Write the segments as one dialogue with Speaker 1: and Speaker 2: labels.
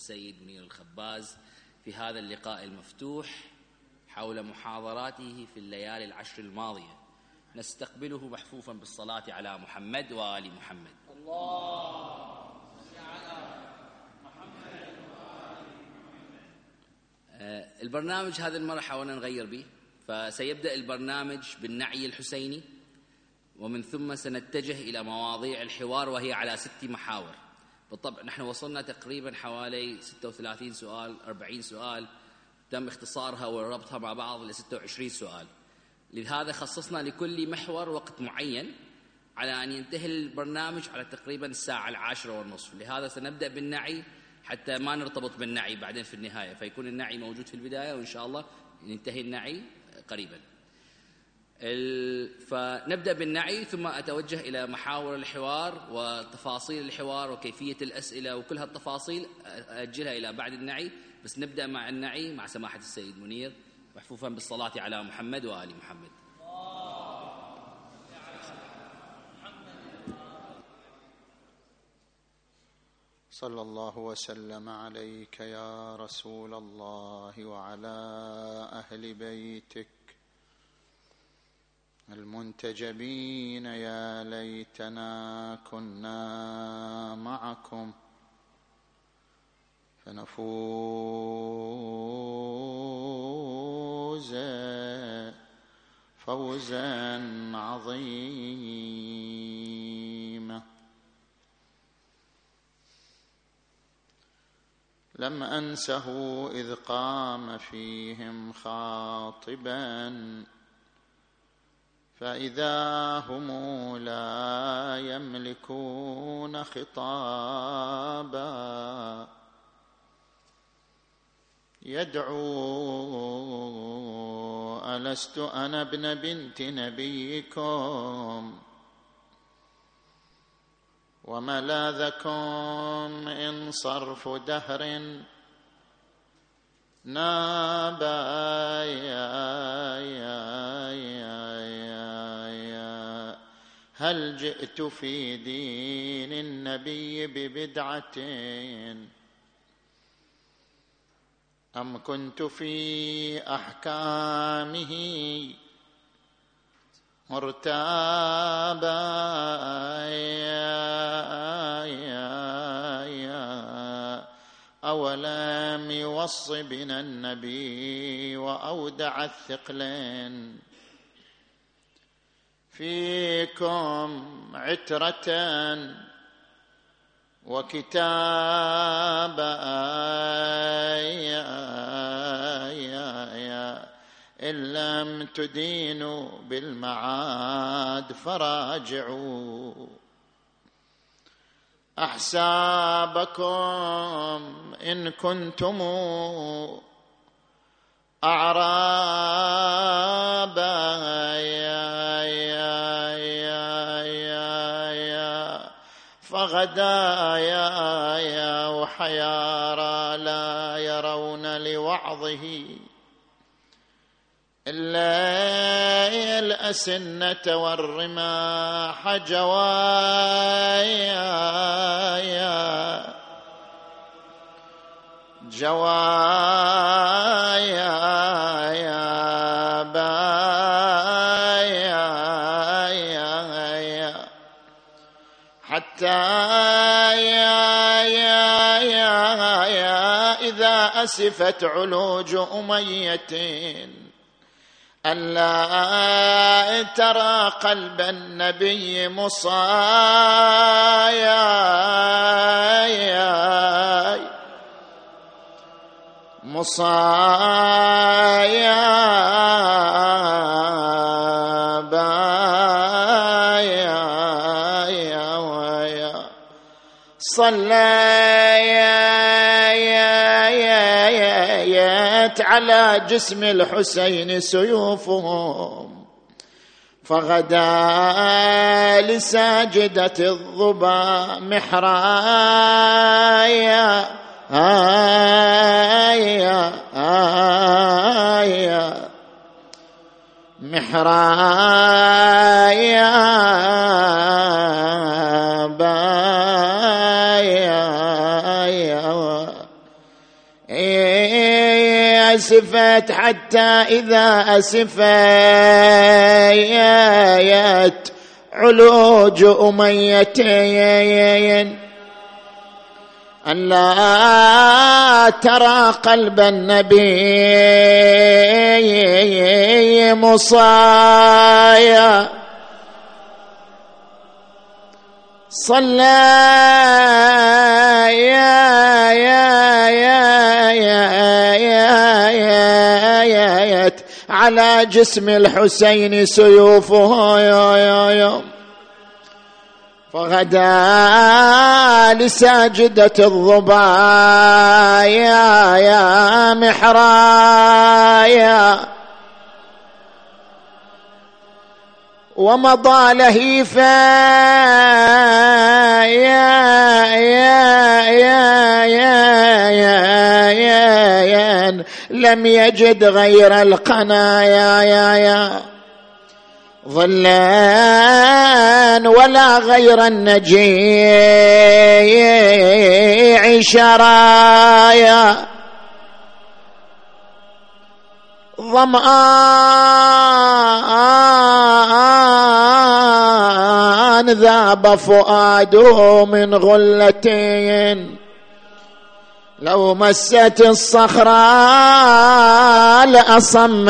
Speaker 1: السيد منير الخباز في هذا اللقاء المفتوح حول محاضراته في الليالي العشر الماضية. نستقبله محفوفا بالصلاة على محمد وآل محمد. البرنامج هذه المرة حاولنا نغير به، فسيبدأ البرنامج بالنعي الحسيني، ومن ثم سنتجه إلى مواضيع الحوار وهي على 6 محاور. بالطبع نحن وصلنا تقريبا حوالي 36 سؤال، 40 سؤال تم اختصارها وربطها مع بعض ل 26 سؤال. لهذا خصصنا لكل محور وقت معين على أن ينتهي البرنامج على تقريبا الساعة 10:30. لهذا سنبدأ بالنعي حتى ما نرتبط بالنعي بعدين في النهاية، فيكون النعي موجود في البداية وإن شاء الله ينتهي النعي قريبا. فنبدأ بالنعي ثم أتوجه إلى محاور الحوار وتفاصيل الحوار وكيفية الأسئلة وكل هالتفاصيل أجلها إلى بعد النعي. بس نبدأ مع النعي مع سماحة السيد منير محفوفا بالصلاة على محمد وآل محمد.
Speaker 2: صلى الله وسلم عليك يا رسول الله وعلى أهل بيتك المنتجبين. يا ليتنا كنا معكم فنفوز فوزا عظيما. لم أنسه إذ قام فيهم خاطبا فإذا هم لا يملكون خطابا. يدعو ألست أنا ابن بنت نبيكم وملاذكم إن صرف دهر نابا. هل جئت في دين النبي ببدعة أم كنت في أحكامه مرتابا؟ أولم يوص بنا النبي وأودع الثقلين فيكم عترة وكتابا إن لم تدينوا بالمعاد فراجعوا أحسابكم إن كنتم أعرابا. فغدايا وحيارى لا يرون لوعظه إلا الأسنة والرماح جوايا بايا حتى إذا أسفت علوج أمية ألا ترى قلب النبي مصايا بايا صليت على جسم الحسين سيوفهم فغدا لساجدة الظبا محرايا محرايا بايا أسفت حتى إذا أسفت علوج أميتين أن لا ترى قلب النبي مصايا صلى على جسم الحسين سيوفه فغدا لساجدة الظبا يا محرايا ومضى لهيفا لم يجد غير القنايا ظلان ولا غير النجيع شرايا ظمآن ذاب فؤاده من غلتين لو مست الصخرة لأصم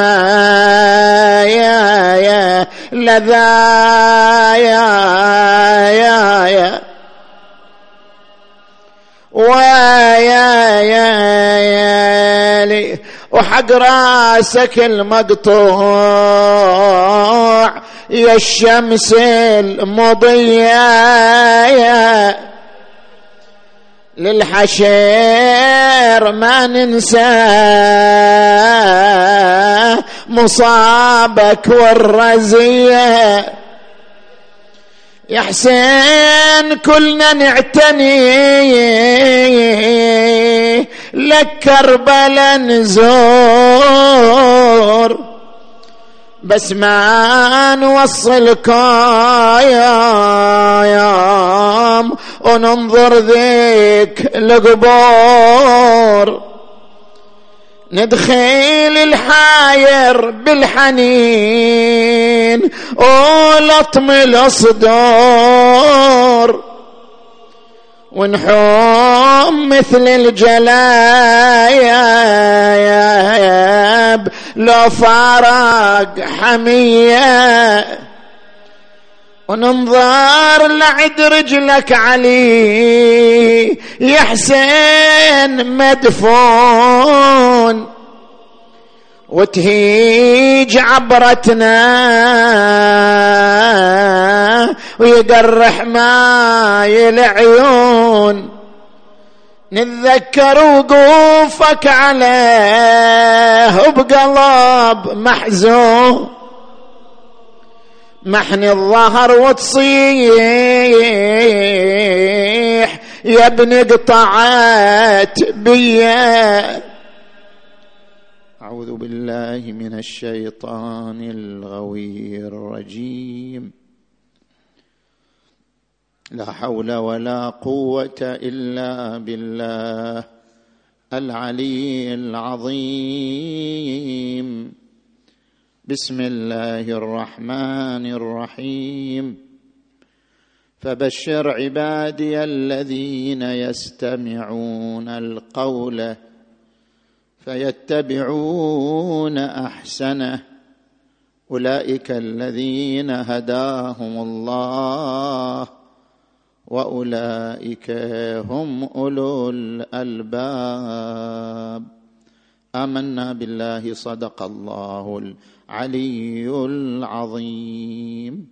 Speaker 2: يا لذايا ويا لي وحق راسك المقطوع يا الشمس المضية للحشر ما ننسى مصابك والرزية يا حسين كلنا نعتني لك كربلا نزور بس ما نوصلك يوم وننظر ذيك القبور ندخل الحاير بالحنين ولطم الصدور ونحوم مثل الجلايب لو فارق حمية وننظر لعد رجلك علي يا حسين مدفون وتهيج عبرتنا ويقرح ماي العيون نتذكر وقوفك عليه بقلب محزون محني الظهر وتصيح يا ابن قطعت بيا. أعوذ بالله من الشيطان الغوي الرجيم. لا حول ولا قوة إلا بالله العلي العظيم. بسم الله الرحمن الرحيم. فبشر عبادي الذين يستمعون القول فيتبعون أحسنه أولئك الذين هداهم الله وأولئك هم أولو الألباب. آمنا بالله صدق الله العلي العظيم.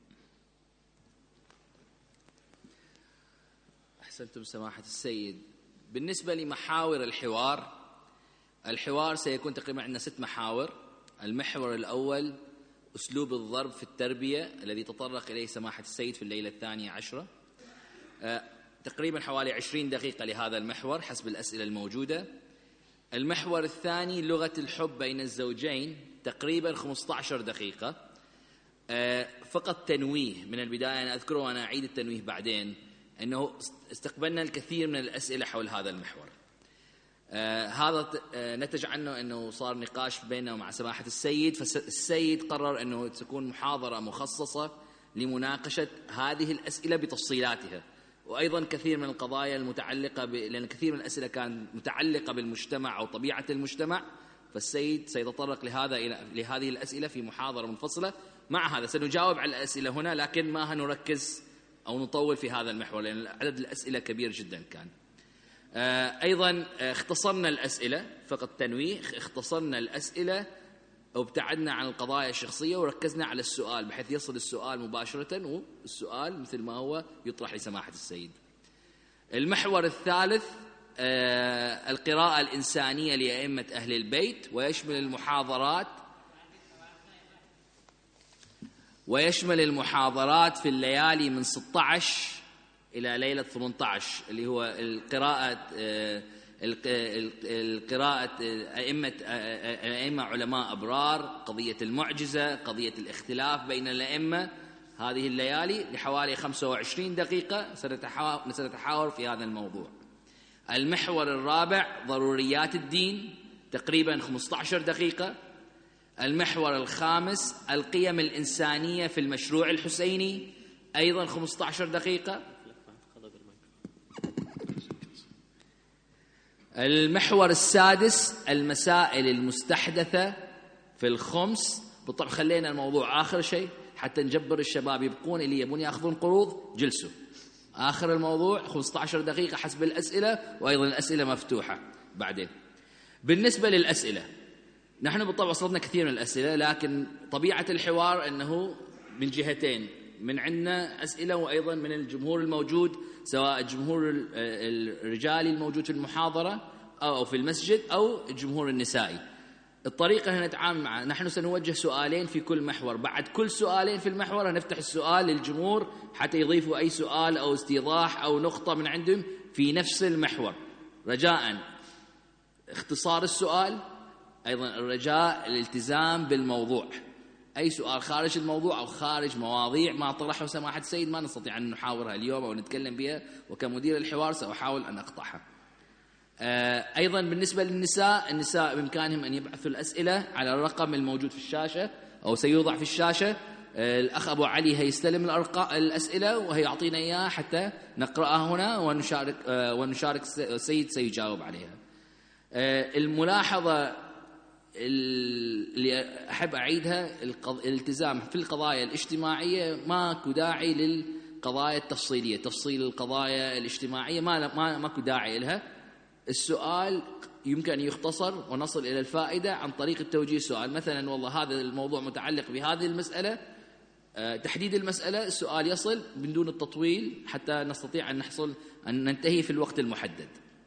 Speaker 1: أحسنتم سماحة السيد. بالنسبة لمحاور الحوار سيكون تقريبا عندنا 6 محاور. المحور الأول أسلوب الضرب في التربية الذي تطرق إليه سماحة السيد في الليلة 12. تقريبا حوالي 20 دقيقة لهذا المحور حسب الأسئلة الموجودة. المحور الثاني لغة الحب بين الزوجين تقريبا 15 دقيقة. فقط تنويه من البداية، أنا أذكره وأنا أعيد التنويه بعدين، أنه استقبلنا الكثير من الأسئلة حول هذا المحور. هذا نتج عنه أنه صار نقاش بينه ومع سماحة السيد، فالسيد قرر أنه تكون محاضرة مخصصة لمناقشة هذه الأسئلة بتفصيلاتها، وأيضا كثير من القضايا المتعلقة لأن كثير من الأسئلة كانت متعلقة بالمجتمع أو طبيعة المجتمع، فالسيد سيتطرق لهذه الأسئلة في محاضرة منفصلة. مع هذا سنجاوب على الأسئلة هنا، لكن ما هنركز أو نطول في هذا المحور لأن عدد الأسئلة كبير جدا كان. أيضا اختصرنا الأسئلة، فقط تنويه، اختصرنا الأسئلة وابتعدنا عن القضايا الشخصية وركزنا على السؤال بحيث يصل السؤال مباشرة، والسؤال مثل ما هو يطرح لسماحة السيد. المحور الثالث القراءة الإنسانية لأئمة أهل البيت، ويشمل المحاضرات في الليالي من 16 إلى ليلة 18 اللي هو القراءة أئمة علماء أبرار، قضية المعجزة، قضية الاختلاف بين الأئمة، هذه الليالي لحوالي 25 دقيقة سنتحاور في هذا الموضوع. المحور الرابع ضروريات الدين، تقريبا 15 دقيقة. المحور الخامس القيم الإنسانية في المشروع الحسيني، أيضا 15 دقيقة. المحور السادس المسائل المستحدثة في الخمس، بالطبع خلينا الموضوع آخر شيء حتى نجبر الشباب يبقون اللي يبون يأخذون قروض جلسوا آخر الموضوع 15 دقيقة حسب الأسئلة، وأيضا الأسئلة مفتوحة بعدين. بالنسبة للأسئلة نحن بالطبع وصلنا كثير من الأسئلة، لكن طبيعة الحوار أنه من جهتين، من عندنا أسئلة وأيضا من الجمهور الموجود، سواء الجمهور الرجالي الموجود في المحاضرة أو في المسجد أو الجمهور النسائي. الطريقة اللي نتعامل معها نحن سنوجه سؤالين في كل محور، بعد كل سؤالين في المحور هنفتح السؤال للجمهور حتى يضيفوا أي سؤال أو استيضاح أو نقطة من عندهم في نفس المحور، رجاء اختصار السؤال، أيضا الرجاء الالتزام بالموضوع. أي سؤال خارج الموضوع أو خارج مواضيع ما طرحه سماحة السيد ما نستطيع أن نحاورها اليوم أو نتكلم بها، وكمدير الحوار سأحاول أن أقطعها. أيضا بالنسبة للنساء، النساء بإمكانهم أن يبعثوا الأسئلة على الرقم الموجود في الشاشة أو سيوضع في الشاشة. الأخ أبو علي هيستلم الأسئلة وهيعطينا إياها حتى نقرأها هنا ونشارك السيد سيجاوب عليها. الملاحظة اللي أحب أعيدها، الالتزام في القضايا الاجتماعية، ماكو داعي للقضايا التفصيلية، تفصيل القضايا الاجتماعية ماكو داعي لها. السؤال يمكن أن يختصر ونصل إلى الفائدة عن طريق التوجيه السؤال، مثلا والله هذا الموضوع متعلق بهذه المسألة، تحديد المسألة، السؤال يصل بدون التطويل حتى نستطيع أن ننتهي في الوقت المحدد.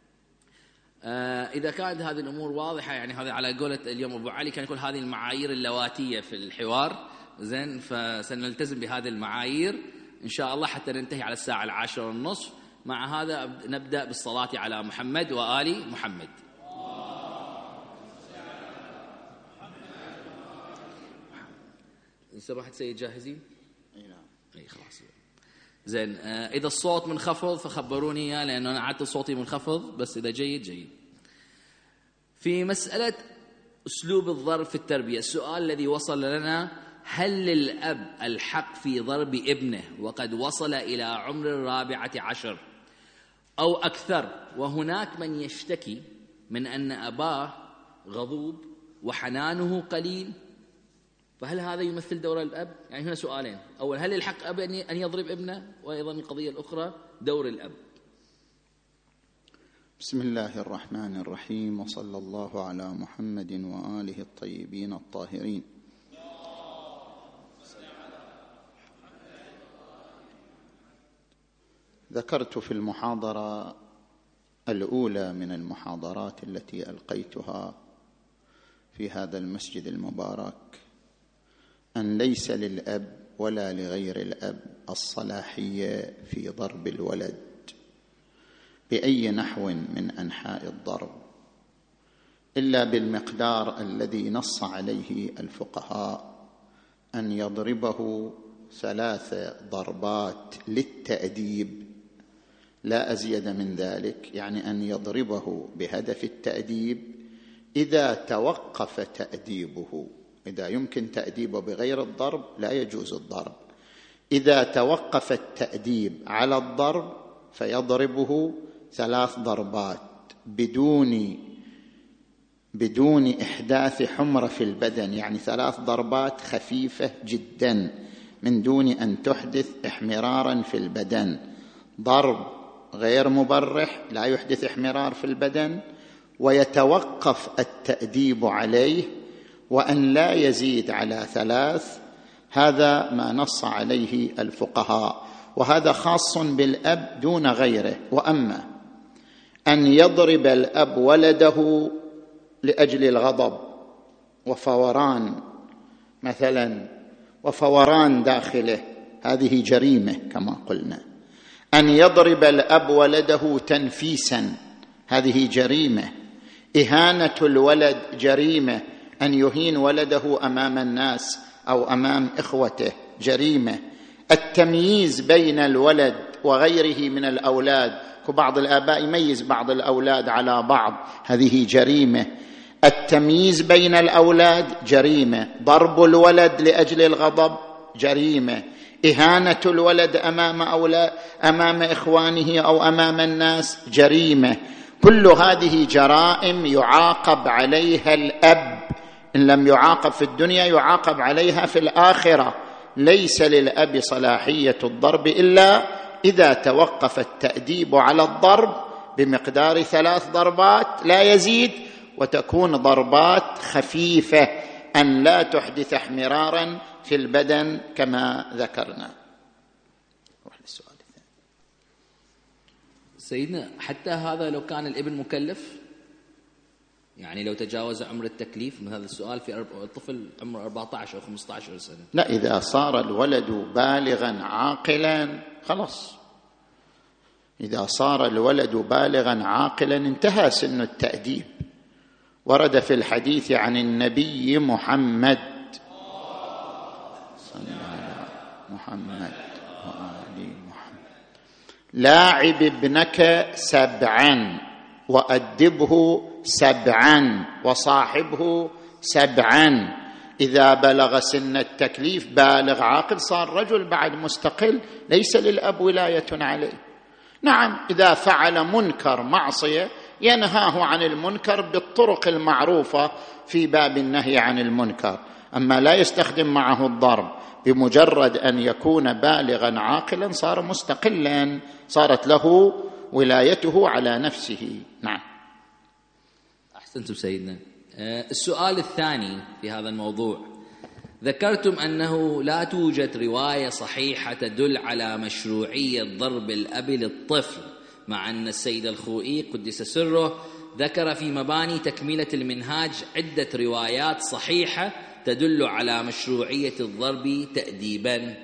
Speaker 1: إذا كانت هذه الأمور واضحة، يعني هذا على قولة اليوم أبو علي كان يقول هذه المعايير اللواتية في الحوار، زين، فسنلتزم بهذه المعايير إن شاء الله حتى ننتهي على الساعة 10:30. مع هذا نبدأ بالصلاة على محمد وآل محمد. سماحة سيد جاهزين؟
Speaker 2: أي نعم.
Speaker 1: أي خلاص. زين، إذا الصوت منخفض فخبروني إياه لأنه أنا عدت صوتي منخفض، بس إذا جيد. في مسألة أسلوب الضرب في التربية، السؤال الذي وصل لنا: هل للأب الحق في ضرب ابنه وقد وصل إلى عمر 14 أو أكثر، وهناك من يشتكي من أن أباه غضوب وحنانه قليل، فهل هذا يمثل دور الأب؟ يعني هنا سؤالين: أول، هل الحق أب أن يضرب ابنه؟ وأيضا القضية الأخرى دور الأب.
Speaker 2: بسم الله الرحمن الرحيم، وصلى الله على محمد وآله الطيبين الطاهرين. ذكرت في المحاضرة الأولى من المحاضرات التي ألقيتها في هذا المسجد المبارك أن ليس للأب ولا لغير الأب الصلاحية في ضرب الولد بأي نحو من أنحاء الضرب، إلا بالمقدار الذي نص عليه الفقهاء، أن يضربه 3 ضربات للتأديب لا أزيد من ذلك، يعني أن يضربه بهدف التأديب إذا توقف تأديبه. إذا يمكن تأديبه بغير الضرب لا يجوز الضرب. إذا توقف التأديب على الضرب فيضربه 3 ضربات بدون إحداث حمرة في البدن، يعني 3 ضربات خفيفة جدا من دون أن تحدث احمرارا في البدن. ضرب غير مبرح لا يحدث احمرار في البدن، ويتوقف التأديب عليه، وأن لا يزيد على 3. هذا ما نص عليه الفقهاء، وهذا خاص بالأب دون غيره. وأما أن يضرب الأب ولده لأجل الغضب وفوران مثلا، وفوران داخله، هذه جريمة كما قلنا. أن يضرب الأب ولده تنفيسا، هذه جريمة. إهانة الولد جريمة، أن يهين ولده أمام الناس أو أمام إخوته جريمة. التمييز بين الولد وغيره من الأولاد، كبعض الآباء يميز بعض الأولاد على بعض، هذه جريمة. التمييز بين الأولاد جريمة. ضرب الولد لأجل الغضب جريمة. إهانة الولد أمام إخوانه أو أمام الناس جريمة. كل هذه جرائم يعاقب عليها الأب، إن لم يعاقب في الدنيا يعاقب عليها في الآخرة. ليس للأب صلاحية الضرب إلا إذا توقف التأديب على الضرب بمقدار 3 ضربات لا يزيد، وتكون ضربات خفيفة، أن لا تحدث احمرارا في البدن كما ذكرنا. السؤال الثاني
Speaker 1: سيدنا، حتى هذا لو كان الابن مكلف، يعني لو تجاوز عمر التكليف، من هذا السؤال في طفل عمره 14 أو 15 سنة.
Speaker 2: لا، إذا صار الولد بالغا عاقلا خلاص، إذا صار الولد بالغا عاقلا انتهى سن التأديب. ورد في الحديث عن النبي محمد صلى الله محمد وآل محمد: لاعب ابنك 7 وأدبه 7 وصاحبه 7. إذا بلغ سن التكليف بالغ عاقل صار رجل بعد مستقل، ليس للأب ولاية عليه. نعم، إذا فعل منكر معصية ينهاه عن المنكر بالطرق المعروفة في باب النهي عن المنكر، أما لا يستخدم معه الضرب. بمجرد أن يكون بالغا عاقلا صار مستقلا، صارت له ولايته على نفسه. نعم.
Speaker 1: أحسنتم سيدنا. السؤال الثاني في هذا الموضوع: ذكرتم أنه لا توجد رواية صحيحة تدل على مشروعية ضرب الأب للطفل، مع أن السيد الخوئي قدس سره ذكر في مباني تكملة المنهاج عدة روايات صحيحة تدل على مشروعية الضرب تأديبا.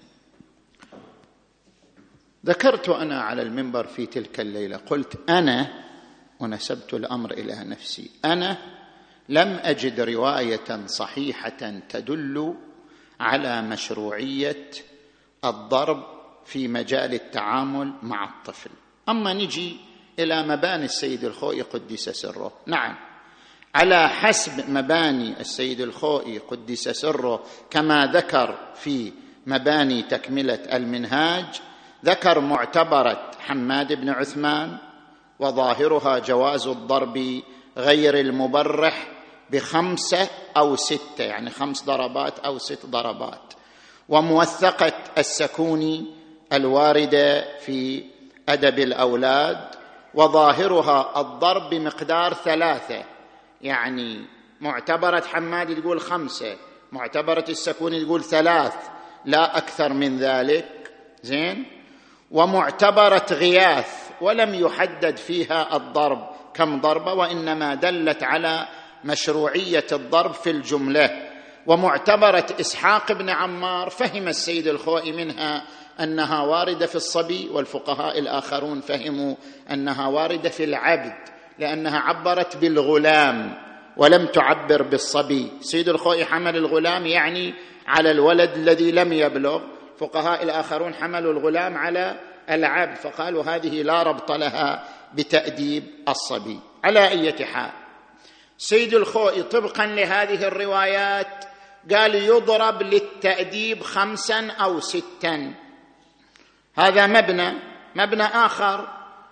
Speaker 2: ذكرت أنا على المنبر في تلك الليلة، قلت أنا، ونسبت الأمر إلى نفسي، أنا لم أجد رواية صحيحة تدل على مشروعية الضرب في مجال التعامل مع الطفل. أما نجي إلى مباني السيد الخوئي قدس سره، نعم، على حسب مباني السيد الخوئي قدس سره كما ذكر في مباني تكملة المنهاج، ذكر معتبرة حماد بن عثمان، وظاهرها جواز الضرب غير المبرح ب5 أو 6، يعني 5 ضربات أو 6 ضربات، وموثقة السكوني الواردة في أدب الأولاد، وظاهرها الضرب بمقدار 3، يعني معتبرة حماد تقول 5، معتبرة السكوني تقول 3، لا أكثر من ذلك. زين. ومعتبرة غياث ولم يحدد فيها الضرب كم ضربة، وإنما دلت على مشروعية الضرب في الجملة. ومعتبرة إسحاق بن عمار فهم السيد الخوئي منها أنها واردة في الصبي، والفقهاء الآخرون فهموا أنها واردة في العبد، لأنها عبرت بالغلام ولم تعبر بالصبي. السيد الخوئي حمل الغلام يعني على الولد الذي لم يبلغ، فقهاء الآخرون حملوا الغلام على العبد، فقالوا هذه لا ربط لها بتأديب الصبي. على أي حال، سيد الخوئي طبقا لهذه الروايات قال يضرب للتأديب 5 أو 6. هذا مبنى آخر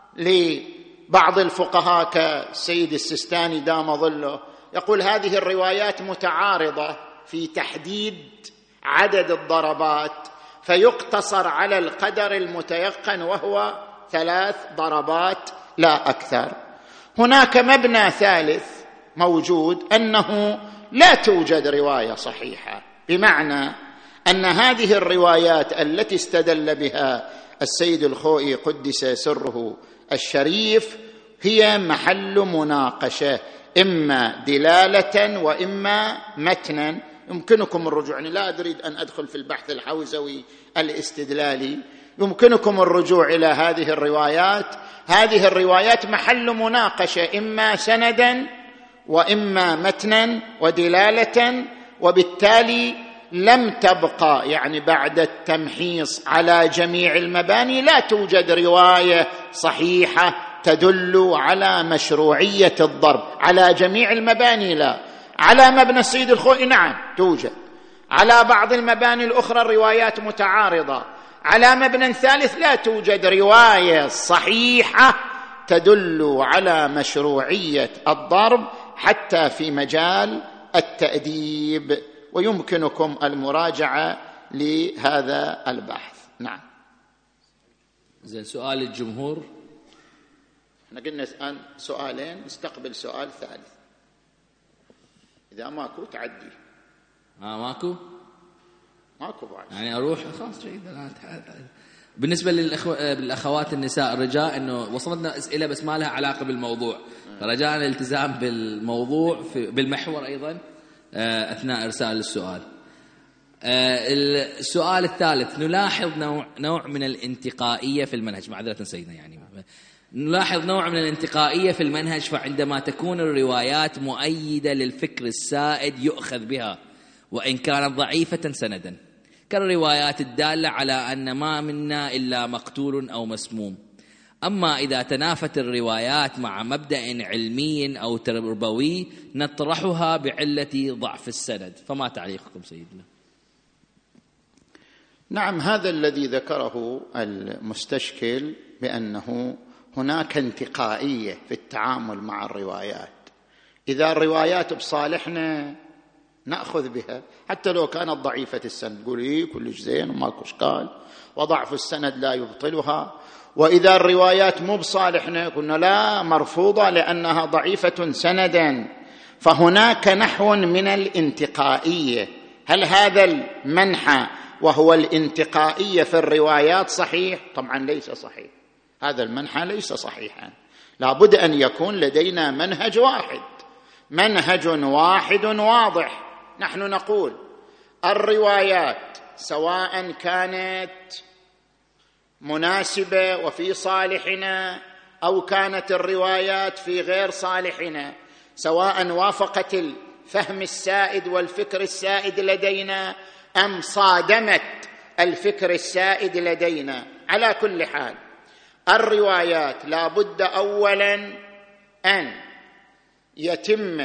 Speaker 2: لبعض الفقهاء كالسيد السيستاني دام ظله، يقول هذه الروايات متعارضة في تحديد عدد الضربات، فيقتصر على القدر المتيقن وهو 3 ضربات لا أكثر. هناك مبنى ثالث موجود، أنه لا توجد رواية صحيحة، بمعنى أن هذه الروايات التي استدل بها السيد الخوئي قدس سره الشريف هي محل مناقشة، إما دلالة وإما متنا. يمكنكم الرجوع، يعني لا أريد أن أدخل في البحث الحوزوي الاستدلالي، يمكنكم الرجوع إلى هذه الروايات. هذه الروايات محل مناقشة، إما سندا وإما متنا ودلالة، وبالتالي لم تبقى يعني بعد التمحيص على جميع المباني لا توجد رواية صحيحة تدل على مشروعية الضرب على جميع المباني. لا، على مبنى السيد الخوئي نعم توجد، على بعض المباني الأخرى الروايات متعارضة، على مبنى ثالث لا توجد رواية صحيحة تدل على مشروعية الضرب حتى في مجال التأديب، ويمكنكم المراجعة لهذا البحث. نعم.
Speaker 1: زين، سؤال الجمهور.
Speaker 2: احنا قلنا الآن سؤالين، نستقبل سؤال ثالث، إذا ماكو تعدي.
Speaker 1: ماكو
Speaker 2: بعد
Speaker 1: يعني أروح خلاص جيد. بالنسبة للأخوات النساء الرجاء أنه وصلتنا أسئلة بس ما لها علاقة بالموضوع، فرجاء الالتزام بالموضوع بالمحور أيضا أثناء إرسال السؤال. السؤال الثالث، نلاحظ نوع من الانتقائية في المنهج، معذرة سيدنا، يعني نلاحظ نوع من الانتقائية في المنهج، فعندما تكون الروايات مؤيدة للفكر السائد يؤخذ بها وإن كانت ضعيفة سندا، كالروايات الدالة على أن ما منا إلا مقتول أو مسموم. أما إذا تنافت الروايات مع مبدأ علمي أو تربوي نطرحها بعلة ضعف السند. فما تعليقكم سيدنا؟
Speaker 2: نعم، هذا الذي ذكره المستشكل بأنه هناك انتقائية في التعامل مع الروايات. إذا الروايات بصالحنا نأخذ بها حتى لو كانت ضعيفة السند، نقول إيه كلش زين وماكو إشكال، وضعف السند لا يبطلها. وإذا الروايات مو بصالحنا قلنا لا، مرفوضة لأنها ضعيفة سندا. فهناك نحو من الانتقائية. هل هذا المنحى وهو الانتقائية في الروايات صحيح؟ طبعا ليس صحيح، هذا المنحى ليس صحيحا. لابد أن يكون لدينا منهج واحد واضح. نحن نقول الروايات سواء كانت مناسبة وفي صالحنا أو كانت الروايات في غير صالحنا، سواء وافقت الفهم السائد والفكر السائد لدينا أم صادمت الفكر السائد لدينا، على كل حال الروايات لا بد أولا أن يتم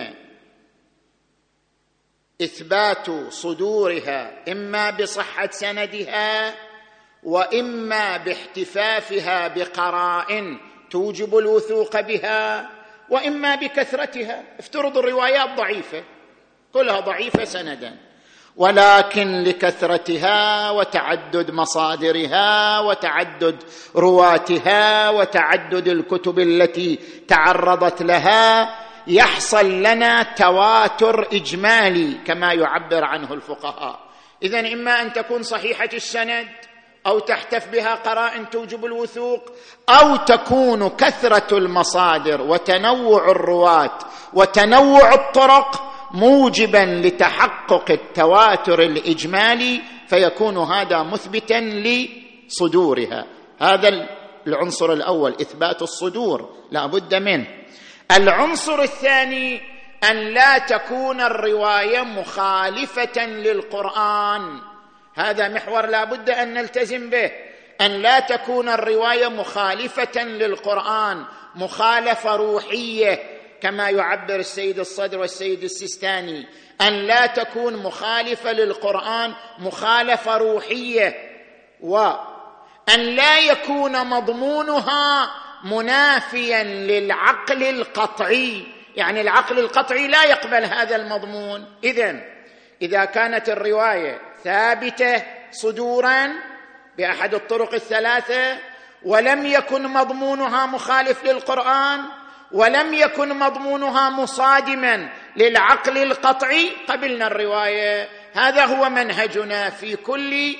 Speaker 2: إثبات صدورها إما بصحة سندها وإما باحتفافها بقرائن توجب الوثوق بها وإما بكثرتها. افترض الروايات ضعيفة، كلها ضعيفة سندا، ولكن لكثرتها وتعدد مصادرها وتعدد رواتها وتعدد الكتب التي تعرضت لها يحصل لنا تواتر إجمالي كما يعبر عنه الفقهاء. إذن إما أن تكون صحيحة السند أو تحتف بها قرائن توجب الوثوق، أو تكون كثرة المصادر وتنوع الرواة وتنوع الطرق موجبا لتحقق التواتر الإجمالي، فيكون هذا مثبتا لصدورها. هذا العنصر الأول، إثبات الصدور لا بد منه. العنصر الثاني أن لا تكون الرواية مخالفة للقرآن، هذا محور لا بد أن نلتزم به. أن لا تكون الرواية مخالفة للقرآن، مخالفة روحية كما يعبر السيد الصدر والسيد السيستاني، أن لا تكون مخالفة للقرآن مخالفة روحية، وأن لا يكون مضمونها منافيا للعقل القطعي، يعني العقل القطعي لا يقبل هذا المضمون. إذا كانت الرواية ثابتة صدورا بأحد الطرق الثلاثة ولم يكن مضمونها مخالف للقرآن ولم يكن مضمونها مصادما للعقل القطعي، قبلنا الرواية. هذا هو منهجنا في كل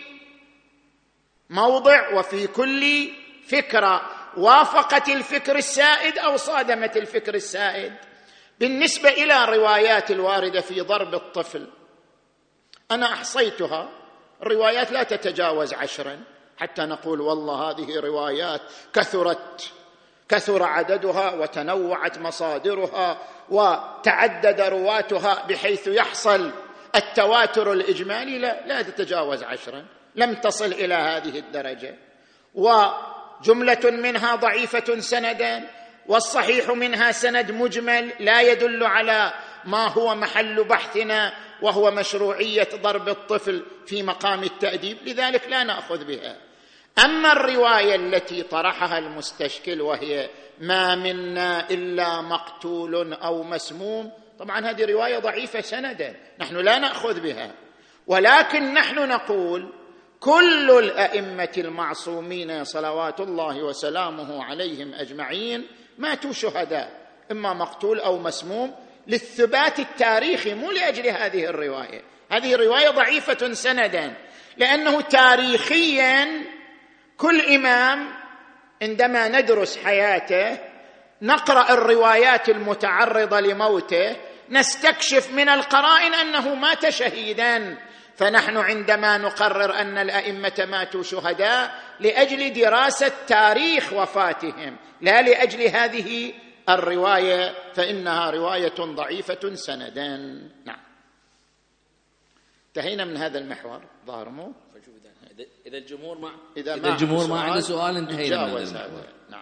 Speaker 2: موضع وفي كل فكرة، وافقت الفكر السائد أو صادمت الفكر السائد. بالنسبة إلى الروايات الواردة في ضرب الطفل، أنا أحصيتها، الروايات لا تتجاوز 10 حتى نقول والله هذه روايات كثر عددها وتنوعت مصادرها وتعدد رواتها بحيث يحصل التواتر الإجمالي. لا تتجاوز 10، لم تصل إلى هذه الدرجة، وجملة منها ضعيفة سندا، والصحيح منها سند مجمل لا يدل على ما هو محل بحثنا وهو مشروعية ضرب الطفل في مقام التأديب، لذلك لا نأخذ بها. أما الرواية التي طرحها المستشكل وهي ما منا إلا مقتول أو مسموم، طبعا هذه رواية ضعيفة سندا، نحن لا نأخذ بها، ولكن نحن نقول كل الأئمة المعصومين صلوات الله وسلامه عليهم أجمعين ماتوا شهداء، إما مقتول أو مسموم، للثبات التاريخي، مو لأجل هذه الرواية. هذه الرواية ضعيفة سندا لأنه تاريخيا كل إمام عندما ندرس حياته نقرأ الروايات المتعرضة لموته نستكشف من القرائن أنه مات شهيدا. فنحن عندما نقرر أن الأئمة ماتوا شهداء لأجل دراسة تاريخ وفاتهم، لا لأجل هذه الرواية، فإنها رواية ضعيفة سندا. نعم، انتهينا من هذا المحور. ظاهر مو
Speaker 1: إذا الجمهور ما عنده سؤال انتهينا من هذا المحور.
Speaker 2: نعم،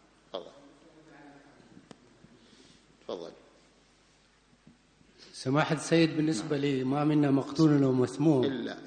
Speaker 2: تفضل.
Speaker 3: سماحة السيد، بالنسبة لي ما منا مقتول أو مسموم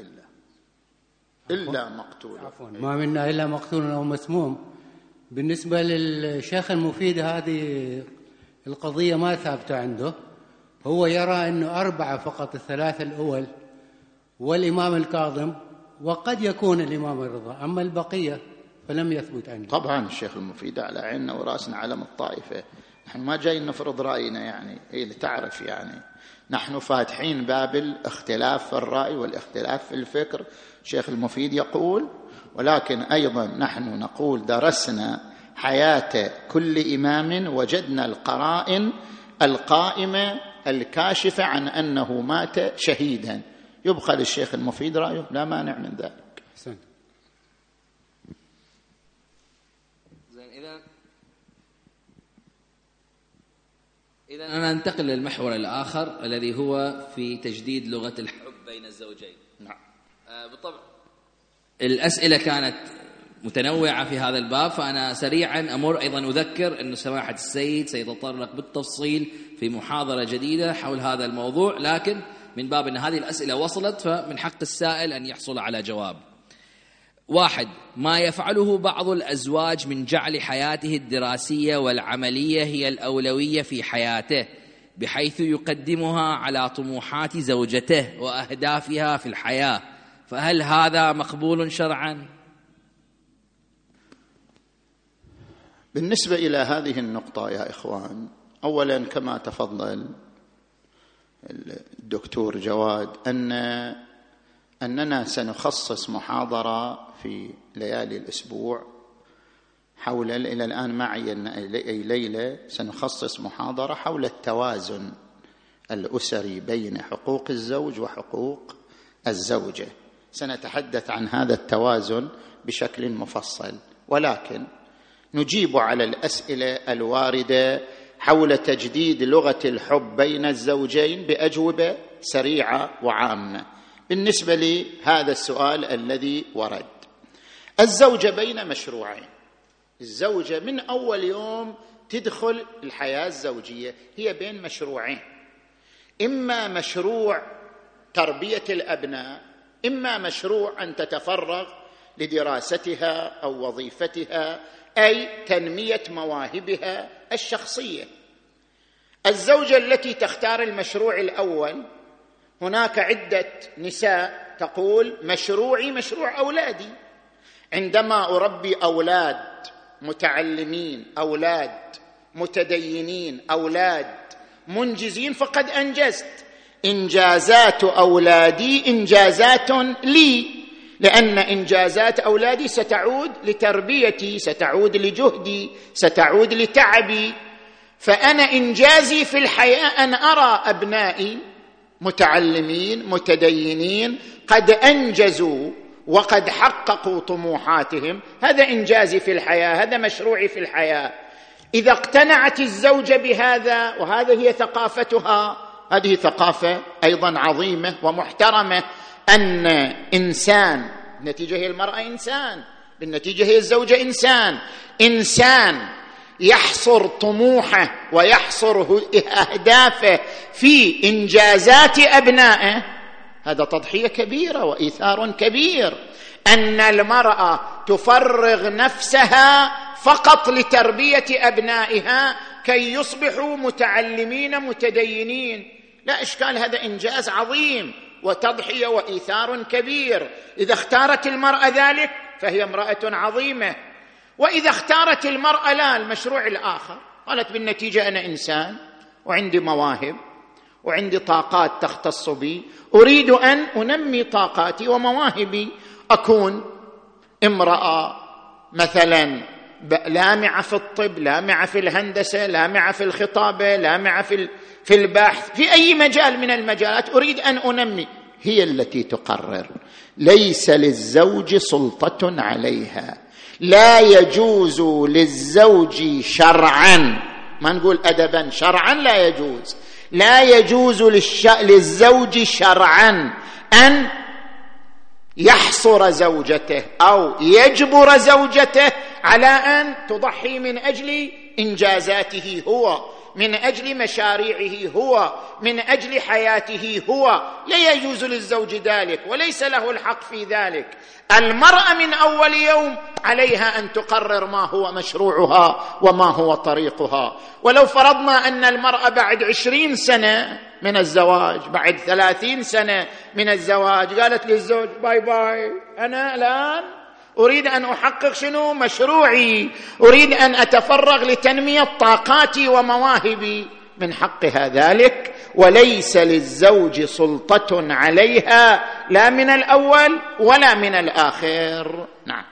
Speaker 2: إلا مقتول،
Speaker 3: عفوا، ما منا إلا مقتول أو مسموم. بالنسبة للشيخ المفيد هذه القضية ما ثابتة عنده، هو يرى أنه 4 فقط، 3 الأول والإمام الكاظم، وقد يكون الإمام الرضا، أما البقية فلم يثبت عنده.
Speaker 2: طبعا الشيخ المفيد على عيننا وراسنا علم الطائفة، نحن ما جايين نفرض رأينا، يعني هي اللي تعرف، يعني نحن فاتحين باب الاختلاف في الرأي والاختلاف في الفكر. الشيخ المفيد يقول، ولكن أيضا نحن نقول درسنا حياة كل إمام وجدنا القرائن القائمة الكاشفة عن أنه مات شهيدا. يبقى للشيخ المفيد رأيه، لا مانع من ذلك.
Speaker 3: حسن.
Speaker 1: إذا أنا أنتقل للمحور الآخر الذي هو في تجديد لغة الحب بين الزوجين.
Speaker 2: نعم.
Speaker 1: بالطبع الأسئلة كانت متنوعة في هذا الباب، فأنا سريعا أمر أيضا أذكر أن سماحة السيد سيتطرق بالتفصيل في محاضرة جديدة حول هذا الموضوع، لكن من باب أن هذه الأسئلة وصلت فمن حق السائل أن يحصل على جواب. 1. ما يفعله بعض الأزواج من جعل حياته الدراسية والعملية هي الأولوية في حياته، بحيث يقدمها على طموحات زوجته وأهدافها في الحياة، فهل هذا مقبول شرعا؟
Speaker 2: بالنسبة إلى هذه النقطة يا إخوان، أولا كما تفضل الدكتور جواد أننا سنخصص محاضرة في ليالي الأسبوع حول، إلى الآن معي أي ليلة سنخصص محاضرة حول التوازن الأسري بين حقوق الزوج وحقوق الزوجة. سنتحدث عن هذا التوازن بشكل مفصل، ولكن نجيب على الأسئلة الواردة حول تجديد لغة الحب بين الزوجين بأجوبة سريعة وعامة. بالنسبة لهذا السؤال الذي ورد، الزوجة بين مشروعين. الزوجة من أول يوم تدخل الحياة الزوجية هي بين مشروعين، إما مشروع تربية الأبناء، إما مشروع أن تتفرغ لدراستها أو وظيفتها، أي تنمية مواهبها الشخصية. الزوجة التي تختار المشروع الأول، هناك عدة نساء تقول مشروعي مشروع أولادي، عندما أربي أولاد متعلمين، أولاد متدينين، أولاد منجزين، فقد أنجزت. إنجازات أولادي إنجازات لي، لأن إنجازات أولادي ستعود لتربيتي، ستعود لجهدي، ستعود لتعبي. فأنا إنجازي في الحياة أن أرى أبنائي متعلمين متدينين قد أنجزوا وقد حققوا طموحاتهم، هذا إنجازي في الحياة، هذا مشروعي في الحياة. إذا اقتنعت الزوجة بهذا، وهذه هي ثقافتها، هذه ثقافة أيضا عظيمة ومحترمة، أن إنسان، بالنتيجة هي المرأة إنسان، بالنتيجة هي الزوجة إنسان يحصر طموحه ويحصر أهدافه في إنجازات أبنائه، هذا تضحية كبيرة وإيثار كبير. أن المرأة تفرغ نفسها فقط لتربية أبنائها كي يصبحوا متعلمين متدينين، لا إشكال، هذا إنجاز عظيم وتضحية وإيثار كبير. إذا اختارت المرأة ذلك فهي امرأة عظيمة. وإذا اختارت المرأة لا، المشروع الآخر، قالت بالنتيجة أنا إنسان وعندي مواهب وعندي طاقات تختص بي، أريد أن أنمي طاقاتي ومواهبي، أكون امرأة مثلا لامعة في الطب، لامعة في الهندسة، لامعة في الخطابة، لامعة في البحث، في أي مجال من المجالات أريد أن أنمي، هي التي تقرر، ليس للزوج سلطة عليها. لا يجوز للزوج شرعا، ما نقول أدبا، شرعا لا يجوز، لا يجوز للزوج شرعا أن يحصر زوجته أو يجبر زوجته على أن تضحي من أجل إنجازاته هو، من أجل مشاريعه هو، من أجل حياته هو، لا يجوز للزوج ذلك وليس له الحق في ذلك. المرأة من أول يوم عليها أن تقرر ما هو مشروعها وما هو طريقها. ولو فرضنا أن المرأة بعد 20 سنة من الزواج، بعد 30 سنة من الزواج، قالت للزوج باي باي، أنا الآن أريد أن أحقق شنو؟ مشروعي، أريد أن أتفرغ لتنمية طاقاتي ومواهبي، من حقها ذلك، وليس للزوج سلطة عليها لا من الأول ولا من الآخر. نعم.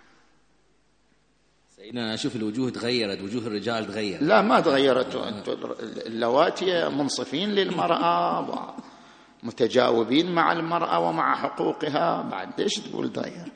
Speaker 1: سيدنا أنا أشوف الوجوه تغيرت، وجوه الرجال تغيرت.
Speaker 2: لا ما تغيرت، اللواتي منصفين للمرأة ومتجاوبين مع المرأة ومع حقوقها، بعد ليش تقول تغير؟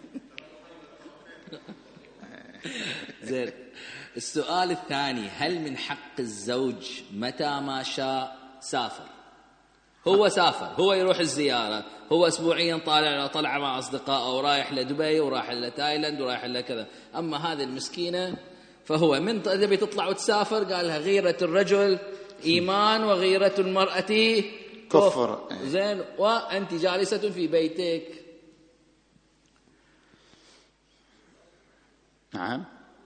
Speaker 1: زين. السؤال الثاني، هل من حق الزوج متى ما شاء سافر؟ هو سافر، هو يروح الزيارة، هو أسبوعيا طالع مع أصدقائه ورايح لدبي ورايح لتايلاند ورايح لكذا. أما هذه المسكينة فهو من تبي تطلع وتسافر، قال لها غيرة الرجل إيمان وغيرة المرأة كفر. زين، وأنت جالسة في بيتك.
Speaker 2: نعم.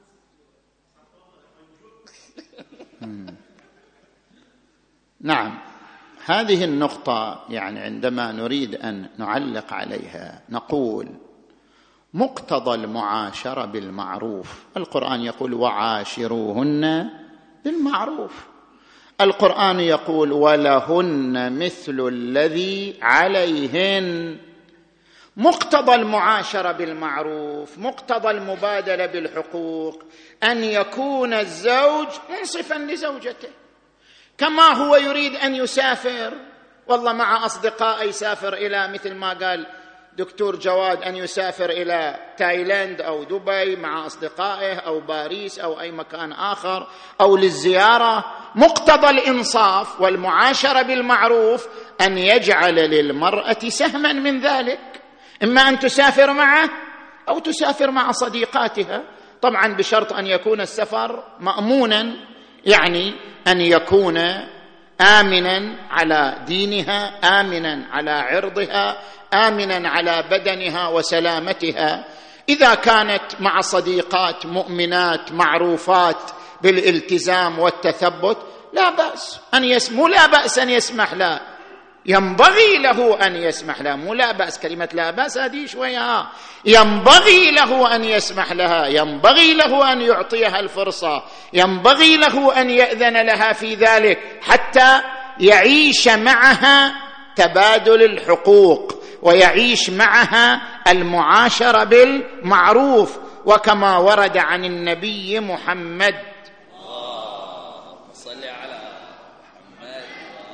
Speaker 2: نعم، هذه النقطة يعني عندما نريد أن نعلق عليها نقول مقتضى المعاشرة بالمعروف، القرآن يقول وعاشروهن بالمعروف، القرآن يقول ولهن مثل الذي عليهن. مقتضى المعاشرة بالمعروف، مقتضى المبادلة بالحقوق، أن يكون الزوج منصفا لزوجته، كما هو يريد أن يسافر والله مع أصدقائه، يسافر إلى مثل ما قال دكتور جواد أن يسافر إلى تايلاند أو دبي مع أصدقائه أو باريس أو أي مكان آخر أو للزيارة. مقتضى الإنصاف والمعاشرة بالمعروف أن يجعل للمرأة سهما من ذلك، إما أن تسافر معه أو تسافر مع صديقاتها، طبعا بشرط أن يكون السفر مأمونا، يعني أن يكون آمنا على دينها، آمنا على عرضها، آمنا على بدنها وسلامتها. إذا كانت مع صديقات مؤمنات معروفات بالالتزام والتثبت لا بأس أن يسمح لها، ينبغي له أن يسمح لها، مو لا بأس، كلمة لا بأس هذه شوية، ينبغي له أن يسمح لها، ينبغي له أن يعطيها الفرصة، ينبغي له أن يأذن لها في ذلك حتى يعيش معها تبادل الحقوق ويعيش معها المعاشرة بالمعروف، وكما ورد عن النبي محمد
Speaker 1: صلى على محمد: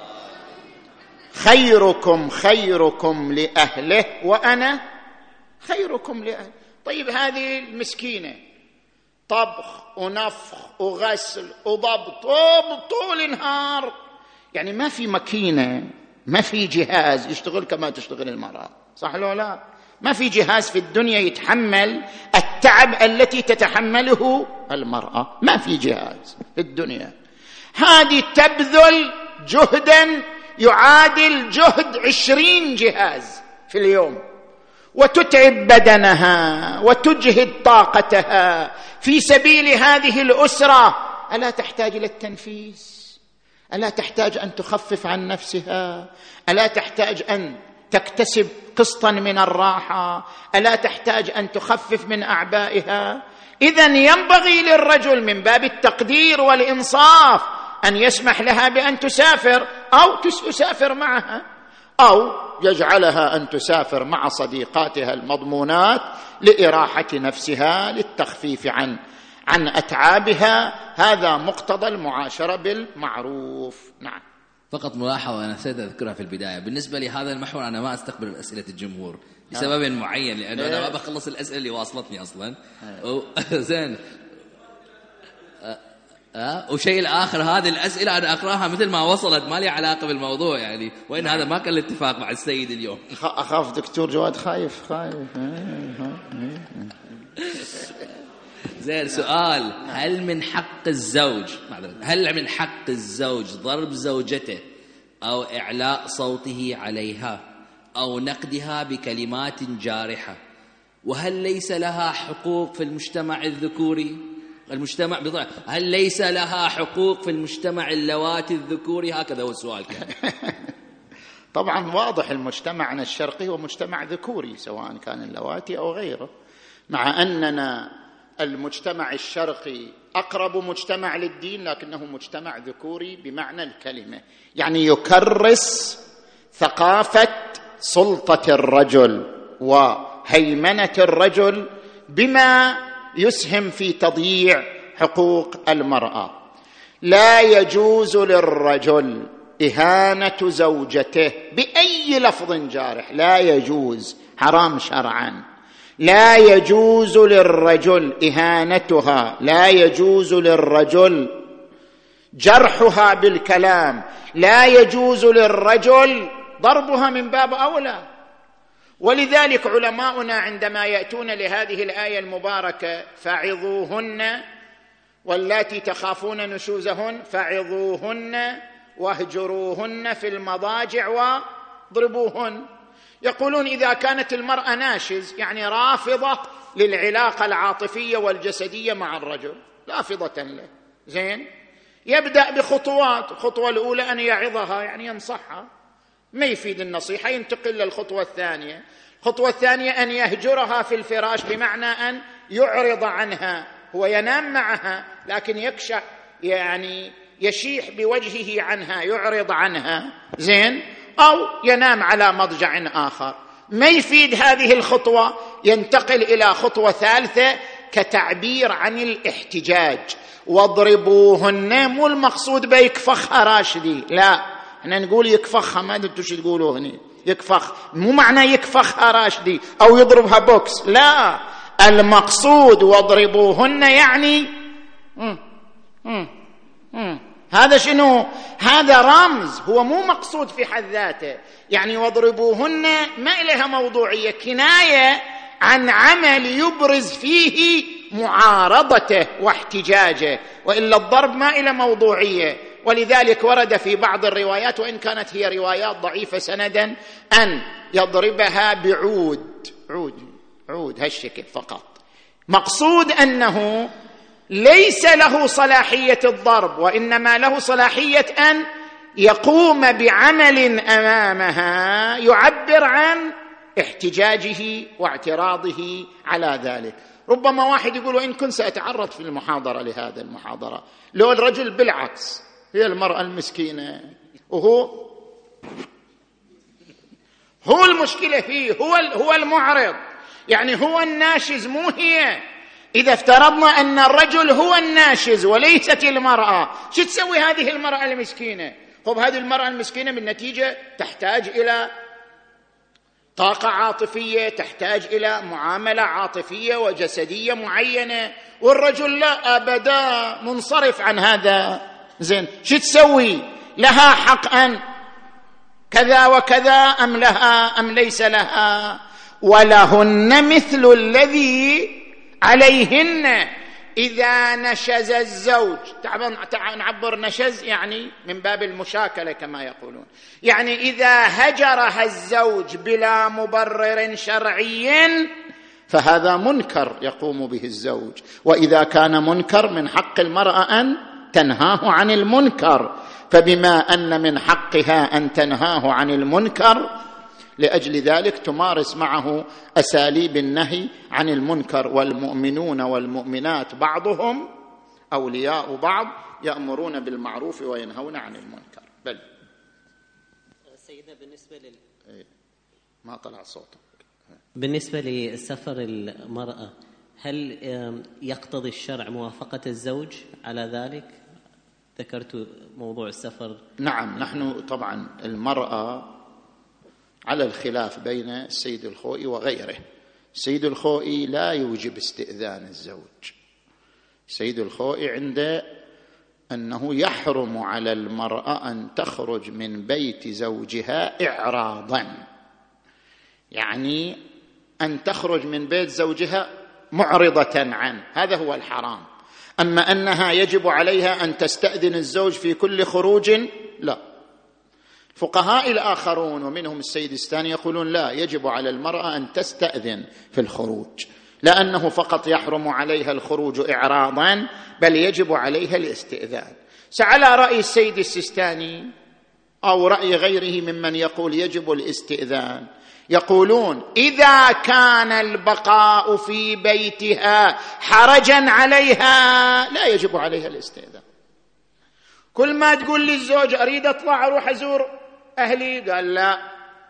Speaker 2: خيركم لأهله وأنا خيركم لأهله. طيب هذه المسكينة طبخ ونفخ وغسل وضبط طول النهار، يعني ما في ماكينة، ما في جهاز يشتغل كما تشتغل المرأة، صح لو لا؟ ما في جهاز في الدنيا يتحمل التعب التي تتحمله المرأة، ما في جهاز في الدنيا. هذه تبذل جهدا يعادل جهد 20 جهاز في اليوم، وتتعب بدنها وتجهد طاقتها في سبيل هذه الأسرة. ألا تحتاج إلى التنفيس؟ ألا تحتاج أن تخفف عن نفسها؟ ألا تحتاج أن تكتسب قسطا من الراحة؟ ألا تحتاج أن تخفف من أعبائها؟ إذن ينبغي للرجل من باب التقدير والإنصاف أن يسمح لها بأن تسافر، أو يسافر معها، أو يجعلها أن تسافر مع صديقاتها المضمونات لإراحة نفسها، للتخفيف عن أتعابها. هذا مقتضى المعاشرة بالمعروف. نعم.
Speaker 1: فقط ملاحظة أنا نسيت أذكرها في البداية، بالنسبة لهذا المحور أنا ما أستقبل أسئلة الجمهور لسبب معين، لأنه أنا ما بخلص الأسئلة اللي واصلتني أصلا. زين. وشيء الآخر، هذه الأسئلة أنا أقرأها مثل ما وصلت، ما لي علاقة بالموضوع يعني، وإن هذا ما كان الاتفاق مع السيد اليوم.
Speaker 2: أخاف دكتور جواد خايف.
Speaker 1: زين. سؤال: هل من حق الزوج ضرب زوجته أو إعلاء صوته عليها أو نقدها بكلمات جارحة؟ وهل ليس لها حقوق في المجتمع الذكوري؟ هل ليس لها حقوق في المجتمع اللواتي الذكوري؟ هكذا هو السؤال كان.
Speaker 2: طبعا واضح المجتمعنا الشرقي هو مجتمع ذكوري، سواء كان اللواتي أو غيره، مع أننا المجتمع الشرقي أقرب مجتمع للدين، لكنه مجتمع ذكوري بمعنى الكلمة، يعني يكرس ثقافة سلطة الرجل وهيمنة الرجل بما يسهم في تضييع حقوق المرأة. لا يجوز للرجل إهانة زوجته بأي لفظ جارح، لا يجوز، حرام شرعا. لا يجوز للرجل إهانتها، لا يجوز للرجل جرحها بالكلام، لا يجوز للرجل ضربها من باب أولى. ولذلك علماؤنا عندما يأتون لهذه الآية المباركة: فعظوهن واللاتي تخافون نشوزهن فعظوهن واهجروهن في المضاجع واضربوهن، يقولون إذا كانت المرأة ناشز، يعني رافضة للعلاقة العاطفية والجسدية مع الرجل، رافضة له، زين، يبدأ بخطوات. الخطوة الأولى أن يعظها، يعني ينصحها، ما يفيد النصيحة، ينتقل للخطوة الثانية. الخطوة الثانية أن يهجرها في الفراش، بمعنى أن يعرض عنها، هو ينام معها لكن يكشح، يعني يشيح بوجهه عنها، يعرض عنها، زين، أو ينام على مضجع آخر. ما يفيد هذه الخطوة، ينتقل إلى خطوة ثالثة كتعبير عن الاحتجاج: واضربوهن. مو المقصود بيكفخها راشدي، لا، احنا نقول يكفخها، ما انتوا شو تقولوا هني يكفخ، مو معنى يكفخها راشدي أو يضربها بوكس، لا، المقصود واضربوهن يعني هذا شنو؟ هذا رمز، هو مو مقصود في حد ذاته، يعني واضربوهن ما إليها موضوعية، كناية عن عمل يبرز فيه معارضته واحتجاجه، وإلا الضرب ما إلى موضوعية. ولذلك ورد في بعض الروايات، وإن كانت هي روايات ضعيفة سندا، أن يضربها بعود، عود هالشكل فقط. مقصود أنه ليس له صلاحية الضرب، وإنما له صلاحية أن يقوم بعمل أمامها يعبر عن احتجاجه واعتراضه على ذلك. ربما واحد يقول وإن كنت سأتعرض في المحاضرة لهذا المحاضرة، لو الرجل بالعكس هي المرأة المسكينة وهو المشكلة فيه، هو المعرض، يعني هو الناشز مو هي. إذا افترضنا أن الرجل هو الناشز وليست المرأة، شو تسوي هذه المرأة المسكينة؟ هذه المرأة المسكينة بالنتيجة تحتاج إلى طاقة عاطفية، تحتاج إلى معاملة عاطفية وجسدية معينة، والرجل لا أبدا منصرف عن هذا. زين، شو تسوي؟ لها حق أن كذا وكذا أم لها أم ليس لها؟ ولهن مثل الذي عليهن إذا نشز الزوج. نعبر نشز يعني من باب المشاكلة كما يقولون، يعني إذا هجرها الزوج بلا مبرر شرعي فهذا منكر يقوم به الزوج، وإذا كان منكر من حق المرأة أن تنهاه عن المنكر، فبما أن من حقها أن تنهاه عن المنكر لأجل ذلك تمارس معه أساليب النهي عن المنكر. والمؤمنون والمؤمنات بعضهم أولياء بعض، يأمرون بالمعروف وينهون عن المنكر. بل
Speaker 4: سيدنا
Speaker 2: ما طلع صوتك.
Speaker 4: بالنسبة لسفر المرأة، هل يقتضي الشرع موافقة الزوج على ذلك؟ ذكرت موضوع السفر.
Speaker 2: نعم، نحن طبعا المرأة على الخلاف بين السيد الخوئي وغيره. السيد الخوئي لا يوجب استئذان الزوج. السيد الخوئي عنده أنه يحرم على المرأة أن تخرج من بيت زوجها إعراضا، يعني أن تخرج من بيت زوجها معرضة عنه، هذا هو الحرام. أما أنها يجب عليها أن تستأذن الزوج في كل خروج، لا. فقهاء الآخرون ومنهم السيد الستاني يقولون لا، يجب على المرأة أن تستأذن في الخروج، لأنه فقط يحرم عليها الخروج إعراضا، بل يجب عليها الاستئذان. على رأي السيد السيستاني أو رأي غيره ممن يقول يجب الاستئذان، يقولون إذا كان البقاء في بيتها حرجا عليها لا يجب عليها الاستئذان. كل ما تقول للزوج أريد أطلع أروح أزور أهلي، قال لا،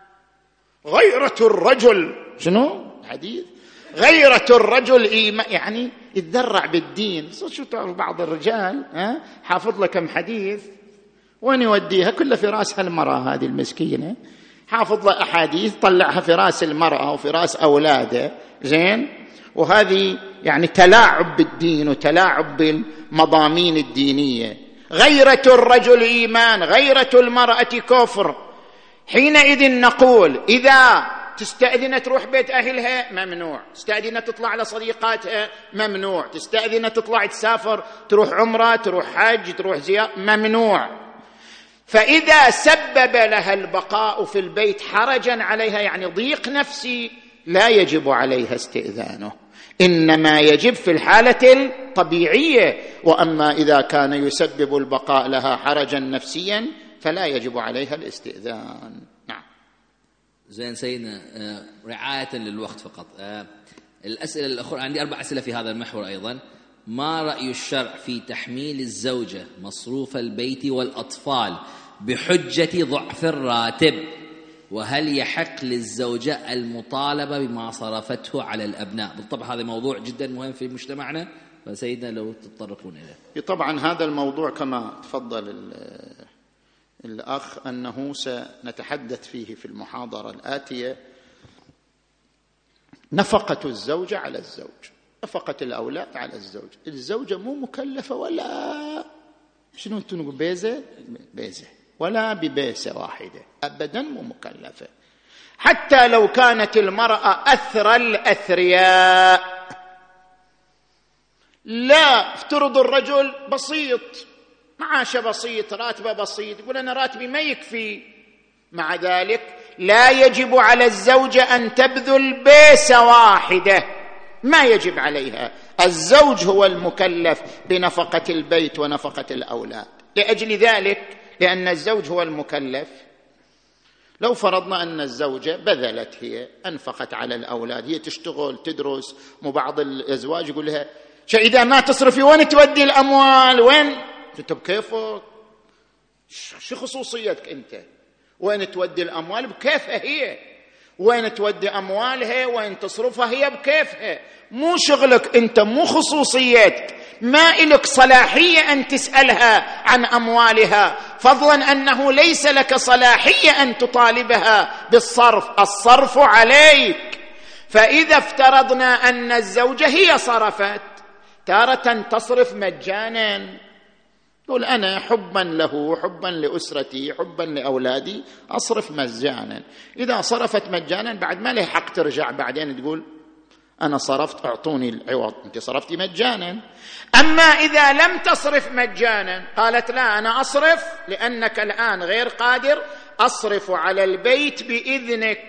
Speaker 2: غيرة الرجل، شنو الحديث؟ غيرة الرجل يعني يتذرع بالدين. شو تعرف بعض الرجال حافظ لك كم حديث، وين يوديها؟ كلها في راسها المرأة هذه المسكينة، حافظ له أحاديث طلعها في راس المرأة وفي راس أولاده. زين، وهذه يعني تلاعب بالدين وتلاعب بالمضامين الدينية. غيرة الرجل إيمان، غيرة المرأة كفر. حينئذ نقول إذا تستأذن تروح بيت أهلها ممنوع، تستأذن تطلع على صديقاتها ممنوع، تستأذن تطلع تسافر تروح عمرة تروح حج تروح زيارة ممنوع. فإذا سبب لها البقاء في البيت حرجا عليها يعني ضيق نفسي لا يجب عليها استئذانه، إنما يجب في الحالة الطبيعية. وأما إذا كان يسبب البقاء لها حرجا نفسيا فلا يجب عليها الاستئذان. نعم.
Speaker 1: زين سيدنا، رعاية للوقت فقط، الأسئلة الأخرى عندي 4 أسئلة في هذا المحور أيضا. ما رأي الشرع في تحميل الزوجة مصروف البيت والأطفال بحجة ضعف الراتب؟ وهل يحق للزوجة المطالبة بما صرفته على الأبناء؟ بالطبع هذا موضوع جدا مهم في مجتمعنا، فسيدنا لو تتطرقون إليه.
Speaker 2: طبعا هذا الموضوع كما تفضل الأخ أنه سنتحدث فيه في المحاضرة الآتية. نفقة الزوجة على الزوج، نفقة الأولاد على الزوج. الزوجة مو مكلفة ولا شنو انتم نقول بيزة ولا ببيسة واحدة، أبدا مو مكلفة. حتى لو كانت المرأة أثرى الأثرياء. لا، افترض الرجل بسيط، معاشه بسيط، راتبه بسيط، يقول أنا راتبي ما يكفي، مع ذلك لا يجب على الزوجة أن تبذل بيسة واحدة، ما يجب عليها. الزوج هو المكلف بنفقة البيت ونفقة الأولاد. لأجل ذلك، لأن الزوج هو المكلف، لو فرضنا أن الزوجة بذلت، هي أنفقت على الأولاد، هي تشتغل تدرس، وبعض الأزواج يقول لها إذا ما تصرفي وين تودي الأموال؟ وين أنت بكيفك؟ شو خصوصيتك أنت؟ وين تودي الأموال؟ بكيفها هي، وين تودي أموالها، وين تصرفها هي بكيفها، مو شغلك أنت، مو خصوصيتك، ما إلك صلاحية أن تسألها عن أموالها، فضلا أنه ليس لك صلاحية أن تطالبها بالصرف، الصرف عليك. فإذا افترضنا أن الزوجة هي صرفت، تارة تصرف مجانا، يقول أنا حبا له، حبا لأسرتي، حبا لأولادي أصرف مجانا. إذا صرفت مجانا بعد ما له حق ترجع بعدين تقول أنا صرفت أعطوني العوض، أنت صرفتي مجانا. أما إذا لم تصرف مجانا، قالت لا أنا أصرف لأنك الآن غير قادر، أصرف على البيت بإذنك،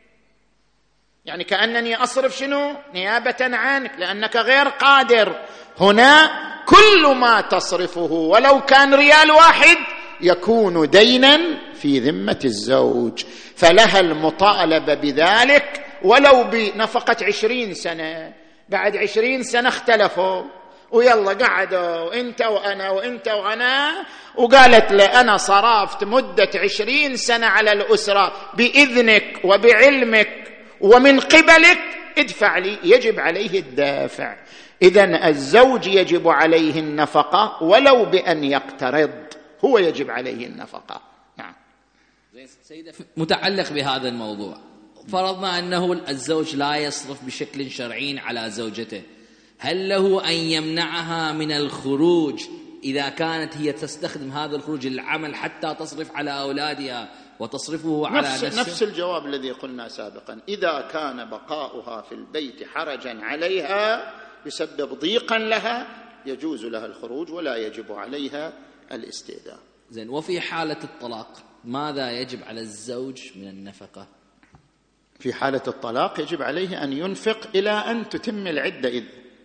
Speaker 2: يعني كأنني أصرف شنو؟ نيابة عنك، لأنك غير قادر. هنا كل ما تصرفه ولو كان ريال واحد يكون دينا في ذمة الزوج، فلها المطالبة بذلك ولو بنفقة 20 سنة. بعد 20 سنة اختلفوا ويلا قعدوا انت وانا وانت وانا، وقالت له انا صرفت مدة 20 سنة على الأسرة بإذنك وبعلمك ومن قبلك، ادفع لي، يجب عليه الدافع. إذن الزوج يجب عليه النفقة ولو بأن يقترض، هو يجب عليه النفقة. نعم.
Speaker 1: سيدة، متعلق بهذا الموضوع، فرضنا أنه الزوج لا يصرف بشكل شرعي على زوجته، هل له أن يمنعها من الخروج إذا كانت هي تستخدم هذا الخروج للعمل حتى تصرف على أولادها وتصرفه على نفسه؟
Speaker 2: نفس الجواب الذي قلنا سابقا، إذا كان بقاؤها في البيت حرجا عليها يسبب ضيقا لها يجوز لها الخروج ولا يجب عليها الاستئذان.
Speaker 1: زين، وفي حالة الطلاق ماذا يجب على الزوج من النفقة؟
Speaker 2: في حالة الطلاق يجب عليه أن ينفق إلى أن تتم العدة.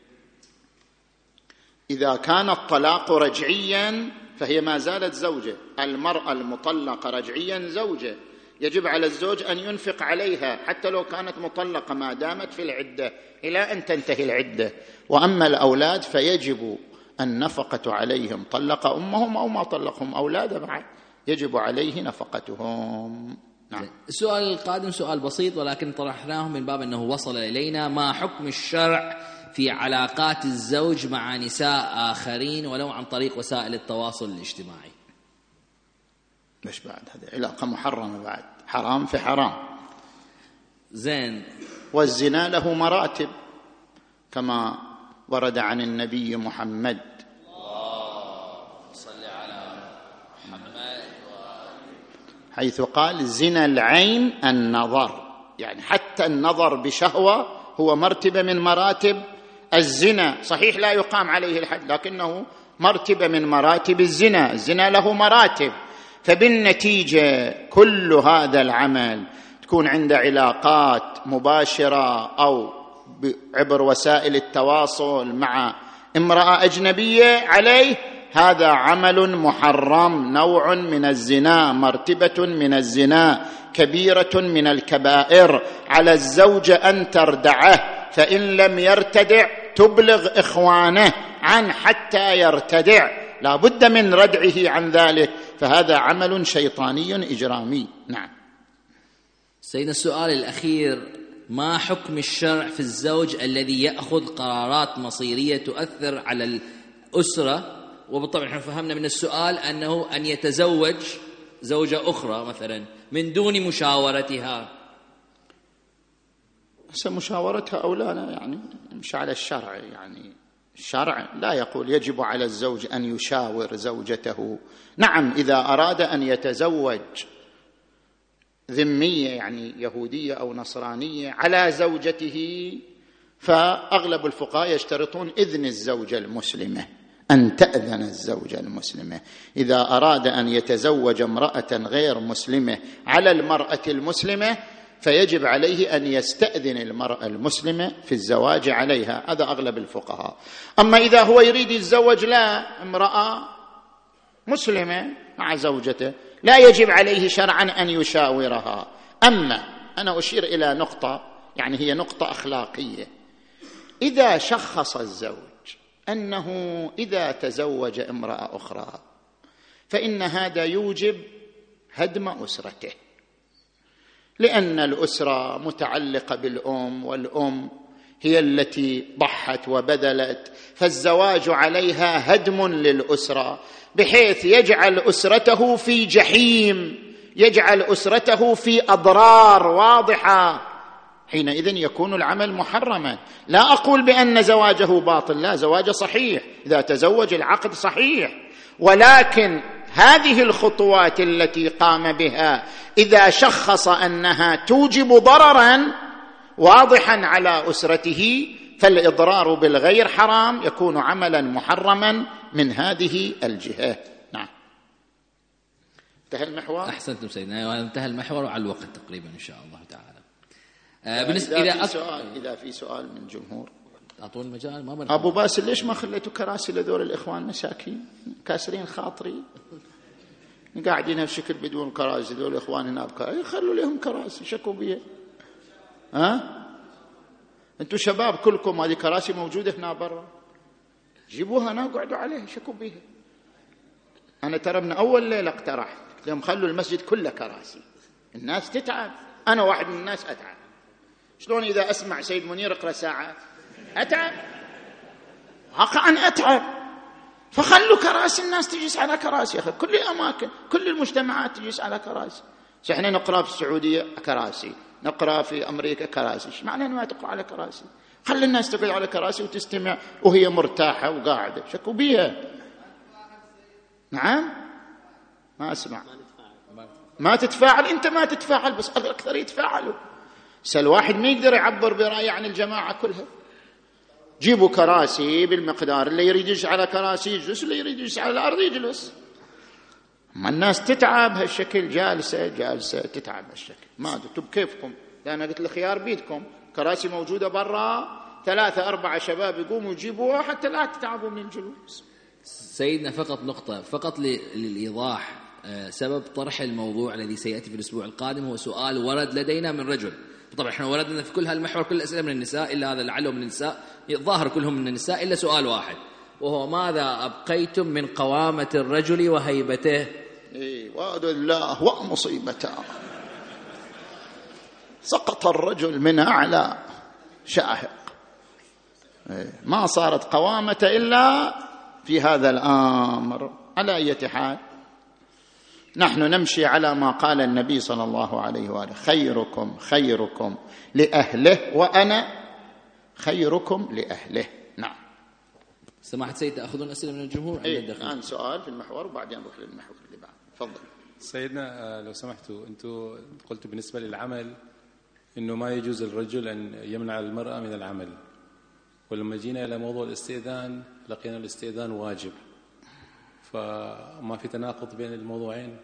Speaker 2: إذا كان الطلاق رجعيا فهي ما زالت زوجة، المرأة المطلقة رجعيا زوجة، يجب على الزوج أن ينفق عليها حتى لو كانت مطلقة ما دامت في العدة إلى أن تنتهي العدة. وأما الأولاد فيجب النفقة عليهم، طلق أمهم أو ما طلقهم أولاد بعد يجب عليه نفقتهم. نعم.
Speaker 1: السؤال القادم سؤال بسيط ولكن طرحناه من باب أنه وصل إلينا: ما حكم الشرع في علاقات الزوج مع نساء آخرين ولو عن طريق وسائل التواصل الاجتماعي؟
Speaker 2: مش بعد هذه علاقة محرمة، بعد حرام في حرام.
Speaker 1: زين.
Speaker 2: والزنا له مراتب كما ورد عن النبي محمد
Speaker 1: صلى على محمد
Speaker 2: حيث قال: زنا العين النظر، يعني حتى النظر بشهوة هو مرتبة من مراتب الزنا. صحيح لا يقام عليه الحد لكنه مرتبة من مراتب الزنا، الزنا له مراتب. فبالنتيجة كل هذا العمل تكون عند علاقات مباشرة أو عبر وسائل التواصل مع امرأة أجنبية عليه، هذا عمل محرم، نوع من الزنا، مرتبة من الزنا، كبيرة من الكبائر. على الزوجة أن تردعه، فإن لم يرتدع تبلغ إخوانه عن حتى يرتدع، لا بد من ردعه عن ذلك، فهذا عمل شيطاني إجرامي. نعم.
Speaker 1: سيدنا السؤال الأخير: ما حكم الشرع في الزوج الذي يأخذ قرارات مصيرية تؤثر على الأسرة؟ وبالطبع نحن فهمنا من السؤال أنه أن يتزوج زوجة أخرى مثلا من دون مشاورتها.
Speaker 2: مشاورتها أو لا، يعني مش على الشرع، يعني الشرع لا يقول يجب على الزوج أن يشاور زوجته. نعم، إذا أراد أن يتزوج ذمية يعني يهودية أو نصرانية على زوجته، فأغلب الفقهاء يشترطون إذن الزوجة المسلمة، أن تأذن الزوجة المسلمة إذا أراد أن يتزوج امرأة غير مسلمة على المرأة المسلمة، فيجب عليه أن يستأذن المرأة المسلمة في الزواج عليها. هذا أغلب الفقهاء. أما إذا هو يريد يتزوج لا امرأة مسلمة مع زوجته، لا يجب عليه شرعا أن يشاورها. أما أنا أشير إلى نقطة، يعني هي نقطة أخلاقية. إذا شخص الزوج أنه إذا تزوج امرأة أخرى فإن هذا يوجب هدم أسرته، لأن الأسرة متعلقة بالأم، والأم هي التي ضحت وبذلت، فالزواج عليها هدم للأسرة، بحيث يجعل أسرته في جحيم، يجعل أسرته في أضرار واضحة. حينئذ يكون العمل محرما. لا أقول بأن زواجه باطل، لا، زواجه صحيح، إذا تزوج العقد صحيح، ولكن هذه الخطوات التي قام بها إذا شخص أنها توجب ضررا واضحا على أسرته، فالإضرار بالغير حرام، يكون عملا محرما من هذه الجهة. نعم. انتهى المحور.
Speaker 1: أحسنتم سيدنا، انتهى المحور على الوقت تقريبا إن شاء الله تعالى.
Speaker 2: بالنسبة إذا في سؤال من الجمهور
Speaker 1: أعطوني مجال. ما
Speaker 2: أبو باسل ليش ما خليتوا كراسي لذول الإخوان مساكين كاسرين خاطري، قاعدين هالشكل بدون كراسي، ذول الإخوان هنا بكراسي، خلوا لهم كراسي، شكوا بيها. أنتوا شباب كلكم، هذه كراسي موجودة هنا برا، جيبوها هنا وقعدوا عليها، شكوا بيها. أنا ترى من أول ليلة اقترحت لهم خلوا المسجد كله كراسي، الناس تتعب، أنا واحد من الناس أتعب. شلون إذا أسمع سيد منير اقرأ ساعات أتعب، واقعا أتعب. فخلوا كراسي، الناس تجلس على كراسي. أخي كل الأماكن كل المجتمعات تجلس على كراسي. احنا نقرأ في السعودية كراسي، نقرأ في أمريكا كراسي، ايش معنى ما تقرأ على كراسي؟ خلي الناس تقعد على كراسي وتستمع وهي مرتاحة وقاعدة، شكوا بيها. نعم ما أسمع. ما تتفاعل، أنت ما تتفاعل، بس الأكثر يتفاعلوا. الواحد ما يقدر يعبر برأيه عن الجماعة كلها. جيبوا كراسي بالمقدار، اللي يريد يجلس على كراسي يجلس، اللي يريد يجلس على الأرض يجلس. ما الناس تتعب هالشكل، جالسة تتعب هالشكل. ما أنتم بكيفكم، لأن قلت الخيار بيدكم، كراسي موجودة برا، 3-4 شباب يقوموا يجيبوها حتى لا تتعبوا من الجلوس.
Speaker 1: سيدنا فقط نقطة، فقط للإيضاح سبب طرح الموضوع الذي سيأتي في الأسبوع القادم هو سؤال ورد لدينا من رجل. طبعا احنا وردنا في كل هالمحور كل الأسئلة من النساء، إلا هذا لعله من النساء، الظاهر كلهم من النساء إلا سؤال واحد، وهو ماذا أبقيتم من قوامة الرجل وهيبته؟
Speaker 2: وعد الله ومصيبته، سقط الرجل من أعلى شاهق، ما صارت قوامة إلا في هذا الأمر. على أي حال نحن نمشي على ما قال النبي صلى الله عليه وآله: خيركم خيركم لأهله وأنا خيركم لأهله. نعم.
Speaker 1: سماحة سيد تأخذون أسئلة من الجمهور؟
Speaker 2: الآن سؤال في المحور وبعدين نروح للمحور اللي بعد. تفضل
Speaker 5: سيدنا. لو سمحتوا، أنتم قلتوا بالنسبة للعمل إنه ما يجوز الرجل أن يمنع المرأة من العمل، ولما جينا إلى موضوع الاستئذان لقينا الاستئذان واجب، فما في تناقض بين الموضوعين؟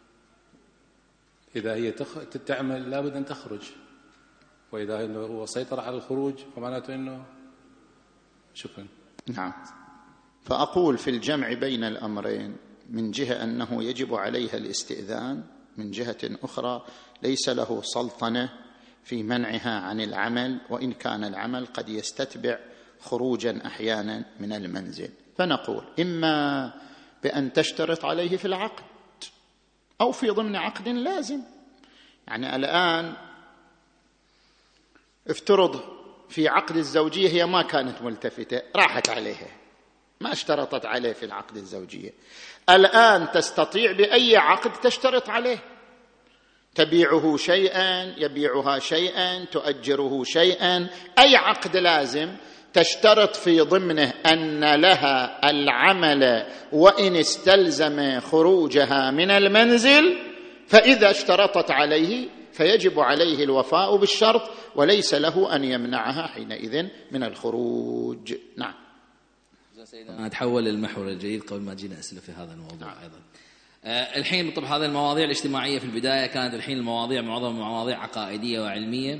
Speaker 5: إذا هي تعمل لابد أن تخرج، وإذا هو سيطر على الخروج فمعناته أنه شكرا.
Speaker 2: نعم. فأقول في الجمع بين الأمرين، من جهة أنه يجب عليها الاستئذان، من جهة أخرى ليس له سلطنة في منعها عن العمل، وإن كان العمل قد يستتبع خروجا أحيانا من المنزل. فنقول إما بأن تشترط عليه في العقد أو في ضمن عقد لازم. يعني الآن افترض في عقد الزوجية هي ما كانت ملتفتة، راحت عليها، ما اشترطت عليه في العقد الزوجية. الآن تستطيع بأي عقد تشترط عليه، تبيعه شيئا، يبيعها شيئا، تؤجره شيئا، أي عقد لازم تشترط في ضمنه أن لها العمل، وإن استلزم خروجها من المنزل فإذا اشترطت عليه فيجب عليه الوفاء بالشرط، وليس له أن يمنعها حينئذ من الخروج. نعم.
Speaker 1: أنا أتحول للمحور الجديد قبل ما جينا أسئلة في هذا الموضوع. أيضا الحين طبعا هذه المواضيع الاجتماعية في البداية كانت، الحين المواضيع معظم مواضيع عقائدية وعلمية.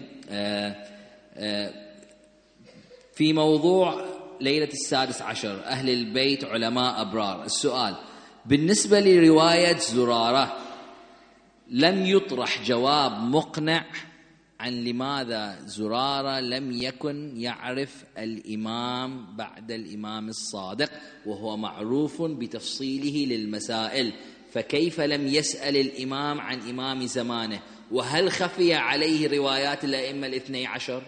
Speaker 1: في موضوع ليلة 16 أهل البيت علماء أبرار، السؤال بالنسبة لرواية زرارة لم يطرح جواب مقنع عن لماذا زرارة لم يكن يعرف الإمام بعد الإمام الصادق، وهو معروف بتفصيله للمسائل، فكيف لم يسأل الإمام عن إمام زمانه؟ وهل خفي عليه روايات الأئمة الاثني عشر؟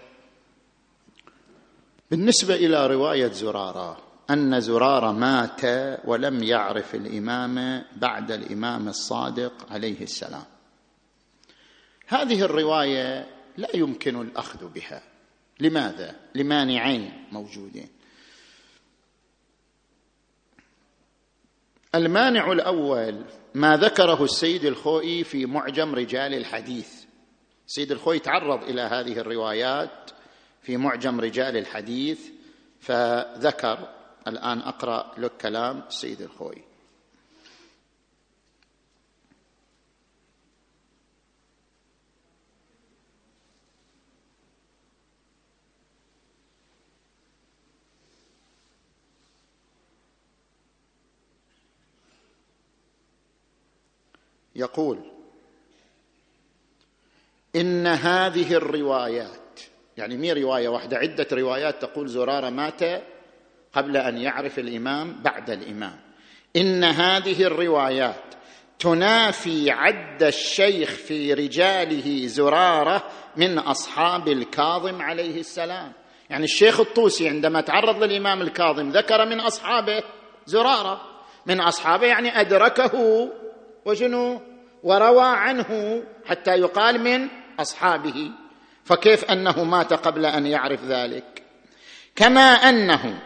Speaker 2: بالنسبة إلى رواية زرارة أن زرارة مات ولم يعرف الإمام بعد الإمام الصادق عليه السلام، هذه الرواية لا يمكن الأخذ بها. لماذا؟ لمانعين موجودين. المانع الأول ما ذكره السيد الخوئي في معجم رجال الحديث. السيد الخوئي تعرض إلى هذه الروايات في معجم رجال الحديث فذكر، الآن أقرأ لك كلام السيد الخوئي. يقول: إن هذه الروايات، يعني مي رواية واحدة، عدة روايات تقول زرارة مات قبل أن يعرف الإمام بعد الإمام. إن هذه الروايات تنافي عد الشيخ في رجاله زرارة من أصحاب الكاظم عليه السلام. يعني الشيخ الطوسي عندما تعرض للإمام الكاظم ذكر من أصحابه زرارة، من أصحابه يعني أدركه وجنو وروى عنه حتى يقال من أصحابه، فكيف أنه مات قبل أن يعرف ذلك؟ كما أنه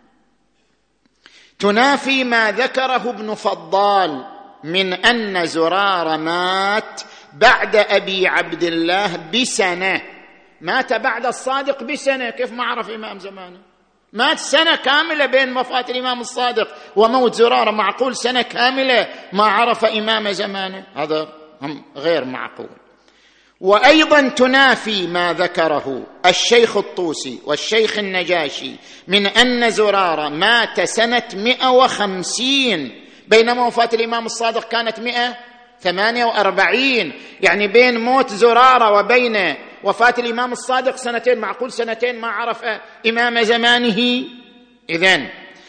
Speaker 2: تنافي ما ذكره ابن فضال من أن زرار مات بعد أبي عبد الله بسنة، مات بعد الصادق بسنة، كيف ما عرف إمام زمانه؟ مات سنة كاملة بين وفاة الإمام الصادق وموت زرارة، معقول سنة كاملة ما عرف إمام زمانه؟ هذا غير معقول. وأيضا تنافي ما ذكره الشيخ الطوسي والشيخ النجاشي من أن زرارة مات سنة 150 بينما وفاة الإمام الصادق كانت 148، يعني بين موت زرارة وبين وفاة الإمام الصادق سنتين، معقول سنتين ما عرف إمام زمانه؟ إذن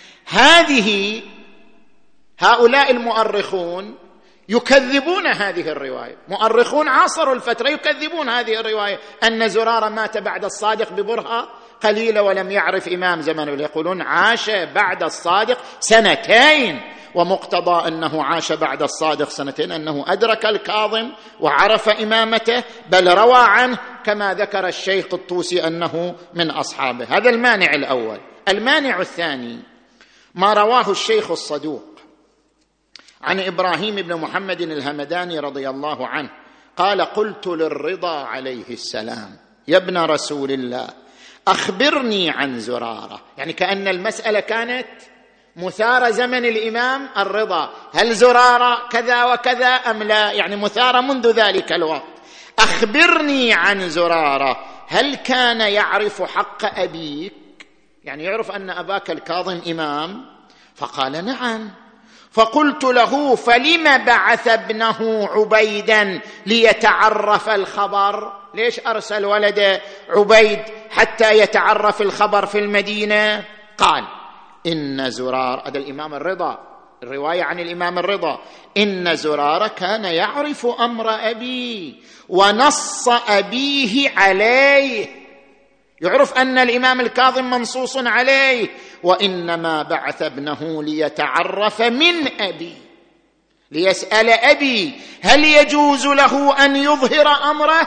Speaker 2: هؤلاء المؤرخون يكذبون هذه الرواية، مؤرخون عاصروا الفترة يكذبون هذه الرواية أن زرارة مات بعد الصادق ببرهة قليلة ولم يعرف إمام زمانه، يقولون عاش بعد الصادق سنتين، ومقتضى أنه عاش بعد الصادق سنتين أنه أدرك الكاظم وعرف إمامته، بل روى عنه كما ذكر الشيخ الطوسي أنه من أصحابه. هذا المانع الأول. المانع الثاني ما رواه الشيخ الصدوق عن إبراهيم بن محمد الهمداني رضي الله عنه قال: قلت للرضا عليه السلام: يا ابن رسول الله أخبرني عن زرارة. يعني كأن المسألة كانت مثارة زمن الإمام الرضا، هل زرارة كذا وكذا أم لا؟ يعني مثارة منذ ذلك الوقت. أخبرني عن زرارة، هل كان يعرف حق أبيك؟ يعني يعرف أن أباك الكاظم إمام؟ فقال: نعم. فقلت له: فلم بعث ابنه عبيدا ليتعرف الخبر؟ ليش أرسل ولد عبيد حتى يتعرف الخبر في المدينة؟ قال: إن زرار، هذا الإمام الرضا، الرواية عن الإمام الرضا، إن زرار كان يعرف أمر أبي ونص أبيه عليه، يعرف أن الإمام الكاظم منصوص عليه، وإنما بعث ابنه ليتعرف من أبي، ليسأل أبي هل يجوز له أن يظهر أمره؟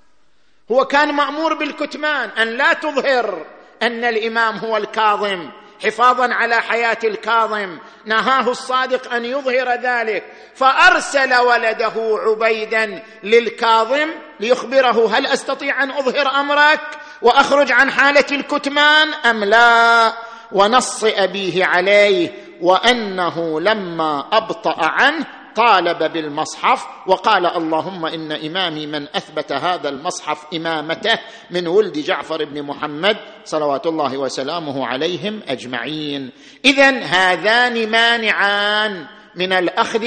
Speaker 2: هو كان مأمور بالكتمان، أن لا تظهر أن الإمام هو الكاظم، حفاظا على حياة الكاظم، نهاه الصادق أن يظهر ذلك، فأرسل ولده عبيدا للكاظم ليخبره: هل أستطيع أن أظهر أمرك وأخرج عن حالة الكتمان أم لا؟ ونص أبيه عليه، وأنه لما أبطأ عنه طالب بالمصحف وقال: اللهم إن إمامي من أثبت هذا المصحف إمامته من ولد جعفر بن محمد صلوات الله وسلامه عليهم أجمعين. إذن هذان مانعان من الأخذ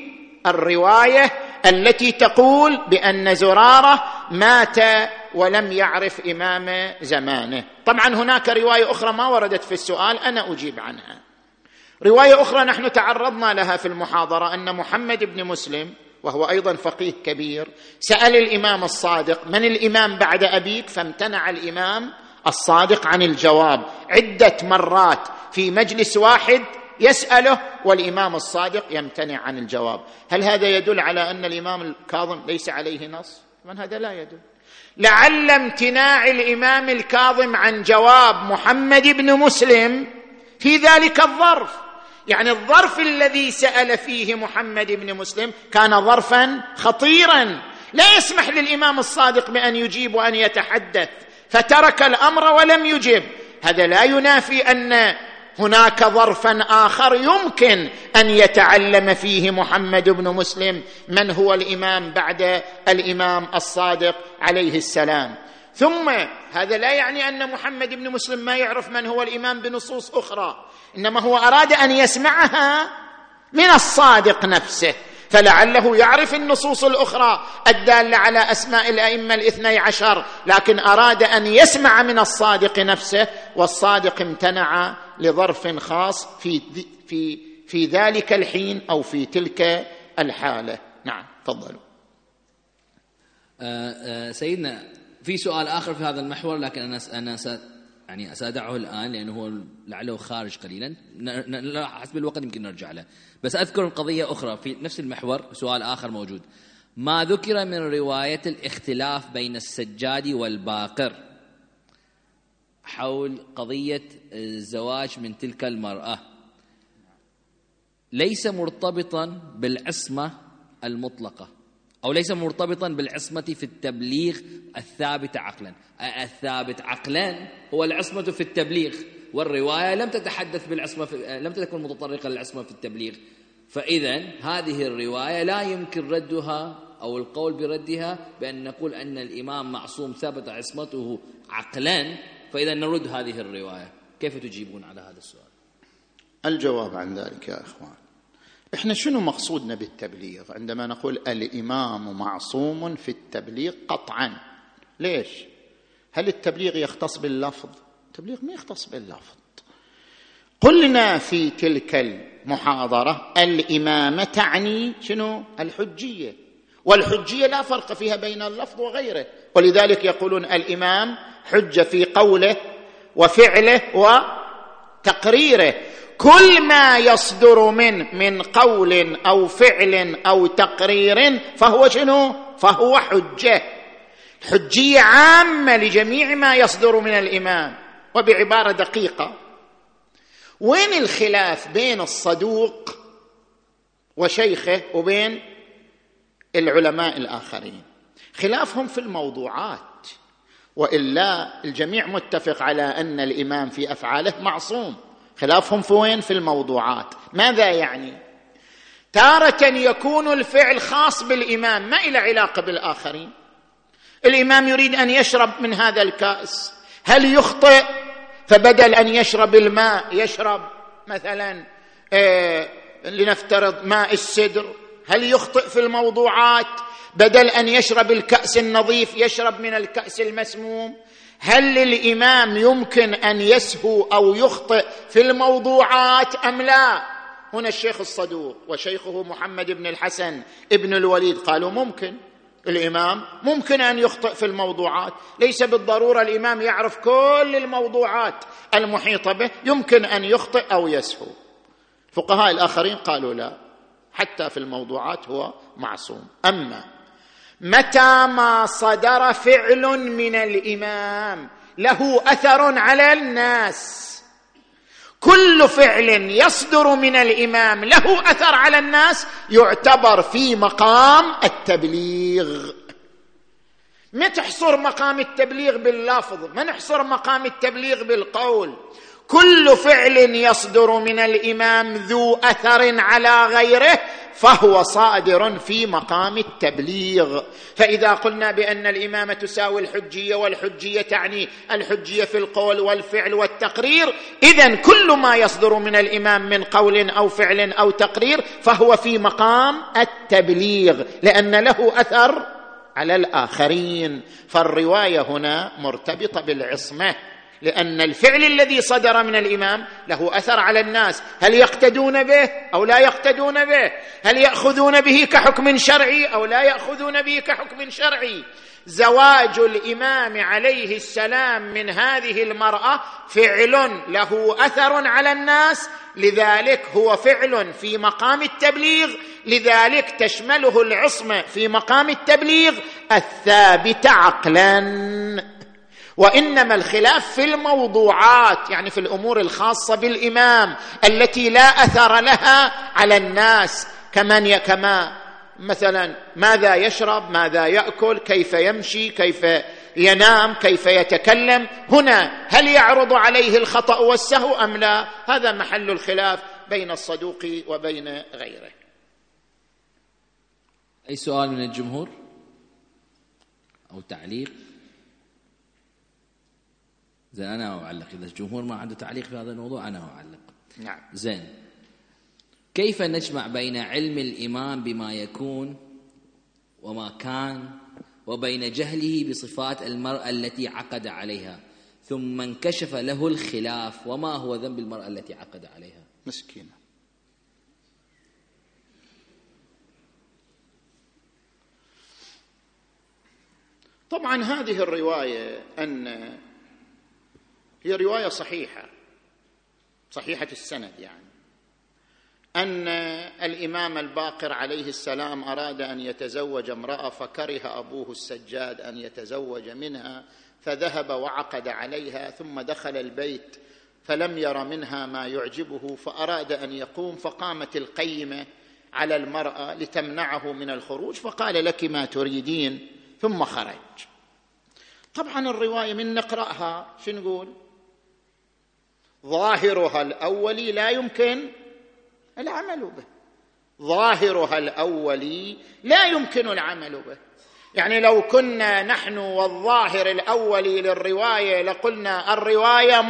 Speaker 2: بالرواية التي تقول بأن زرارة مات ولم يعرف إمام زمانه. طبعا هناك رواية أخرى ما وردت في السؤال، أنا أجيب عنها. رواية أخرى نحن تعرضنا لها في المحاضرة، أن محمد بن مسلم وهو أيضا فقيه كبير سأل الإمام الصادق: من الإمام بعد أبيك؟ فامتنع الإمام الصادق عن الجواب عدة مرات في مجلس واحد يسأله والإمام الصادق يمتنع عن الجواب. هل هذا يدل على أن الإمام الكاظم ليس عليه نص؟ من هذا لا يدل. لعل امتناع الإمام الكاظم عن جواب محمد بن مسلم في ذلك الظرف، يعني الظرف الذي سأل فيه محمد بن مسلم كان ظرفا خطيرا لا يسمح للإمام الصادق بأن يجيب وأن يتحدث، فترك الأمر ولم يجب. هذا لا ينافي أن هناك ظرفا آخر يمكن أن يتعلم فيه محمد بن مسلم من هو الإمام بعد الإمام الصادق عليه السلام. ثم هذا لا يعني أن محمد بن مسلم ما يعرف من هو الإمام بنصوص أخرى، إنما هو أراد أن يسمعها من الصادق نفسه، فلعله يعرف النصوص الأخرى الدالة على أسماء الأئمة 12، لكن أراد أن يسمع من الصادق نفسه، والصادق امتنع لظرف خاص في ذلك الحين أو في تلك الحالة. نعم تفضلوا.
Speaker 1: سيدنا في سؤال آخر في هذا المحور، لكن أنا سأدعه الآن لأنه هو لعله خارج قليلا، حسب الوقت يمكن نرجع له. بس أذكر قضية أخرى في نفس المحور، سؤال آخر موجود: ما ذكر من رواية الاختلاف بين السجاد والباقر حول قضية الزواج من تلك المرأة ليس مرتبطا بالعصمة المطلقة، أو ليس مرتبطا بالعصمة في التبليغ الثابت عقلا. الثابت عقلا هو العصمة في التبليغ، والرواية لم تتحدث بالعصمة لم تكن متطرقة للعصمة في التبليغ. فإذا هذه الرواية لا يمكن ردها أو القول بردها بأن نقول أن الإمام معصوم ثبت عصمته عقلا، فإذا نرد هذه الرواية. كيف تجيبون على هذا السؤال؟
Speaker 2: الجواب عن ذلك يا إخوان، إحنا شنو مقصودنا بالتبليغ عندما نقول الإمام معصوم في التبليغ؟ قطعا. ليش؟ هل التبليغ يختص باللفظ؟ التبليغ ما يختص باللفظ. قلنا في تلك المحاضرة الإمامة تعني شنو؟ الحجية، والحجية لا فرق فيها بين اللفظ وغيره، ولذلك يقولون الإمام حجة في قوله وفعله وتقريره. كل ما يصدر من قول أو فعل أو تقرير فهو شنو؟ فهو حجة. حجية عامة لجميع ما يصدر من الإمام. وبعبارة دقيقة، وين الخلاف بين الصدوق وشيخه وبين العلماء الآخرين؟ خلافهم في الموضوعات، وإلا الجميع متفق على أن الإمام في أفعاله معصوم. خلافهم في وين؟ في الموضوعات. ماذا يعني؟ تارة يكون الفعل خاص بالإمام ما إلى علاقة بالآخرين. الإمام يريد أن يشرب من هذا الكأس، هل يخطئ فبدل أن يشرب الماء يشرب مثلا لنفترض ماء السدر؟ هل يخطئ في الموضوعات؟ بدل أن يشرب الكأس النظيف يشرب من الكأس المسموم؟ هل للإمام يمكن أن يسهو أو يخطئ في الموضوعات أم لا؟ هنا الشيخ الصدوق وشيخه محمد بن الحسن ابن الوليد قالوا ممكن، الإمام ممكن أن يخطئ في الموضوعات، ليس بالضرورة الإمام يعرف كل الموضوعات المحيطة به، يمكن أن يخطئ أو يسهو. فقهاء الآخرين قالوا لا، حتى في الموضوعات هو معصوم. أما متى ما صدر فعل من الإمام له أثر على الناس، كل فعل يصدر من الإمام له أثر على الناس يعتبر في مقام التبليغ. ما تحصر مقام التبليغ باللفظ، ما نحصر مقام التبليغ بالقول. كل فعل يصدر من الإمام ذو أثر على غيره فهو صادر في مقام التبليغ. فإذا قلنا بأن الإمامة تساوي الحجية، والحجية تعني الحجية في القول والفعل والتقرير، إذن كل ما يصدر من الإمام من قول أو فعل أو تقرير فهو في مقام التبليغ، لأن له أثر على الآخرين. فالرواية هنا مرتبطة بالعصمة، لأن الفعل الذي صدر من الإمام له أثر على الناس، هل يقتدون به أو لا يقتدون به؟ هل يأخذون به كحكم شرعي أو لا يأخذون به كحكم شرعي؟ زواج الإمام عليه السلام من هذه المرأة فعل له أثر على الناس، لذلك هو فعل في مقام التبليغ، لذلك تشمله العصمة في مقام التبليغ الثابت عقلا. وإنما الخلاف في الموضوعات، يعني في الأمور الخاصة بالإمام التي لا أثر لها على الناس، كما مثلا ماذا يشرب، ماذا يأكل، كيف يمشي، كيف ينام، كيف يتكلم. هنا هل يعرض عليه الخطأ والسهو أم لا؟ هذا محل الخلاف بين الصدوق وبين غيره.
Speaker 1: أي سؤال من الجمهور أو تعليق؟ زين، أنا أعلق. إذا الجمهور ما عنده تعليق في هذا الموضوع أنا أعلق.
Speaker 2: نعم.
Speaker 1: زين، كيف نجمع بين علم الإمام بما يكون وما كان وبين جهله بصفات المرأة التي عقد عليها ثم انكشف له الخلاف؟ وما هو ذنب المرأة التي عقد عليها؟
Speaker 2: مسكينة. طبعا هذه الرواية هي رواية صحيحة السند، يعني أن الإمام الباقر عليه السلام أراد أن يتزوج امرأة فكره أبوه السجاد أن يتزوج منها، فذهب وعقد عليها، ثم دخل البيت فلم ير منها ما يعجبه فأراد أن يقوم، فقامت القيمة على المرأة لتمنعه من الخروج، فقال لك ما تريدين، ثم خرج. طبعا الرواية من نقرأها شو نقول؟ ظاهرها الأولي لا يمكن العمل به، ظاهرها الأولي لا يمكن العمل به. يعني لو كنا نحن والظاهر الأولي للرواية لقلنا الرواية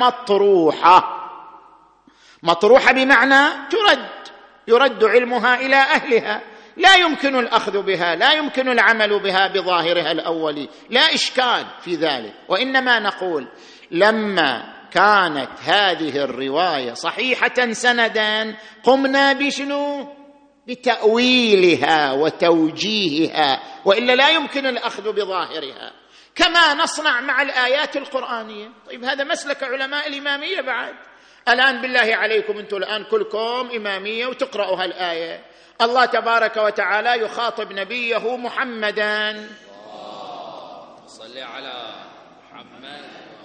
Speaker 2: مطروحة بمعنى يرد علمها إلى أهلها، لا يمكن الأخذ بها، لا يمكن العمل بها بظاهرها الأولي، لا إشكال في ذلك. وإنما نقول لما كانت هذه الرواية صحيحة سندا قمنا بشنو؟ بتأويلها وتوجيهها، وإلا لا يمكن الأخذ بظاهرها، كما نصنع مع الآيات القرآنية. طيب هذا مسلك علماء الإمامية بعد. الآن بالله عليكم أنتم الآن كلكم إمامية وتقرأوا هالآية، الله تبارك وتعالى يخاطب نبيه محمدا،
Speaker 1: صل على محمد،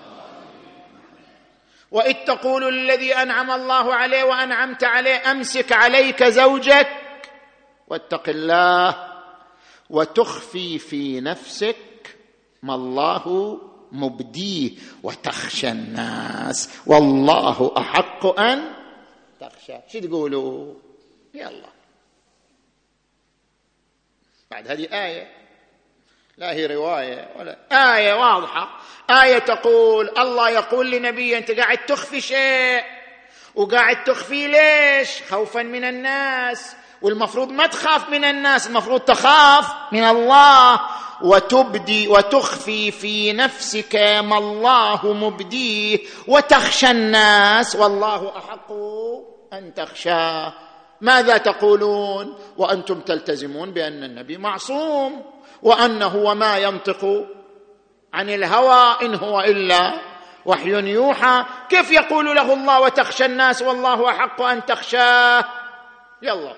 Speaker 2: وإذ تقول الذي أنعم الله عليه وأنعمت عليه أمسك عليك زوجك واتق الله وتخفي في نفسك ما الله مبديه وتخشى الناس والله أحق أن تخشى. شو تقولوا؟ يلا بعد هذه آية، لا هي رواية ولا آية واضحة، آية تقول الله يقول لنبيه أنت قاعد تخفي شيء، وقاعد تخفي ليش؟ خوفا من الناس، والمفروض ما تخاف من الناس، المفروض تخاف من الله. وتبدي وتخفي في نفسك ما الله مبديه وتخشى الناس والله أحق أن تخشاه. ماذا تقولون وأنتم تلتزمون بأن النبي معصوم وأنه وما ينطق عن الهوى إن هو إلا وحي يوحى؟ كيف يقول له الله وتخشى الناس والله أحق أن تخشاه؟ يلا،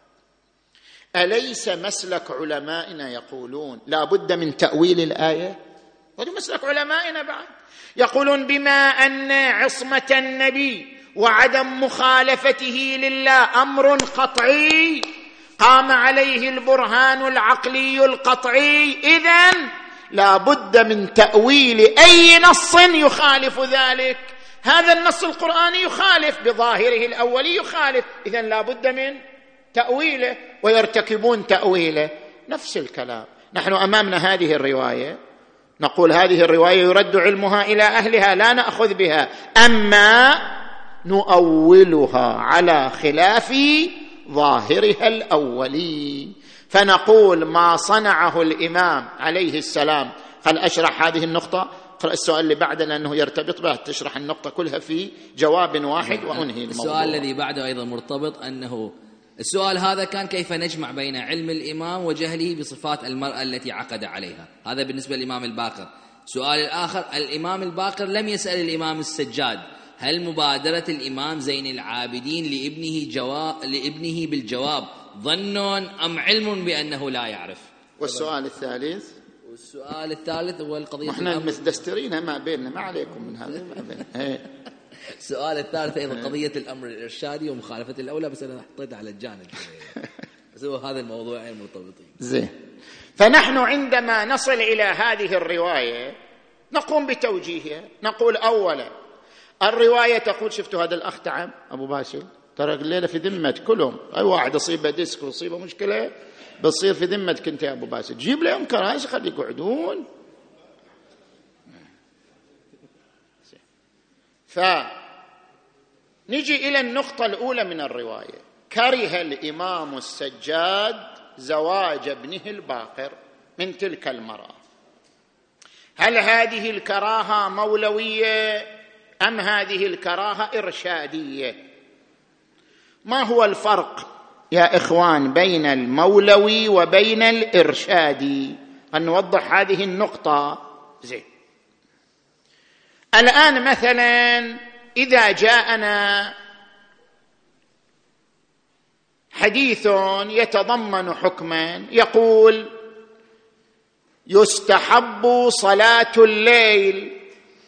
Speaker 2: أليس مسلك علمائنا يقولون لا بد من تأويل الآية؟ هذا مسلك علمائنا بعد، يقولون بما أن عصمة النبي وعدم مخالفته لله أمر قطعي قام عليه البرهان العقلي القطعي، إذن لا بد من تأويل أي نص يخالف ذلك. هذا النص القرآني يخالف بظاهره الأولي، يخالف، إذن لا بد من تأويله، ويرتكبون تأويله. نفس الكلام، نحن أمامنا هذه الرواية، نقول هذه الرواية يرد علمها إلى أهلها، لا نأخذ بها، أما نؤولها على خلاف ظاهرها الأولي، فنقول ما صنعه الإمام عليه السلام. خل أشرح هذه النقطة، اقرأ السؤال اللي بعده لأنه يرتبط به، تشرح النقطة كلها في جواب واحد وأنهي الموضوع.
Speaker 1: السؤال الذي بعده أيضا مرتبط، أنه السؤال هذا كان كيف نجمع بين علم الإمام وجهله بصفات المرأة التي عقد عليها. هذا بالنسبة للإمام الباقر. السؤال الآخر، الإمام الباقر لم يسأل الإمام السجاد هل مبادرة الإمام زين العابدين لابنه بالجواب ظن أم علم بأنه لا يعرف.
Speaker 2: والسؤال الثالث،
Speaker 1: والسؤال الثالث هو القضية،
Speaker 2: احنا مستسترين ما بيننا، ما عليكم من هذا ما بيننا.
Speaker 1: السؤال الثالث أيضا قضية الأمر الإرشادي ومخالفة الأولى، بس أنا حطيتها على الجانب بس هو هذا الموضوعين مرتبطين.
Speaker 2: زين، فنحن عندما نصل إلى هذه الرواية نقوم بتوجيهها. نقول أولا الرواية تقول، شفتوا هذا الأخ تعب أبو باسل، ترى الليلة في ذمة كلهم، أي واحد أصيبه ديسك وأصيبه مشكلة بتصير في ذمتك أنت يا أبو باسل، جيب لهم كراسي خلي يقعدون. فنجي إلى النقطة الأولى من الرواية، كره الإمام السجاد زواج ابنه الباقر من تلك المرأة. هل هذه الكراهة مولوية أم هذه الكراهة إرشادية؟ ما هو الفرق يا إخوان بين المولوي وبين الإرشادي؟ أن نوضح هذه النقطة. زين، الآن مثلا إذا جاءنا حديث يتضمن حكما يقول يستحب صلاة الليل،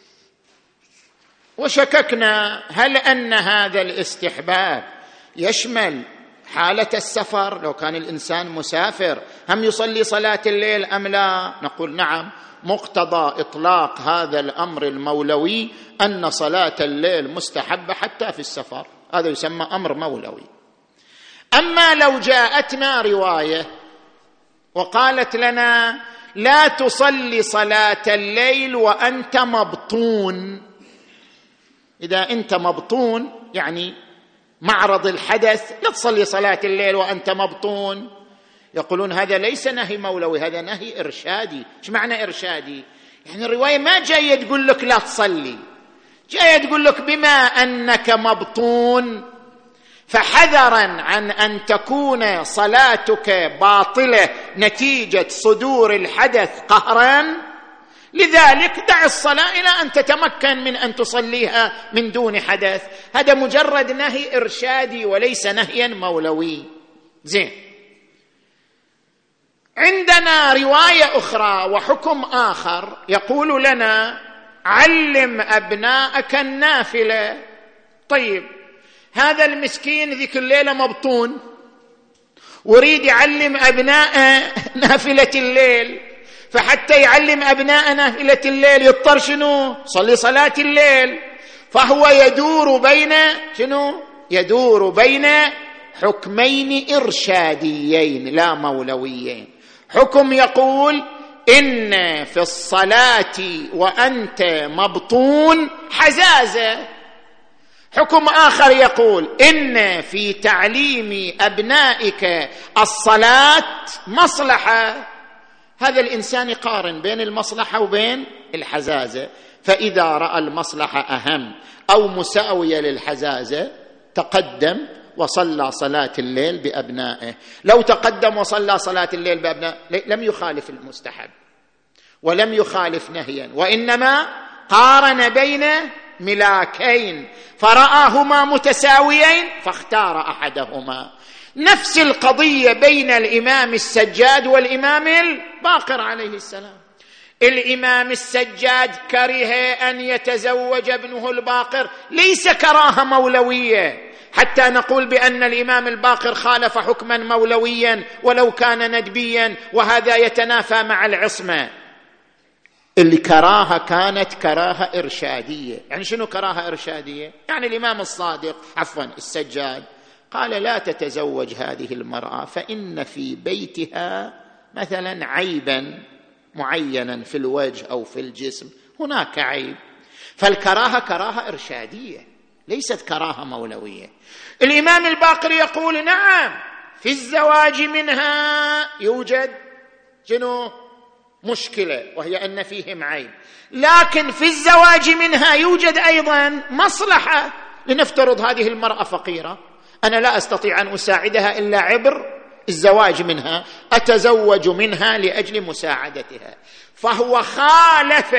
Speaker 2: وشككنا هل أن هذا الاستحباب يشمل حالة السفر، لو كان الإنسان مسافر هم يصلي صلاة الليل أم لا؟ نقول نعم، مقتضى إطلاق هذا الأمر المولوي أن صلاة الليل مستحبة حتى في السفر، هذا يسمى أمر مولوي. أما لو جاءتنا رواية وقالت لنا لا تصلي صلاة الليل وأنت مبطون، إذا أنت مبطون يعني معرض الحدث، لا تصلي صلاة الليل وأنت مبطون، يقولون هذا ليس نهي مولوي، هذا نهي إرشادي. إيش معنى إرشادي؟ يعني الرواية ما جاية تقول لك لا تصلي، جاية تقول لك بما أنك مبطون فحذرا عن أن تكون صلاتك باطلة نتيجة صدور الحدث قهرا، لذلك دع الصلاة إلى أن تتمكن من أن تصليها من دون حدث. هذا مجرد نهي إرشادي وليس نهيا مولوي. زين، عندنا رواية أخرى وحكم آخر يقول لنا علم أبناءك النافلة. طيب، هذا المسكين ذيك الليلة مبطون وريد يعلم أبناء نافلة الليل، فحتى يعلم أبناء نافلة الليل يضطر شنو؟ صلي صلاة الليل. فهو يدور بين شنو؟ يدور بين حكمين إرشاديين لا مولويين. حكم يقول إن في الصلاة وأنت مبطون حزازة، حكم آخر يقول إن في تعليم أبنائك الصلاة مصلحة. هذا الإنسان يقارن بين المصلحة وبين الحزازة، فإذا رأى المصلحة أهم أو مساوية للحزازة تقدم وصلى صلاة الليل بأبنائه. لو تقدم وصلى صلاة الليل بأبنائه لم يخالف المستحب ولم يخالف نهيا، وإنما قارن بين ملاكين فرآهما متساويين فاختار أحدهما. نفس القضية بين الإمام السجاد والإمام الباقر عليه السلام.
Speaker 6: الإمام السجاد كره أن يتزوج ابنه الباقر، ليس كراهة مولوية حتى نقول بأن الإمام الباقر خالف حكما مولويا ولو كان ندبيا، وهذا يتنافى مع العصمة. الكراهة كانت كراهة إرشادية. يعني شنو كراهة إرشادية؟ يعني الإمام الصادق السجاد قال لا تتزوج هذه المرأة فإن في بيتها مثلا عيبا معينا في الوجه أو في الجسم، هناك عيب. فالكراهة كراهة إرشادية ليست كراهة مولوية. الإمام الباقر يقول نعم في الزواج منها يوجد شنو؟ مشكلة، وهي أن فيهم عيب، لكن في الزواج منها يوجد أيضا مصلحة. لنفترض هذه المرأة فقيرة، أنا لا أستطيع أن أساعدها إلا عبر الزواج منها، أتزوج منها لأجل مساعدتها. فهو خالف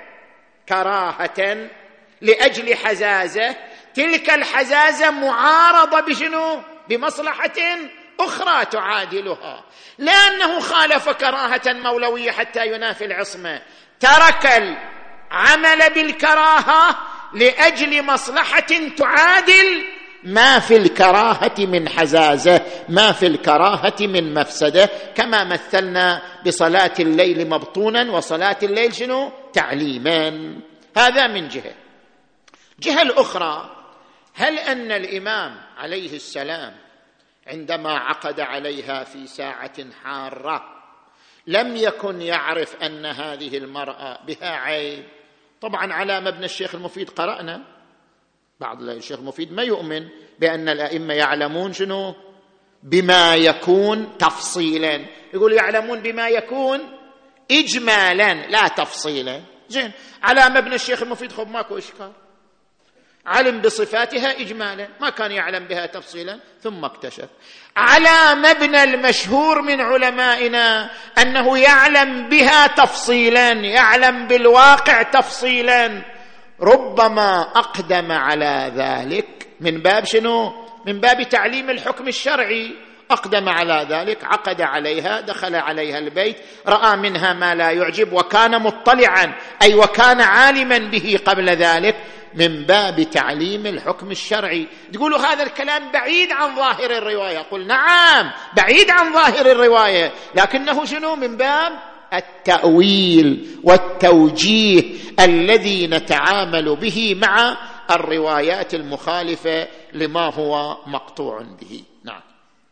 Speaker 6: كراهة لأجل حزازة، تلك الحزازة معارضة بشنو؟ بمصلحة أخرى تعادلها. لأنه خالف كراهة مولوية حتى ينافي العصمة، ترك العمل بالكراهة لأجل مصلحة تعادل ما في الكراهة من حزازة، ما في الكراهة من مفسدة، كما مثلنا بصلاة الليل مبطونا وصلاة الليل شنو؟ تعليما. هذا من جهة. جهة الأخرى، هل أن الإمام عليه السلام عندما عقد عليها في ساعة حارة لم يكن يعرف أن هذه المرأة بها عيب؟ طبعا على مبنى الشيخ المفيد قرأنا، بعض الشيخ المفيد ما يؤمن بأن الأئمة يعلمون شنو؟ بما يكون تفصيلا، يقول يعلمون بما يكون إجمالا لا تفصيلا. زين، على مبنى الشيخ المفيد خب ماكو إشكال، علم بصفاتها إجمالا، ما كان يعلم بها تفصيلا ثم اكتشف. على مبنى المشهور من علمائنا أنه يعلم بها تفصيلا، يعلم بالواقع تفصيلا، ربما أقدم على ذلك من باب شنو؟ من باب تعليم الحكم الشرعي. أقدم على ذلك، عقد عليها، دخل عليها البيت، رأى منها ما لا يعجب، وكان مطلعا أي وكان عالما به قبل ذلك، من باب تعليم الحكم الشرعي. تقولوا هذا الكلام بعيد عن ظاهر الرواية. قل نعم بعيد عن ظاهر الرواية، لكنه شنو؟ من باب التأويل والتوجيه الذي نتعامل به مع الروايات المخالفة لما هو مقطوع به. نعم.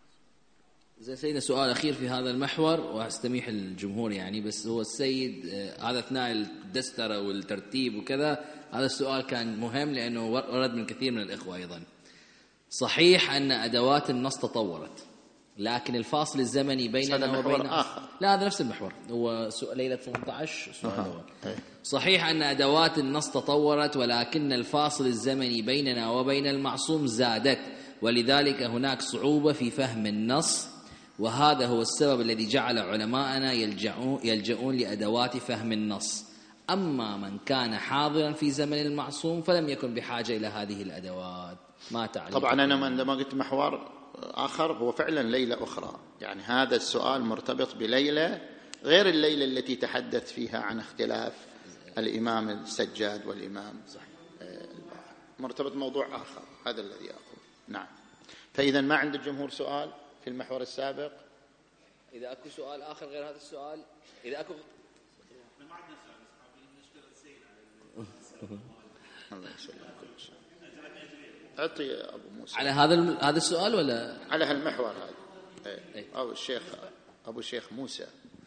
Speaker 1: زين سيدنا، سؤال أخير في هذا المحور وأستميح الجمهور يعني، بس هو السيد هذا أثناء الدسترة والترتيب وكذا، هذا السؤال كان مهم لأنه ورد من كثير من الإخوة أيضا. صحيح أن أدوات النص تطورت، لكن الفاصل الزمني بيننا وبين آخر. لا، هذا نفس المحور، هو ليلة 18 سؤال. صحيح أن أدوات النص تطورت، ولكن الفاصل الزمني بيننا وبين المعصوم زادت، ولذلك هناك صعوبة في فهم النص، وهذا هو السبب الذي جعل علماءنا يلجؤون لأدوات فهم النص. أما من كان حاضرا في زمن المعصوم فلم يكن بحاجة إلى هذه الأدوات. ما تعليق؟
Speaker 2: طبعا أنا عندما قلت محور آخر هو فعلا ليلة أخرى، يعني هذا السؤال مرتبط بليلة غير الليلة التي تحدث فيها عن اختلاف الإمام السجاد والإمام مرتبط موضوع آخر، هذا الذي أقول. نعم. فإذا ما عند الجمهور سؤال في المحور السابق؟
Speaker 1: إذا أكو سؤال آخر غير هذا السؤال، إذا أكو
Speaker 2: الله يسلمك. أعطي أبو موسى
Speaker 1: على هذا السؤال ولا
Speaker 2: على هالمحور هذا؟ أو الشيخ أبو الشيخ موسى.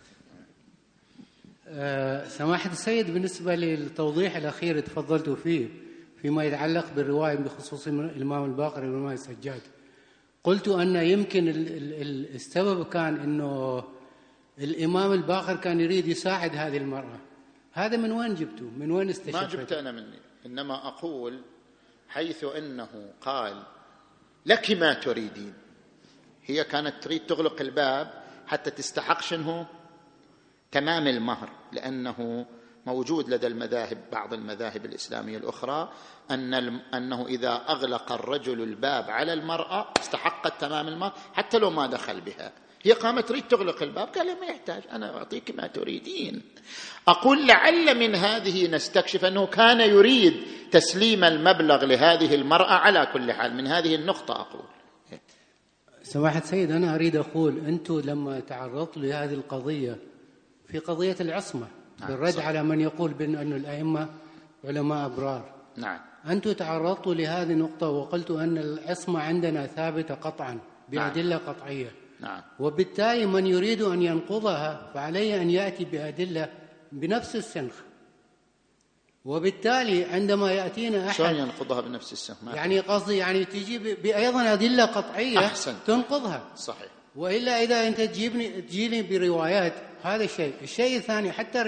Speaker 3: سماحة السيد، بالنسبة للتوضيح الأخير تفضلتوا فيه فيما يتعلق بالرواية بخصوص الإمام الباقر والإمام السجاد، قلت أن يمكن السبب كان أنه الإمام الباقر كان يريد يساعد هذه المرأة. هذا من وين جبته؟ من وين استشفته؟
Speaker 2: ما جبت أنا مني، إنما أقول حيث أنه قال لك ما تريدين، هي كانت تريد تغلق الباب حتى تستحق شنو؟ تمام المهر، لأنه موجود لدى المذاهب بعض المذاهب الإسلامية الأخرى أنه إذا أغلق الرجل الباب على المرأة استحقت تمام المهر حتى لو ما دخل بها،
Speaker 6: هي قامت تريد تغلق الباب، قال ما يحتاج، أنا أعطيك ما تريدين. أقول لعل من هذه نستكشف أنه كان يريد تسليم المبلغ لهذه المرأة على كل حال. من هذه النقطة أقول.
Speaker 3: سماحة سيد، أنا أريد أقول أنتم لما تعرضتوا لهذه القضية في قضية العصمة بالرد على من يقول بأن الأئمة علماء أبرار،
Speaker 6: نعم،
Speaker 3: أنتم تعرضتوا لهذه النقطة وقلتوا أن العصمة عندنا ثابتة قطعا بأدلة قطعية،
Speaker 6: نعم،
Speaker 3: وبالتالي من يريد أن ينقضها فعليه أن يأتي بأدلة بنفس السنخ. وبالتالي عندما يأتينا أحد
Speaker 6: شلون ينقضها بنفس السنخ؟
Speaker 3: يعني قصدي يعني تجي بأيضا أدلة قطعية
Speaker 6: أحسن.
Speaker 3: تنقضها.
Speaker 6: صحيح.
Speaker 3: وإلا إذا أنت تجيني بروايات، هذا الشيء الثاني، حتى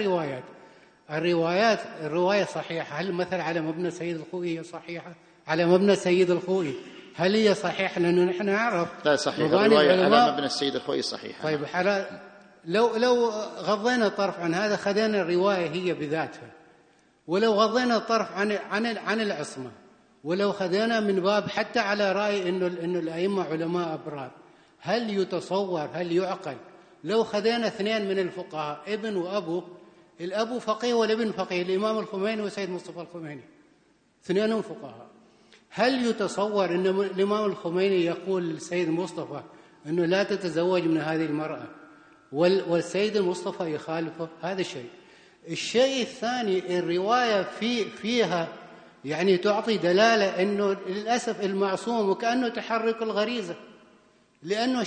Speaker 3: الرواية صحيحة. هل مثلا على مبنى سيد الخوئي صحيحة؟ على مبنى سيد الخوئي هل هي صحيحة؟ لأنه نحن نعرف
Speaker 6: لا صحيح، الرواية على مبنى السيد الخوئي صحيحة.
Speaker 3: طيب لو غضينا الطرف عن هذا، خذينا الرواية هي بذاتها، ولو غضينا الطرف عن العصمة، ولو خذينا من باب حتى على رأي إنه الأئمة علماء أبرار، هل يتصور، هل يعقل لو خذينا اثنين من الفقهاء، ابن وأبو، الأب فقيه والابن فقيه، الإمام الخميني وسيد مصطفى الخميني، اثنينهم فقهاء، هل يتصور أن الإمام الخميني يقول للسيد مصطفى أنه لا تتزوج من هذه المرأة والسيد المصطفى يخالفه؟ هذا شيء. الشيء الثاني، الرواية فيها يعني تعطي دلالة أنه للأسف المعصوم وكأنه تحرك الغريزة، لأنه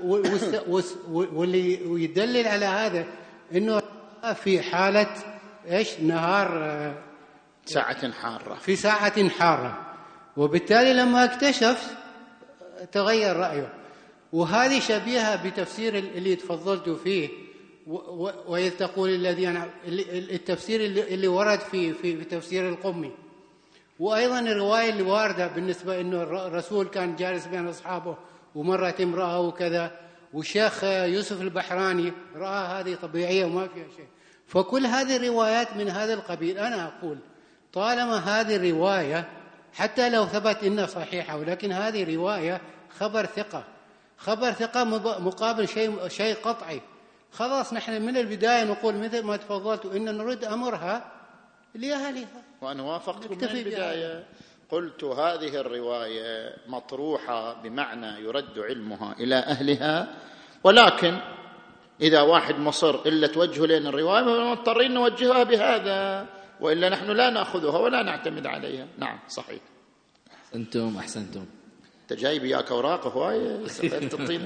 Speaker 3: واللي يدلل على هذا أنه في حالة نهار،
Speaker 6: ساعة حارة،
Speaker 3: في ساعة حارة، وبالتالي لما اكتشف تغير رأيه. وهذه شبيهة بتفسير اللي تفضلت فيه، وإذ تقول التفسير اللي ورد في تفسير القمي، وأيضا الرواية اللي واردة بالنسبة إنه الرسول كان جالس بين أصحابه ومرت امرأة وكذا، والشيخ يوسف البحراني رأى هذه طبيعية وما فيها شيء. فكل هذه الروايات من هذا القبيل. أنا أقول طالما هذه الرواية حتى لو ثبت إنها صحيحة، ولكن هذه رواية خبر ثقة مقابل شيء قطعي، خلاص نحن من البداية نقول مثل ما تفضلتوا إن نرد أمرها لأهلها.
Speaker 6: وأنا وافقت من البداية، قلت هذه الرواية مطروحة بمعنى يرد علمها إلى أهلها، ولكن إذا واحد مصر إلا توجه لنا الرواية مضطرين نوجهها بهذا، وإلا نحن لا نأخذها ولا نعتمد عليها. نعم صحيح.
Speaker 1: أنتم أحسنتم.
Speaker 6: أنت جايب إياك أوراق هواية تطينا.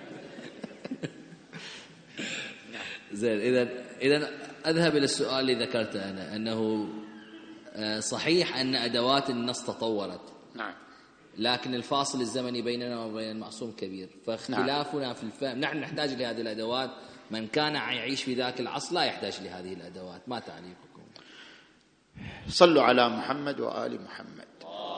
Speaker 1: زين، إذا أذهب إلى السؤال اللي ذكرته أنا، أنه صحيح أن أدوات النص تطورت،
Speaker 6: نعم،
Speaker 1: لكن الفاصل الزمني بيننا وبين المعصوم كبير، فاختلافنا في الفهم، نحن نحتاج لهذه الأدوات، من كان يعيش في ذاك العصر لا يحتاج لهذه الأدوات. ما تعليقكم؟
Speaker 6: صلوا على محمد وآل محمد.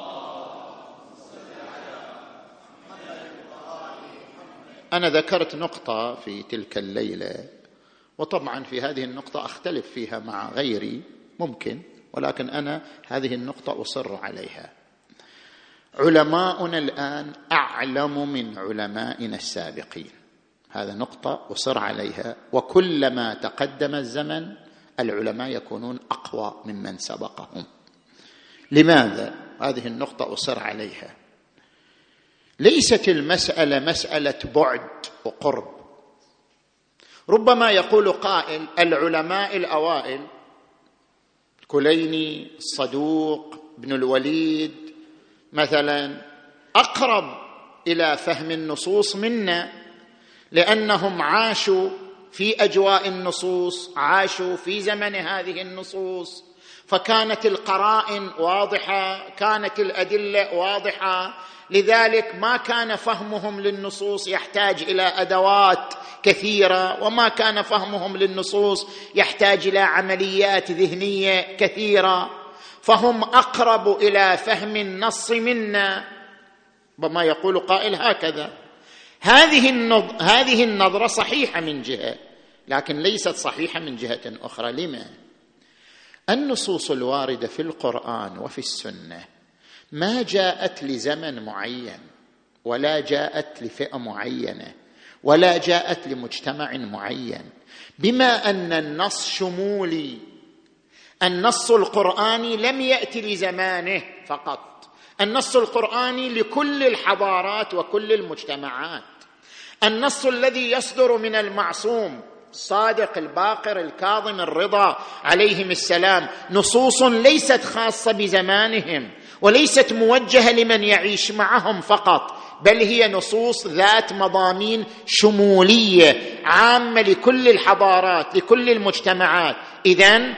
Speaker 6: أنا ذكرت نقطة في تلك الليلة، وطبعا في هذه النقطة أختلف فيها مع غيري ممكن، ولكن أنا هذه النقطة أصر عليها. علماؤنا الآن أعلم من علمائنا السابقين، هذا نقطة أصر عليها، وكلما تقدم الزمن العلماء يكونون أقوى ممن سبقهم. لماذا؟ هذه النقطة أصر عليها. ليست المسألة مسألة بعد وقرب. ربما يقول قائل العلماء الأوائل الكليني، الصدوق، ابن الوليد مثلا أقرب إلى فهم النصوص منا، لأنهم عاشوا في أجواء النصوص، عاشوا في زمن هذه النصوص، فكانت القرائن واضحة، كانت الأدلة واضحة، لذلك ما كان فهمهم للنصوص يحتاج إلى أدوات كثيرة، وما كان فهمهم للنصوص يحتاج إلى عمليات ذهنية كثيرة، فهم أقرب إلى فهم النص منا. بما يقول قائل هكذا. هذه النظرة صحيحة من جهة، لكن ليست صحيحة من جهة أخرى. لما؟ النصوص الواردة في القرآن وفي السنة ما جاءت لزمن معين، ولا جاءت لفئة معينة، ولا جاءت لمجتمع معين. بما أن النص شمولي، النص القرآني لم يأتي لزمانه فقط، النص القرآني لكل الحضارات وكل المجتمعات. النص الذي يصدر من المعصوم الصادق الباقر الكاظم الرضا عليهم السلام نصوص ليست خاصة بزمانهم وليست موجهة لمن يعيش معهم فقط، بل هي نصوص ذات مضامين شمولية عامة لكل الحضارات لكل المجتمعات. إذن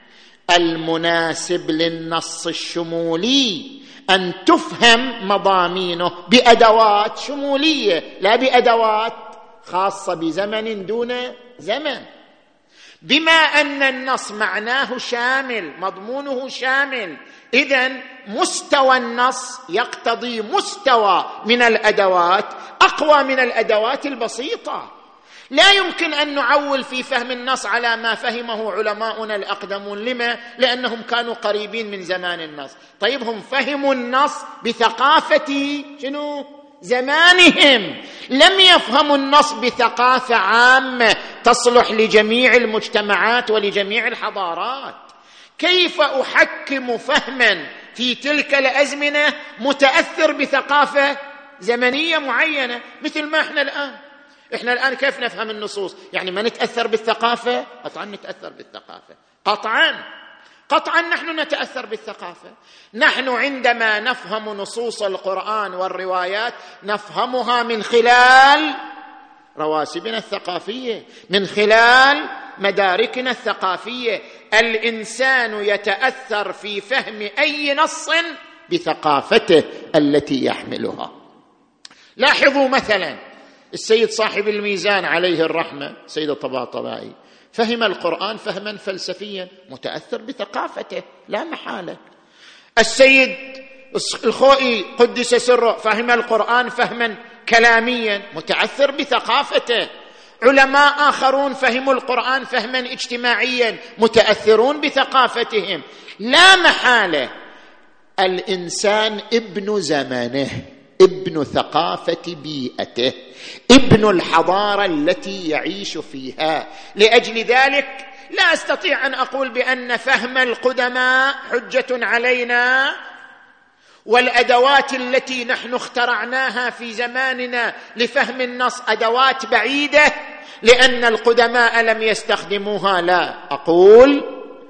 Speaker 6: المناسب للنص الشمولي أن تفهم مضامينه بأدوات شمولية لا بأدوات خاصة بزمن دون زمن. بما أن النص معناه شامل مضمونه شامل، إذن مستوى النص يقتضي مستوى من الأدوات أقوى من الأدوات البسيطة. لا يمكن أن نعول في فهم النص على ما فهمه علماؤنا الأقدمون. لما؟ لأنهم كانوا قريبين من زمان النص. طيب هم فهموا النص بثقافة زمانهم، لم يفهموا النص بثقافة عامة تصلح لجميع المجتمعات ولجميع الحضارات. كيف أحكم فهما في تلك الأزمنة متأثر بثقافة زمنية معينة؟ مثل ما احنا الآن كيف نفهم النصوص؟ يعني ما نتأثر بالثقافة؟ قطعا نتأثر بالثقافة، قطعا نحن نتأثر بالثقافة. نحن عندما نفهم نصوص القرآن والروايات نفهمها من خلال رواسبنا الثقافية، من خلال مداركنا الثقافية. الإنسان يتأثر في فهم أي نص بثقافته التي يحملها. لاحظوا مثلا السيد صاحب الميزان عليه الرحمة سيد الطباطبائي فهم القرآن فهما فلسفيا متأثر بثقافته لا محالة. السيد الخوئي قدس سره فهم القرآن فهما كلاميا متأثر بثقافته. علماء آخرون فهموا القرآن فهما اجتماعيا متأثرون بثقافتهم. لا محالة الإنسان ابن زمانه، ابن ثقافة بيئته، ابن الحضارة التي يعيش فيها. لأجل ذلك لا أستطيع أن أقول بأن فهم القدماء حجة علينا والأدوات التي نحن اخترعناها في زماننا لفهم النص أدوات بعيدة لأن القدماء لم يستخدموها. لا، أقول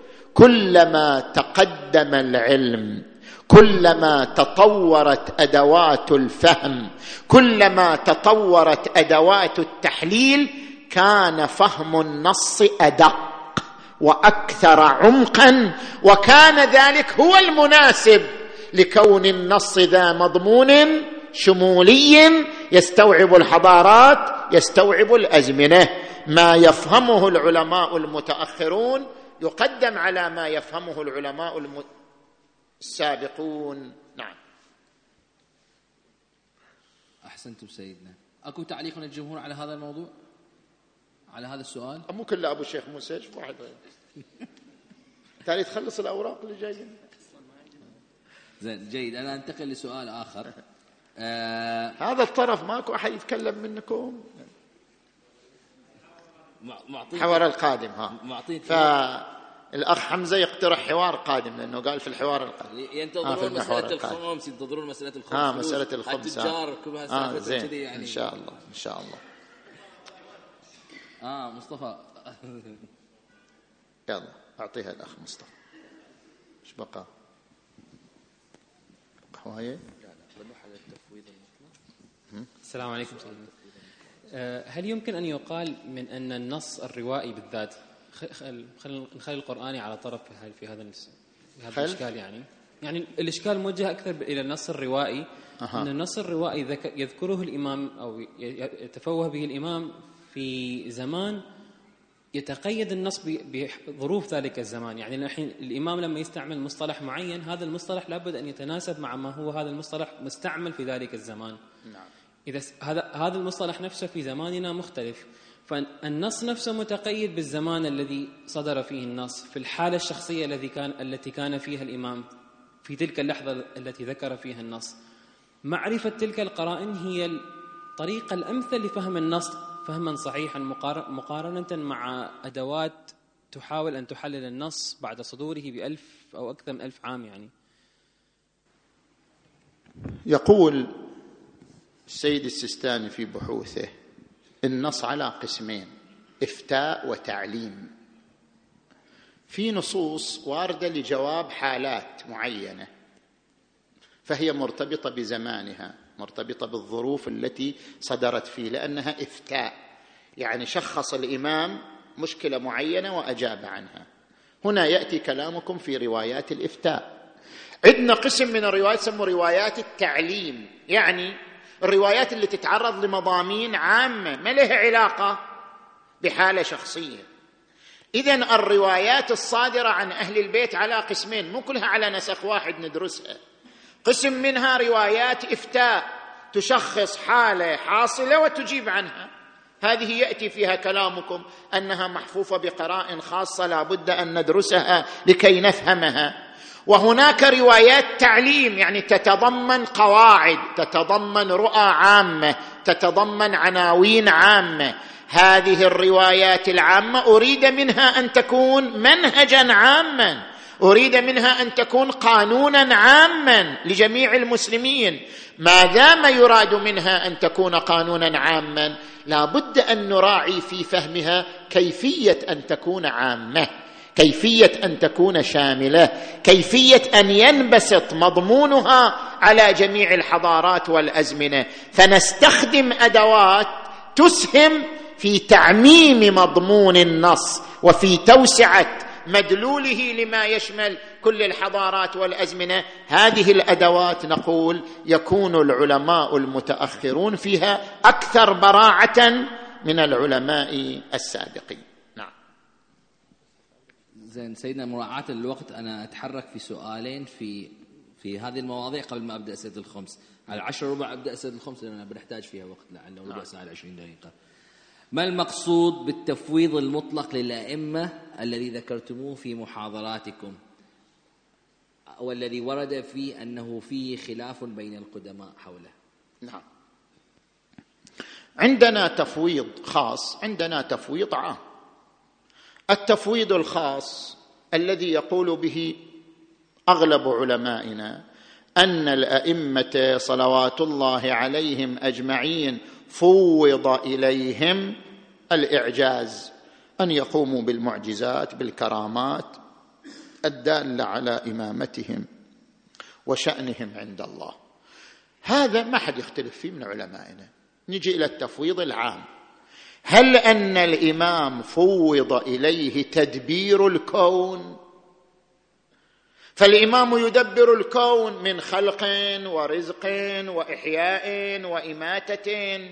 Speaker 6: كلما تقدم العلم، كلما تطورت أدوات الفهم، كلما تطورت أدوات التحليل، كان فهم النص أدق وأكثر عمقا، وكان ذلك هو المناسب لكون النص ذا مضمون شمولي يستوعب الحضارات يستوعب الأزمنة. ما يفهمه العلماء المتأخرون يقدم على ما يفهمه العلماء السابقون. نعم.
Speaker 1: أحسنتم سيدنا. أكو تعليق من الجمهور على هذا الموضوع، على هذا السؤال؟
Speaker 6: مو كله أبو الشيخ موسى، شوف واحد تالي تخلص الأوراق اللي جاية.
Speaker 1: زين، جيد. أنا أنتقل لسؤال آخر.
Speaker 6: هذا الطرف ماكو أحد يتكلم منكم حوار القادم. فالأخ حمزة يقترح حوار قادم لأنه قال في الحوار القادم
Speaker 1: ينتظرون مسألة الخمس، ينتظرون مسألة الخمس.
Speaker 6: مسألة الخمس
Speaker 1: التجار كلها
Speaker 6: زين كذي يعني. إن شاء الله إن شاء الله.
Speaker 1: مصطفى
Speaker 6: يلا أعطيها الأخ مصطفى. إيش بقى؟ قهوة.
Speaker 7: السلام عليكم سيدنا. هل يمكن أن يقال من أن النص الروائي بالذات، نخلي القرآني على طرف في هذا الإشكال، يعني الإشكال موجه أكثر إلى النص الروائي، أن النص الروائي يذكره الإمام أو يتفوه به الإمام في زمان يتقيد النص بظروف ذلك الزمان. يعني الحين الإمام لما يستعمل مصطلح معين، هذا المصطلح لابد أن يتناسب مع ما هو هذا المصطلح مستعمل في ذلك الزمان.
Speaker 6: نعم.
Speaker 7: إذا هذا المصطلح نفسه في زماننا مختلف، فالنص نفسه متقيد بالزمان الذي صدر فيه النص، في الحالة الشخصية التي كان فيها الإمام في تلك اللحظة التي ذكر فيها النص. معرفة تلك القرائن هي الطريقة الأمثل لفهم النص فهما صحيحا مقارنة مع أدوات تحاول أن تحلل النص بعد صدوره ب1000 أو أكثر من 1000 عام يعني.
Speaker 2: يقول السيد السيستاني في بحوثه: النص على قسمين: إفتاء وتعليم. في نصوص واردة لجواب حالات معينة، فهي مرتبطة بزمانها، مرتبطة بالظروف التي صدرت فيه، لأنها إفتاء، يعني شخص الإمام مشكلة معينة وأجاب عنها. هنا يأتي كلامكم في روايات الإفتاء. عندنا قسم من الروايات يسمى روايات التعليم، يعني الروايات اللي تتعرض لمضامين عامة ما لها علاقة بحالة شخصية. إذن الروايات الصادرة عن أهل البيت على قسمين، مو كلها على نسق واحد ندرسها. قسم منها روايات إفتاء تشخص حالة حاصلة وتجيب عنها، هذه يأتي فيها كلامكم أنها محفوفة بقراء خاصة لا بد أن ندرسها لكي نفهمها. وهناك روايات تعليم، يعني تتضمن قواعد، تتضمن رؤى عامة، تتضمن عناوين عامة. هذه الروايات العامة أريد منها أن تكون منهجا عاما، أريد منها أن تكون قانونا عاما لجميع المسلمين. ما دام يراد منها أن تكون قانونا عاما لا بد أن نراعي في فهمها كيفية أن تكون عامة، كيفية أن تكون شاملة، كيفية أن ينبسط مضمونها على جميع الحضارات والأزمنة، فنستخدم أدوات تسهم في تعميم مضمون النص وفي توسعة مدلوله لما يشمل كل الحضارات والأزمنة. هذه الأدوات نقول يكون العلماء المتأخرون فيها أكثر براعة من العلماء السابقين. نعم.
Speaker 1: زين سيدنا، مراعاة الوقت أنا أتحرك في سؤالين في هذه المواضيع قبل ما أبدأ أسئلة الخمس. على 10:15 أبدأ أسئلة الخمس لأن بنحتاج فيها وقت لعله ربع ساعة 20 دقيقة. ما المقصود بالتفويض المطلق للأئمة الذي ذكرتموه في محاضراتكم والذي ورد فيه أنه فيه خلاف بين القدماء حوله؟
Speaker 2: نعم، عندنا تفويض خاص، عندنا تفويض عام. التفويض الخاص الذي يقول به أغلب علمائنا أن الأئمة صلوات الله عليهم أجمعين فوض إليهم الإعجاز، أن يقوموا بالمعجزات بالكرامات الدالة على إمامتهم وشأنهم عند الله. هذا ما حد يختلف فيه من علمائنا. نجي إلى التفويض العام. هل أن الإمام فوض إليه تدبير الكون؟ فالإمام يدبر الكون من خلق ورزق وإحياء وإماتة،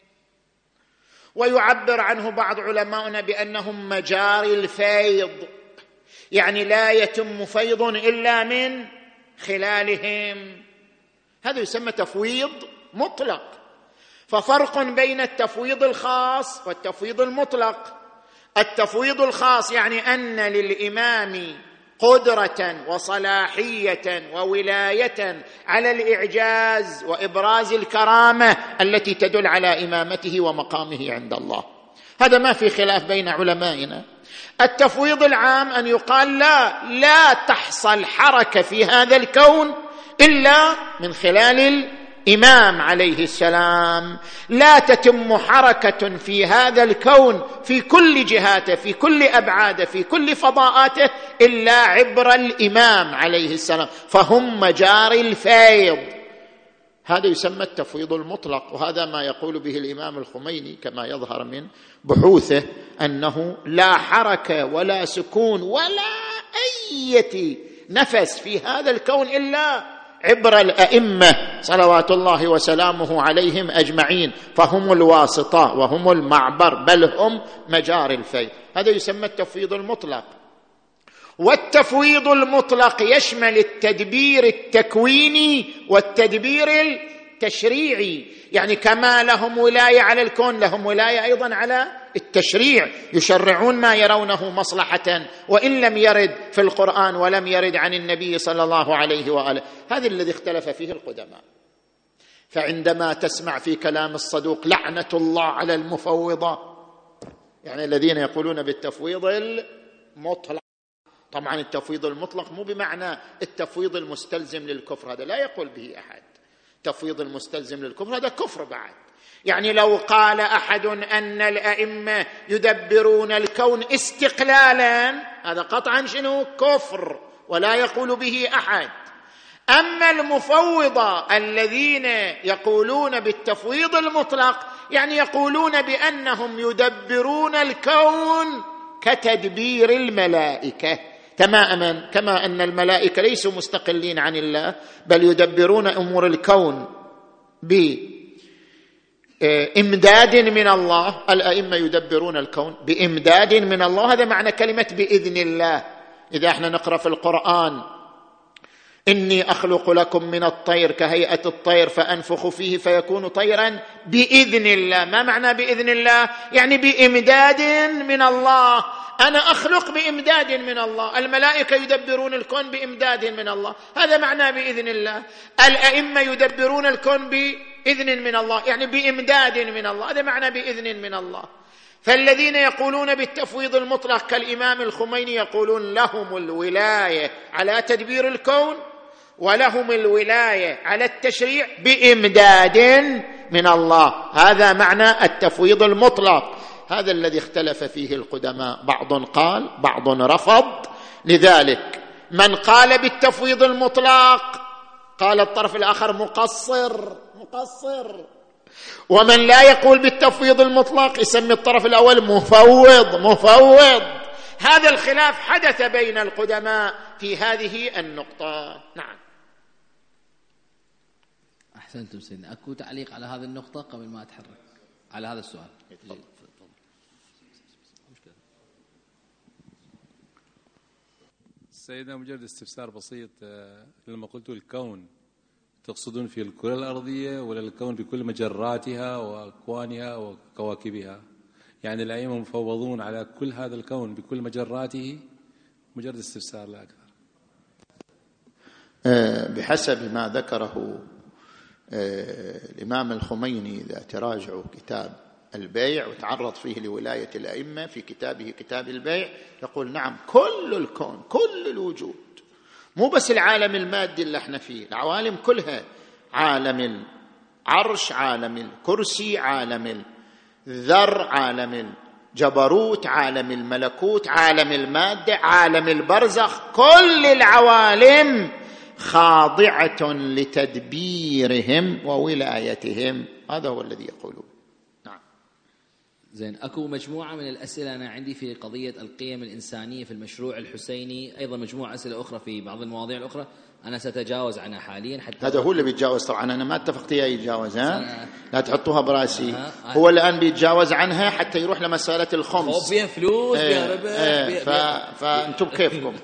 Speaker 2: ويعبر عنه بعض علماؤنا بأنهم مجاري الفيض، يعني لا يتم فيض إلا من خلالهم. هذا يسمى تفويض مطلق. ففرق بين التفويض الخاص والتفويض المطلق. التفويض الخاص يعني أن للإمام قدرة وصلاحية وولاية على الإعجاز وإبراز الكرامة التي تدل على إمامته ومقامه عند الله. هذا ما في خلاف بين علمائنا. التفويض العام أن يقال لا تحصل حركة في هذا الكون إلا من خلال الإمام عليه السلام، لا تتم حركة في هذا الكون في كل جهاته في كل أبعاده في كل فضاءاته إلا عبر الإمام عليه السلام، فهم مجاري الفيض. هذا يسمى التفويض المطلق، وهذا ما يقول به الإمام الخميني كما يظهر من بحوثه، أنه لا حركة ولا سكون ولا أي نفس في هذا الكون إلا عبر الأئمة صلوات الله وسلامه عليهم أجمعين، فهم الواسطة وهم المعبر، بل هم مجاري الفيض. هذا يسمى التفويض المطلق. والتفويض المطلق يشمل التدبير التكويني والتدبير التشريعي، يعني كما لهم ولاية على الكون لهم ولاية أيضا على التشريع، يشرعون ما يرونه مصلحة وإن لم يرد في القرآن ولم يرد عن النبي صلى الله عليه وآله. هذا الذي اختلف فيه القدماء.
Speaker 6: فعندما تسمع في كلام الصدوق لعنة الله على المفوضة، يعني الذين يقولون بالتفويض المطلق. طبعا التفويض المطلق مو بمعنى التفويض المستلزم للكفر، هذا لا يقول به أحد. تفويض المستلزم للكفر هذا كفر بعد. يعني لو قال أحد أن الأئمة يدبرون الكون استقلالا، هذا قطعا شنو؟ كفر، ولا يقول به أحد. أما المفوضة الذين يقولون بالتفويض المطلق، يعني يقولون بأنهم يدبرون الكون كتدبير الملائكة تماما، كما أن الملائكة ليسوا مستقلين عن الله، بل يدبرون أمور الكون بإمداد من الله. الأئمة يدبرون الكون بإمداد من الله، هذا معنى كلمة بإذن الله. إذا احنا نقرأ في القرآن إني أخلق لكم من الطير كهيئة الطير فأنفخ فيه فيكون طيرا بإذن الله، ما معنى بإذن الله؟ يعني بإمداد من الله. أنا أخلق بإمداد من الله، الملائكة يدبرون الكون بإمداد من الله، هذا معنى بإذن الله. الأئمة يدبرون الكون بإذن من الله، يعني بإمداد من الله، هذا معنى بإذن من الله. فالذين يقولون بالتفويض المطلق كالإمام الخميني يقولون لهم الولاية على تدبير الكون ولهم الولاية على التشريع بإمداد من الله، هذا معنى التفويض المطلق. هذا الذي اختلف فيه القدماء، بعض قال بعض رفض. لذلك من قال بالتفويض المطلق قال الطرف الآخر مقصر، ومن لا يقول بالتفويض المطلق يسمي الطرف الأول مفوض. هذا الخلاف حدث بين القدماء في هذه النقطة. نعم.
Speaker 1: أحسنتم سيدنا. أكو تعليق على هذه النقطة قبل ما أتحرك على هذا السؤال؟
Speaker 5: سيدنا مجرد استفسار بسيط، لما قلت الكون تقصدون في الكرة الأرضية ولا الكون بكل مجراتها وأكوانها وكواكبها؟ يعني الأئمة مفوضون على كل هذا الكون بكل مجراته؟ مجرد استفسار لا أكثر.
Speaker 2: بحسب ما ذكره الإمام الخميني، إذا تراجعوا كتاب البيع وتعرض فيه لولاية الأئمة في كتابه كتاب البيع، يقول نعم كل الكون كل الوجود، مو بس العالم المادي اللي احنا فيه، العوالم كلها، عالم العرش، عالم الكرسي، عالم الذر، عالم الجبروت، عالم الملكوت، عالم المادة، عالم البرزخ، كل العوالم خاضعة لتدبيرهم وولايتهم. هذا هو الذي يقولون. نعم.
Speaker 1: زين، أكو مجموعة من الأسئلة أنا عندي في قضية القيم الإنسانية في المشروع الحسيني، أيضا مجموعة أسئلة أخرى في بعض المواضيع الأخرى أنا سأتجاوز عنها حاليا. حتى
Speaker 2: هذا هو اللي بيتجاوز، طبعا أنا ما اتفقت إياه يتجاوز، لا تحطوها براسي. هو الآن بيتجاوز عنها حتى يروح لمسألة الخمس،
Speaker 1: فيها فلوس فيها ربح،
Speaker 2: فأنتم بكيفكم.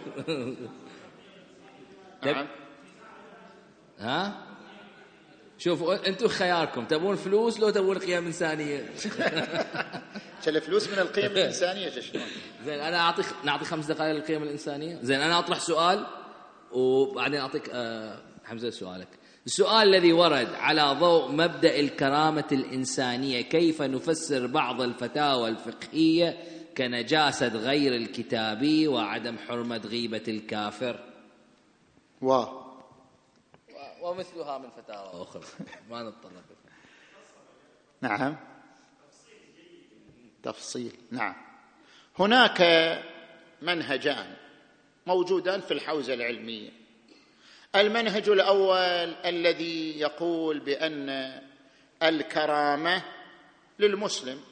Speaker 1: شوفوا أنتم خياركم، تبون فلوس لو تبون قيم إنسانية.
Speaker 2: الفلوس من القيم الإنسانية شلون؟
Speaker 1: زين، أنا نعطي 5 دقائق للقيم الإنسانية. زين، أنا أطرح سؤال وبعدين أعطيك حمزة سؤالك. السؤال الذي ورد على ضوء مبدأ الكرامة الإنسانية، كيف نفسر بعض الفتاوى الفقهية كنجاسة غير الكتابي وعدم حرمة غيبة الكافر ومثلها من فتاوى أخرى ما نتطرق.
Speaker 2: نعم، تفصيل. نعم، هناك منهجان موجودان في الحوزة العلمية. المنهج الأول الذي يقول بأن الكرامة للمسلم،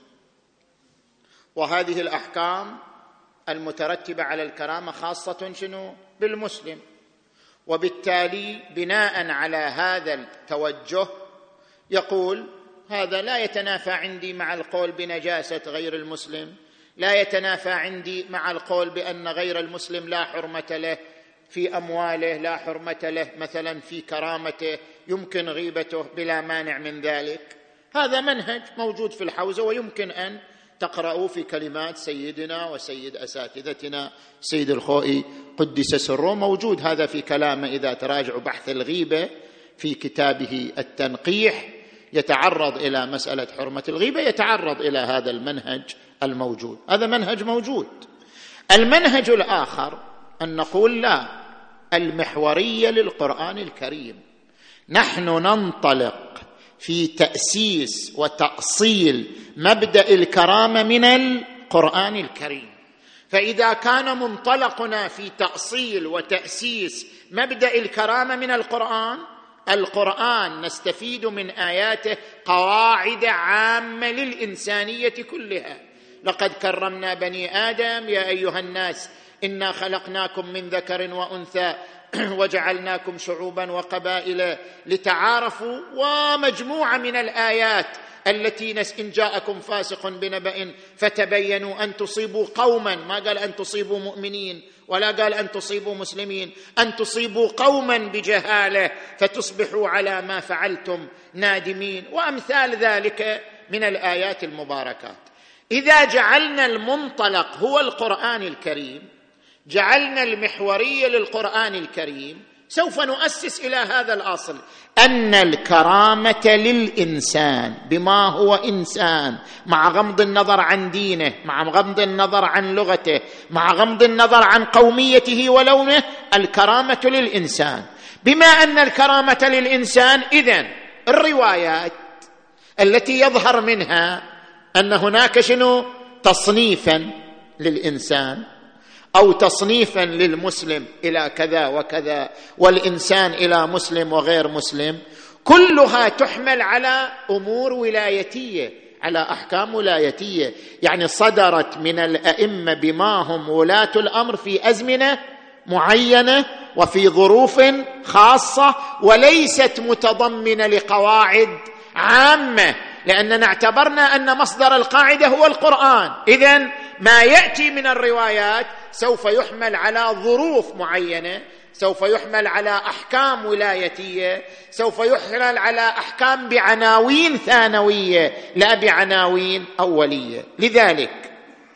Speaker 2: وهذه الأحكام المترتبة على الكرامة خاصة شنو؟ بالمسلم، وبالتالي بناء على هذا التوجه يقول هذا لا يتنافى عندي مع القول بنجاسة غير المسلم، لا يتنافى عندي مع القول بأن غير المسلم لا حرمة له في أمواله، لا حرمة له مثلا في كرامته، يمكن غيبته بلا مانع من ذلك. هذا منهج موجود في الحوزة، ويمكن أن تقرأوا في كلمات سيدنا وسيد أساتذتنا سيد الخوئي قدس سره، موجود هذا في كلامه إذا تراجعوا بحث الغيبة
Speaker 6: في كتابه التنقيح يتعرض إلى مسألة حرمة الغيبة، يتعرض إلى هذا المنهج الموجود. هذا منهج موجود. المنهج الآخر أن نقول لا، المحورية للقرآن الكريم، نحن ننطلق في تأسيس وتأصيل مبدأ الكرامة من القرآن الكريم. فإذا كان منطلقنا في تأصيل وتأسيس مبدأ الكرامة من القرآن نستفيد من آياته قواعد عامة للإنسانية كلها. لقد كرمنا بني آدم يا أيها الناس إنا خلقناكم من ذكر وأنثى وجعلناكم شعوبا وقبائل لتعارفوا، ومجموعة من الآيات التي إن جاءكم فاسق بنبأ فتبينوا أن تصيبوا قوما، ما قال أن تصيبوا مؤمنين ولا قال أن تصيبوا مسلمين، أن تصيبوا قوما بجهالة فتصبحوا على ما فعلتم نادمين، وأمثال ذلك من الآيات المباركات. إذا جعلنا المنطلق هو القرآن الكريم، جعلنا المحورية للقرآن الكريم، سوف نؤسس إلى هذا الأصل أن الكرامة للإنسان بما هو إنسان، مع غض النظر عن دينه، مع غض النظر عن لغته، مع غض النظر عن قوميته ولونه، الكرامة للإنسان. بما أن الكرامة للإنسان، إذن الروايات التي يظهر منها أن هناك تصنيفا للإنسان أو تصنيفا للمسلم إلى كذا وكذا، والإنسان إلى مسلم وغير مسلم، كلها تحمل على أمور ولايتية، على أحكام ولايتية، يعني صدرت من الأئمة بما هم ولاة الأمر في أزمنة معينة وفي ظروف خاصة، وليست متضمنة لقواعد عامة، لأننا اعتبرنا أن مصدر القاعدة هو القرآن. إذن ما يأتي من الروايات سوف يحمل على ظروف معينة، سوف يحمل على أحكام ولايتية، سوف يحمل على أحكام بعناوين ثانوية لا بعناوين أولية. لذلك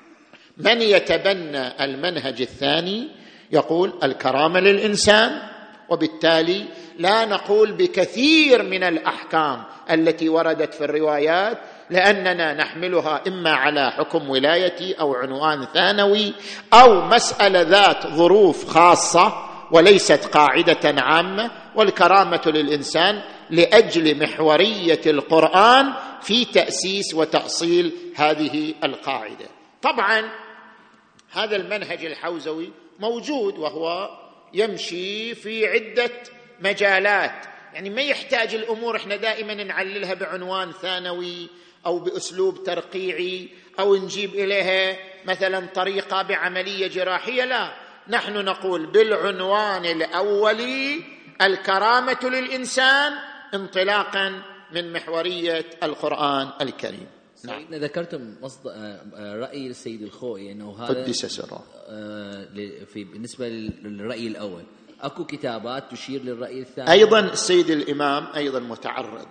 Speaker 6: من يتبنى المنهج الثاني يقول الكرامة للإنسان، وبالتالي لا نقول بكثير من الأحكام التي وردت في الروايات، لأننا نحملها إما على حكم ولايتي أو عنوان ثانوي أو مسألة ذات ظروف خاصة وليست قاعدة عامة. والكرامة للإنسان لأجل محورية القرآن في تأسيس وتأصيل هذه القاعدة. طبعا هذا المنهج الحوزوي موجود وهو يمشي في عدة مجالات، يعني ما يحتاج الأمور احنا دائما نعللها بعنوان ثانوي أو بأسلوب ترقيعي أو نجيب إليها مثلا طريقة بعملية جراحية، لا، نحن نقول بالعنوان الأولي الكرامة للإنسان انطلاقا من محورية القرآن الكريم.
Speaker 1: سيدنا ذكرتم رأي السيد الخوئي أنه هذا
Speaker 6: قدس سره
Speaker 1: بالنسبة للرأي الأول، أكو كتابات تشير للرأي الثاني.
Speaker 6: أيضا السيد الإمام أيضا متعرض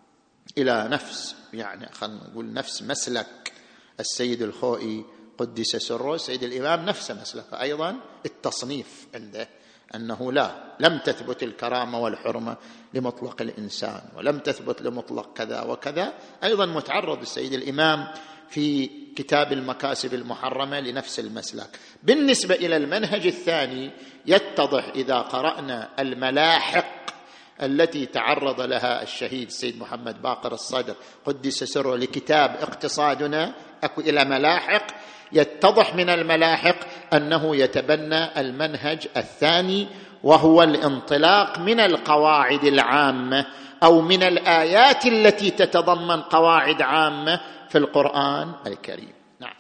Speaker 6: إلى نفس، يعني خلينا نقول نفس مسلك السيد الخوئي قدس سره. السيد الإمام نفس مسلك أيضا التصنيف عنده أنه لم تثبت الكرامة والحرمة لمطلق الإنسان، ولم تثبت لمطلق كذا وكذا. أيضا متعرض السيد الإمام في كتاب المكاسب المحرمة لنفس المسلك. بالنسبة إلى المنهج الثاني يتضح إذا قرأنا الملاحق التي تعرض لها الشهيد السيد محمد باقر الصدر قدس سره لكتاب اقتصادنا، أكو إلى ملاحق، يتضح من الملاحق أنه يتبنى المنهج الثاني، وهو الانطلاق من القواعد العامة أو من الآيات التي تتضمن قواعد عامة في القرآن الكريم. نعم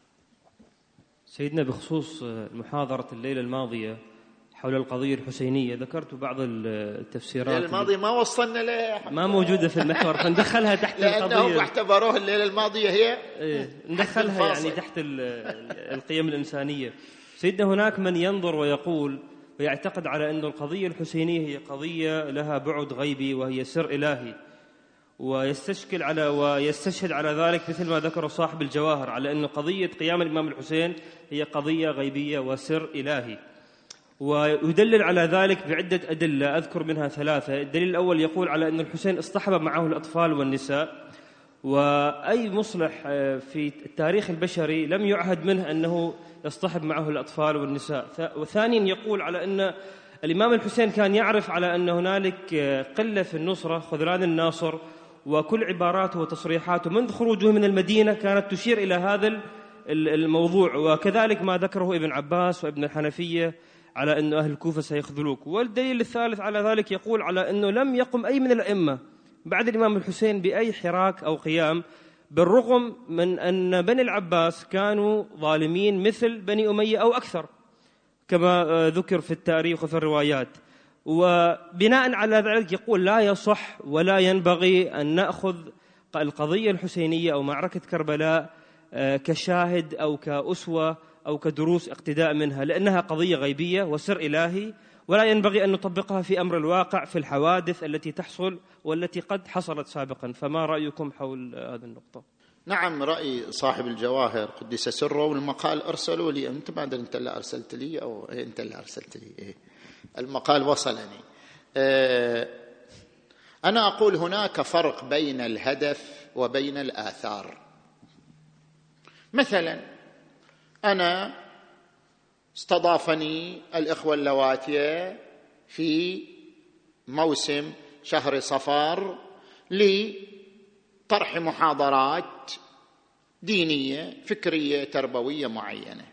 Speaker 8: سيدنا، بخصوص محاضرة الليلة الماضية حول القضية الحسينية ذكرت بعض التفسيرات.
Speaker 6: الليلة الماضية ما وصلنا لها،
Speaker 8: ما موجودة في المحور، فندخلها تحت القضية،
Speaker 6: لأنهم اعتبروها الليلة الماضية هي
Speaker 8: ندخلها يعني تحت القيم الإنسانية. سيدنا، هناك من ينظر ويقول ويعتقد على أن القضية الحسينية هي قضية لها بعد غيبي وهي سر إلهي، ويستشهد على ذلك مثل ما ذكر صاحب الجواهر على أن قضية قيام الإمام الحسين هي قضية غيبية وسر إلهي. ويدلل على ذلك بعدة أدلة أذكر منها 3. الدليل الأول يقول على أن الحسين اصطحب معه الأطفال والنساء، وأي مصلح في التاريخ البشري لم يعهد منه أنه يصطحب معه الأطفال والنساء. وثانيا يقول على أن الإمام الحسين كان يعرف على أن هنالك قلة في النصرة، خذلان الناصر، وكل عباراته وتصريحاته منذ خروجه من المدينة كانت تشير إلى هذا الموضوع، وكذلك ما ذكره ابن عباس وابن الحنفية على أن أهل الكوفة سيخذلوك. والدليل الثالث على ذلك يقول على أنه لم يقم أي من الأئمة بعد الإمام الحسين بأي حراك أو قيام، بالرغم من أن بني العباس كانوا ظالمين مثل بني أمية أو أكثر كما ذكر في التاريخ وفي الروايات. وبناء على ذلك يقول لا يصح ولا ينبغي أن نأخذ القضية الحسينية أو معركة كربلاء كشاهد أو كأسوة أو كدروس اقتداء منها، لأنها قضية غيبية وسر إلهي، ولا ينبغي أن نطبقها في أمر الواقع في الحوادث التي تحصل والتي قد حصلت سابقا. فما رأيكم حول هذه النقطة؟
Speaker 2: نعم، رأي صاحب الجواهر قدس سره، والمقال أرسلوا لي، أنت ما أدري أنت اللي أرسلت لي أو أنت اللي أرسلت لي، المقال وصلني. أنا أقول هناك فرق بين الهدف وبين الآثار. مثلا أنا استضافني الإخوة اللواتية في موسم شهر صفر لطرح محاضرات دينية فكرية تربوية معينة.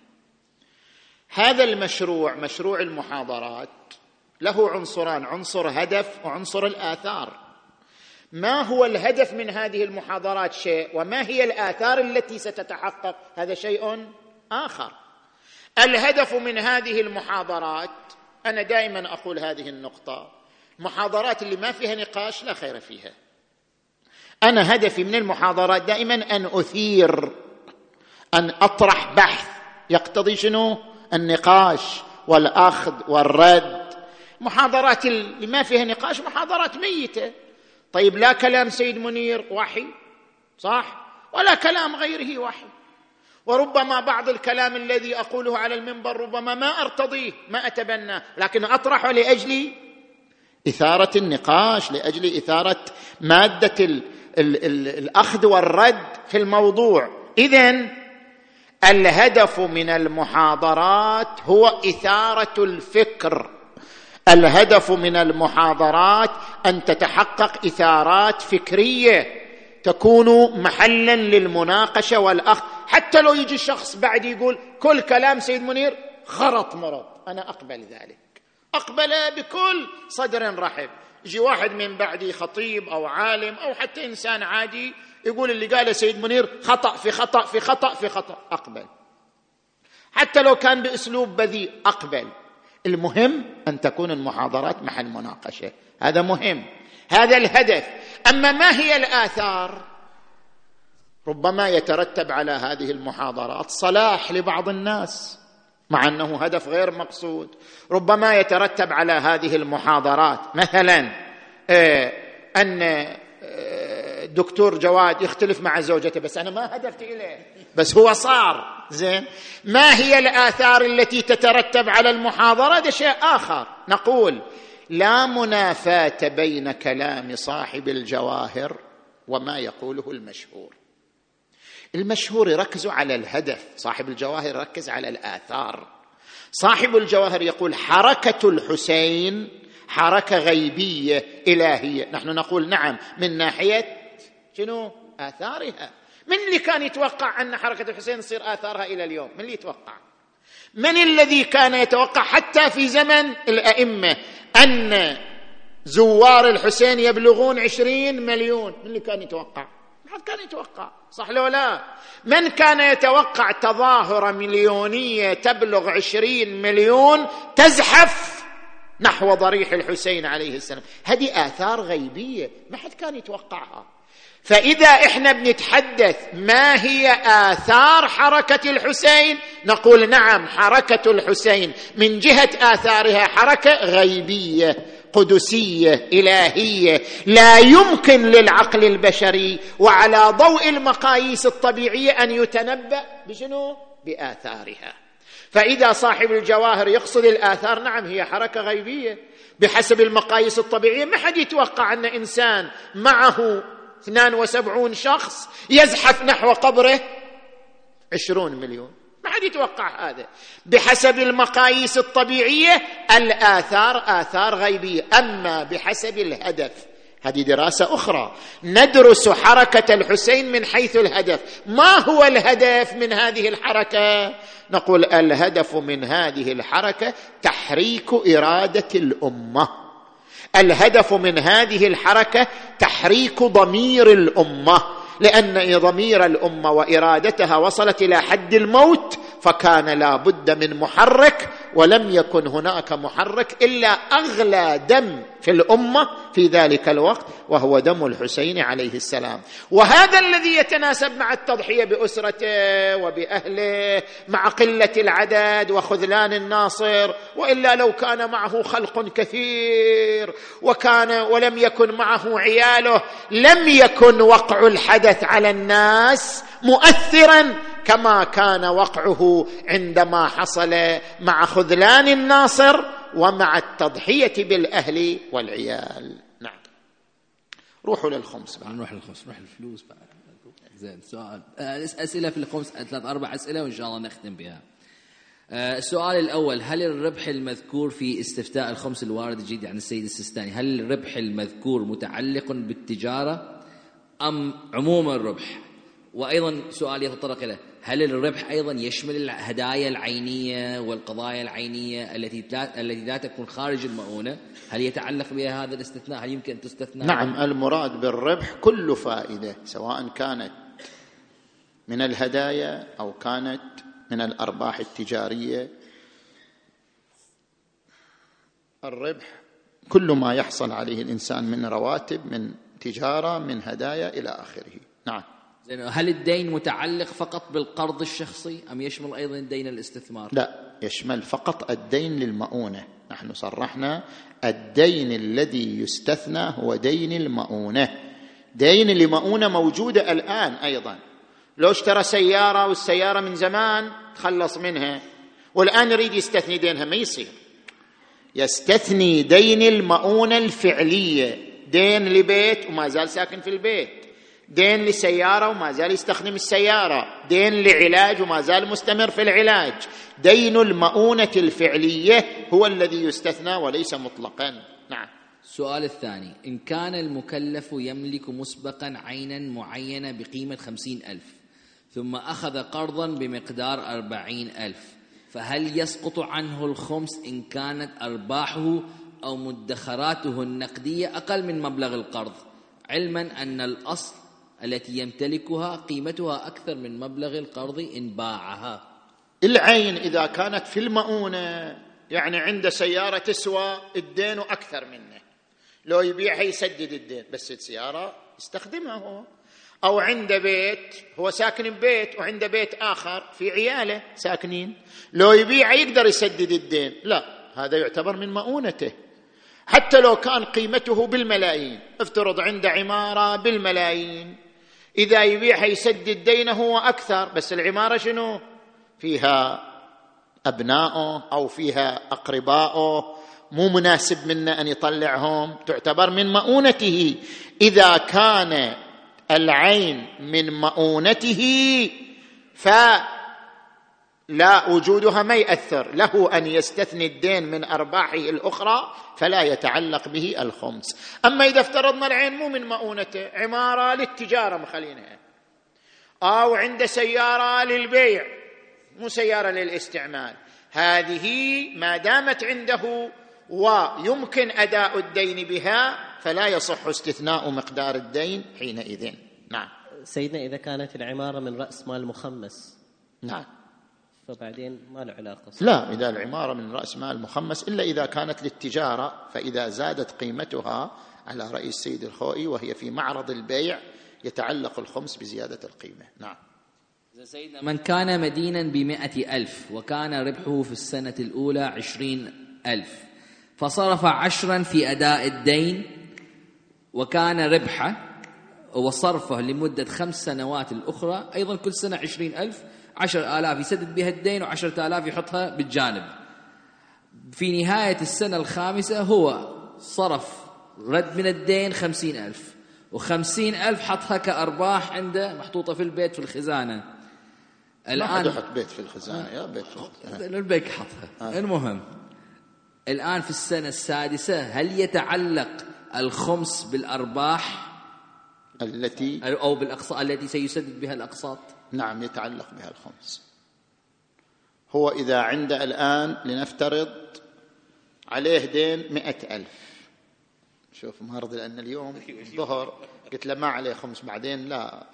Speaker 2: هذا المشروع، مشروع المحاضرات، له عنصران: عنصر هدف وعنصر الآثار. ما هو الهدف من هذه المحاضرات شيء، وما هي الآثار التي ستتحقق هذا شيء آخر. الهدف من هذه المحاضرات، أنا دائما أقول هذه النقطة، المحاضرات اللي ما فيها نقاش لا خير فيها. أنا هدفي من المحاضرات دائما أن أثير، أن أطرح بحث يقتضي شنو؟ النقاش والأخذ والرد. محاضرات اللي ما فيها نقاش محاضرات ميتة. طيب لا كلام سيد منير وحي صح، ولا كلام غيره وحي، وربما بعض الكلام الذي أقوله على المنبر ربما ما أرتضيه، ما أتبناه، لكن أطرحه لأجل إثارة النقاش، لأجل إثارة مادة الأخذ والرد في الموضوع. إذن الهدف من المحاضرات هو إثارة الفكر. الهدف من المحاضرات أن تتحقق إثارات فكرية تكون محلا للمناقشة والأخذ. حتى لو يجي شخص بعد يقول كل كلام سيد منير خرط مرض، أنا أقبل ذلك، أقبل بكل صدر رحب. يجي واحد من بعدي خطيب أو عالم أو حتى إنسان عادي يقول اللي قاله سيد منير خطأ في خطأ في خطأ في خطأ، أقبل. حتى لو كان بأسلوب بذيء أقبل. المهم أن تكون المحاضرات محل مناقشة، هذا مهم، هذا الهدف. أما ما هي الآثار؟ ربما يترتب على هذه المحاضرات صلاح لبعض الناس مع أنه هدف غير مقصود. ربما يترتب على هذه المحاضرات مثلا أن الدكتور جواد يختلف مع زوجته، بس أنا ما هدفت إليه، بس هو صار زين. ما هي الآثار التي تترتب على المحاضرة؟ هذا شيء آخر. نقول لا منافاة بين كلام صاحب الجواهر وما يقوله المشهور. المشهور يركزوا على الهدف، صاحب الجواهر يركز على الآثار. صاحب الجواهر يقول حركة الحسين حركة غيبية إلهية. نحن نقول نعم من ناحية شنو؟ آثارها. من اللي كان يتوقع أن حركة الحسين تصير آثارها إلى اليوم؟ من اللي يتوقع؟ من الذي كان يتوقع حتى في زمن الأئمة أن زوار الحسين يبلغون 20 مليون؟ من اللي كان يتوقع؟ ما حد كان يتوقع، صح لو لا؟ من كان يتوقع تظاهرة مليونية تبلغ 20 مليون تزحف نحو ضريح الحسين عليه السلام؟ هذه آثار غيبية ما حد كان يتوقعها. فإذا إحنا بنتحدث ما هي آثار حركة الحسين، نقول نعم حركة الحسين من جهة آثارها حركة غيبية قدسية إلهية لا يمكن للعقل البشري وعلى ضوء المقاييس الطبيعية أن يتنبأ بشنو؟ بآثارها.
Speaker 6: فإذا صاحب الجواهر يقصد الآثار، نعم هي حركة غيبية بحسب المقاييس الطبيعية. ما حد يتوقع أن إنسان معه 72 شخص يزحف نحو قبره 20 مليون، ما حد يتوقع هذا. بحسب المقاييس الطبيعية الآثار آثار غيبية. أما بحسب الهدف، هذه دراسة أخرى، ندرس حركة الحسين من حيث الهدف. ما هو الهدف من هذه الحركة؟ نقول الهدف من هذه الحركة تحريك إرادة الأمة، الهدف من هذه الحركة تحريك ضمير الأمة، لأن ضمير الأمة وإرادتها وصلت إلى حد الموت، فكان لا بد من محرك، ولم يكن هناك محرك إلا أغلى دم في الأمة في ذلك الوقت، وهو دم الحسين عليه السلام. وهذا الذي يتناسب مع التضحية بأسرته وبأهله، مع قلة العدد وخذلان الناصر. وإلا لو كان معه خلق كثير ولم يكن معه عياله، لم يكن وقع الحدث على الناس مؤثرا كما كان وقعه عندما حصل مع خذلان الناصر ومع التضحية بالأهل والعيال. نعم. روحوا للخمس بعد.
Speaker 1: نروح للخمس، نروح الفلوس بعد. زين. سؤال أسئلة في الخمس، 3-4 أسئلة وإن شاء الله نختم بها. السؤال الأول: هل الربح المذكور في استفتاء الخمس الوارد الجديد عن السيد السيستاني، هل الربح المذكور متعلق بالتجارة أم عموم الربح؟ وأيضا سؤال يتطرق إلى: هل الربح أيضا يشمل الهدايا العينية والقضايا العينية التي لا تكون خارج المؤونة؟ هل يتعلق بها هذا الاستثناء؟ هل يمكن أن تستثنى؟
Speaker 2: نعم، المراد بالربح كل فائدة، سواء كانت من الهدايا أو كانت من الأرباح التجارية. الربح كل ما يحصل عليه الإنسان من رواتب، من تجارة، من هدايا إلى آخره. نعم.
Speaker 1: هل الدين متعلق فقط بالقرض الشخصي أم يشمل أيضا دين الاستثمار؟
Speaker 2: لا، يشمل فقط الدين للمؤونة. نحن صرحنا الدين الذي يستثنى هو دين المؤونة. دين المؤونة موجودة الآن أيضا. لو اشترى سيارة والسيارة من زمان تخلص منها والآن يريد يستثني دينها، ما يصير. يستثني دين المؤونة الفعلية، دين لبيت وما زال ساكن في البيت، دين لسيارة وما زال يستخدم السيارة، دين لعلاج وما زال مستمر في العلاج. دين المؤونة الفعلية هو الذي يستثنى وليس مطلقا. نعم.
Speaker 1: السؤال الثاني: إن كان المكلف يملك مسبقا عينا معينة بقيمة 50,000 ثم أخذ قرضا بمقدار 40,000، فهل يسقط عنه الخمس إن كانت أرباحه أو مدخراته النقدية أقل من مبلغ القرض، علما أن الأصل التي يمتلكها قيمتها أكثر من مبلغ القرض إن باعها؟
Speaker 2: العين إذا كانت في المؤونة، يعني عنده سيارة تسوى الدين أكثر منه، لو يبيعها يسدد الدين، بس السيارة يستخدمها هو. أو عنده بيت، هو ساكن ببيت وعنده بيت آخر في عياله ساكنين، لو يبيعها يقدر يسدد الدين. لا، هذا يعتبر من مؤونته حتى لو كان قيمته بالملايين. افترض عنده عمارة بالملايين، إذا يبيعها يسدد دينه هو أكثر، بس العمارة شنو؟ فيها أبنائه أو فيها أقربائه، مو مناسب منه أن يطلعهم، تعتبر من مؤونته. إذا كان العين من مؤونته فلا وجودها ما يأثر له أن يستثني الدين من أرباحه الأخرى، فلا يتعلق به الخمس. أما إذا افترضنا العين مو من مؤونته، عمارة للتجارة مخلينها، أو عنده سيارة للبيع مو سيارة للاستعمال، هذه ما دامت عنده ويمكن أداء الدين بها فلا يصح استثناء مقدار الدين حينئذ. نعم.
Speaker 4: سيدنا إذا كانت العمارة من رأس مال مخمس،
Speaker 2: نعم،
Speaker 4: فبعدين ما له علاقة.
Speaker 2: لا، إذا العمارة من رأس مال مخمس إلا إذا كانت للتجارة، فإذا زادت قيمتها على رأي السيد الخوئي وهي في معرض البيع يتعلق الخمس بزيادة القيمة. نعم.
Speaker 1: من كان مدينا ب100,000 وكان ربحه في السنة الأولى 20,000 فصرف 10 في أداء الدين، وكان ربحه وصرفه لمدة 5 سنوات الأخرى أيضا كل سنة 20,000، 10,000 يسدد بها الدين و10,000 يحطها بالجانب. في نهاية السنة الخامسة هو صرف رد من الدين 50,000 و50,000 حطها كأرباح عنده محطوطة في البيت في الخزانة.
Speaker 2: الآن ما حط بيت في الخزانة، يا بيت في الخزانة
Speaker 1: البيت حطها. المهم الآن في السنة السادسة هل يتعلق الخمس بالأرباح
Speaker 2: التي
Speaker 1: أو بالأقساط التي سيسدد بها الأقساط؟
Speaker 2: نعم يتعلق بها الخمس. هو إذا عنده الآن لنفترض عليه دين 100,000، شوف مرض لأن اليوم الظهر قلت له ما عليه خمس، بعدين لا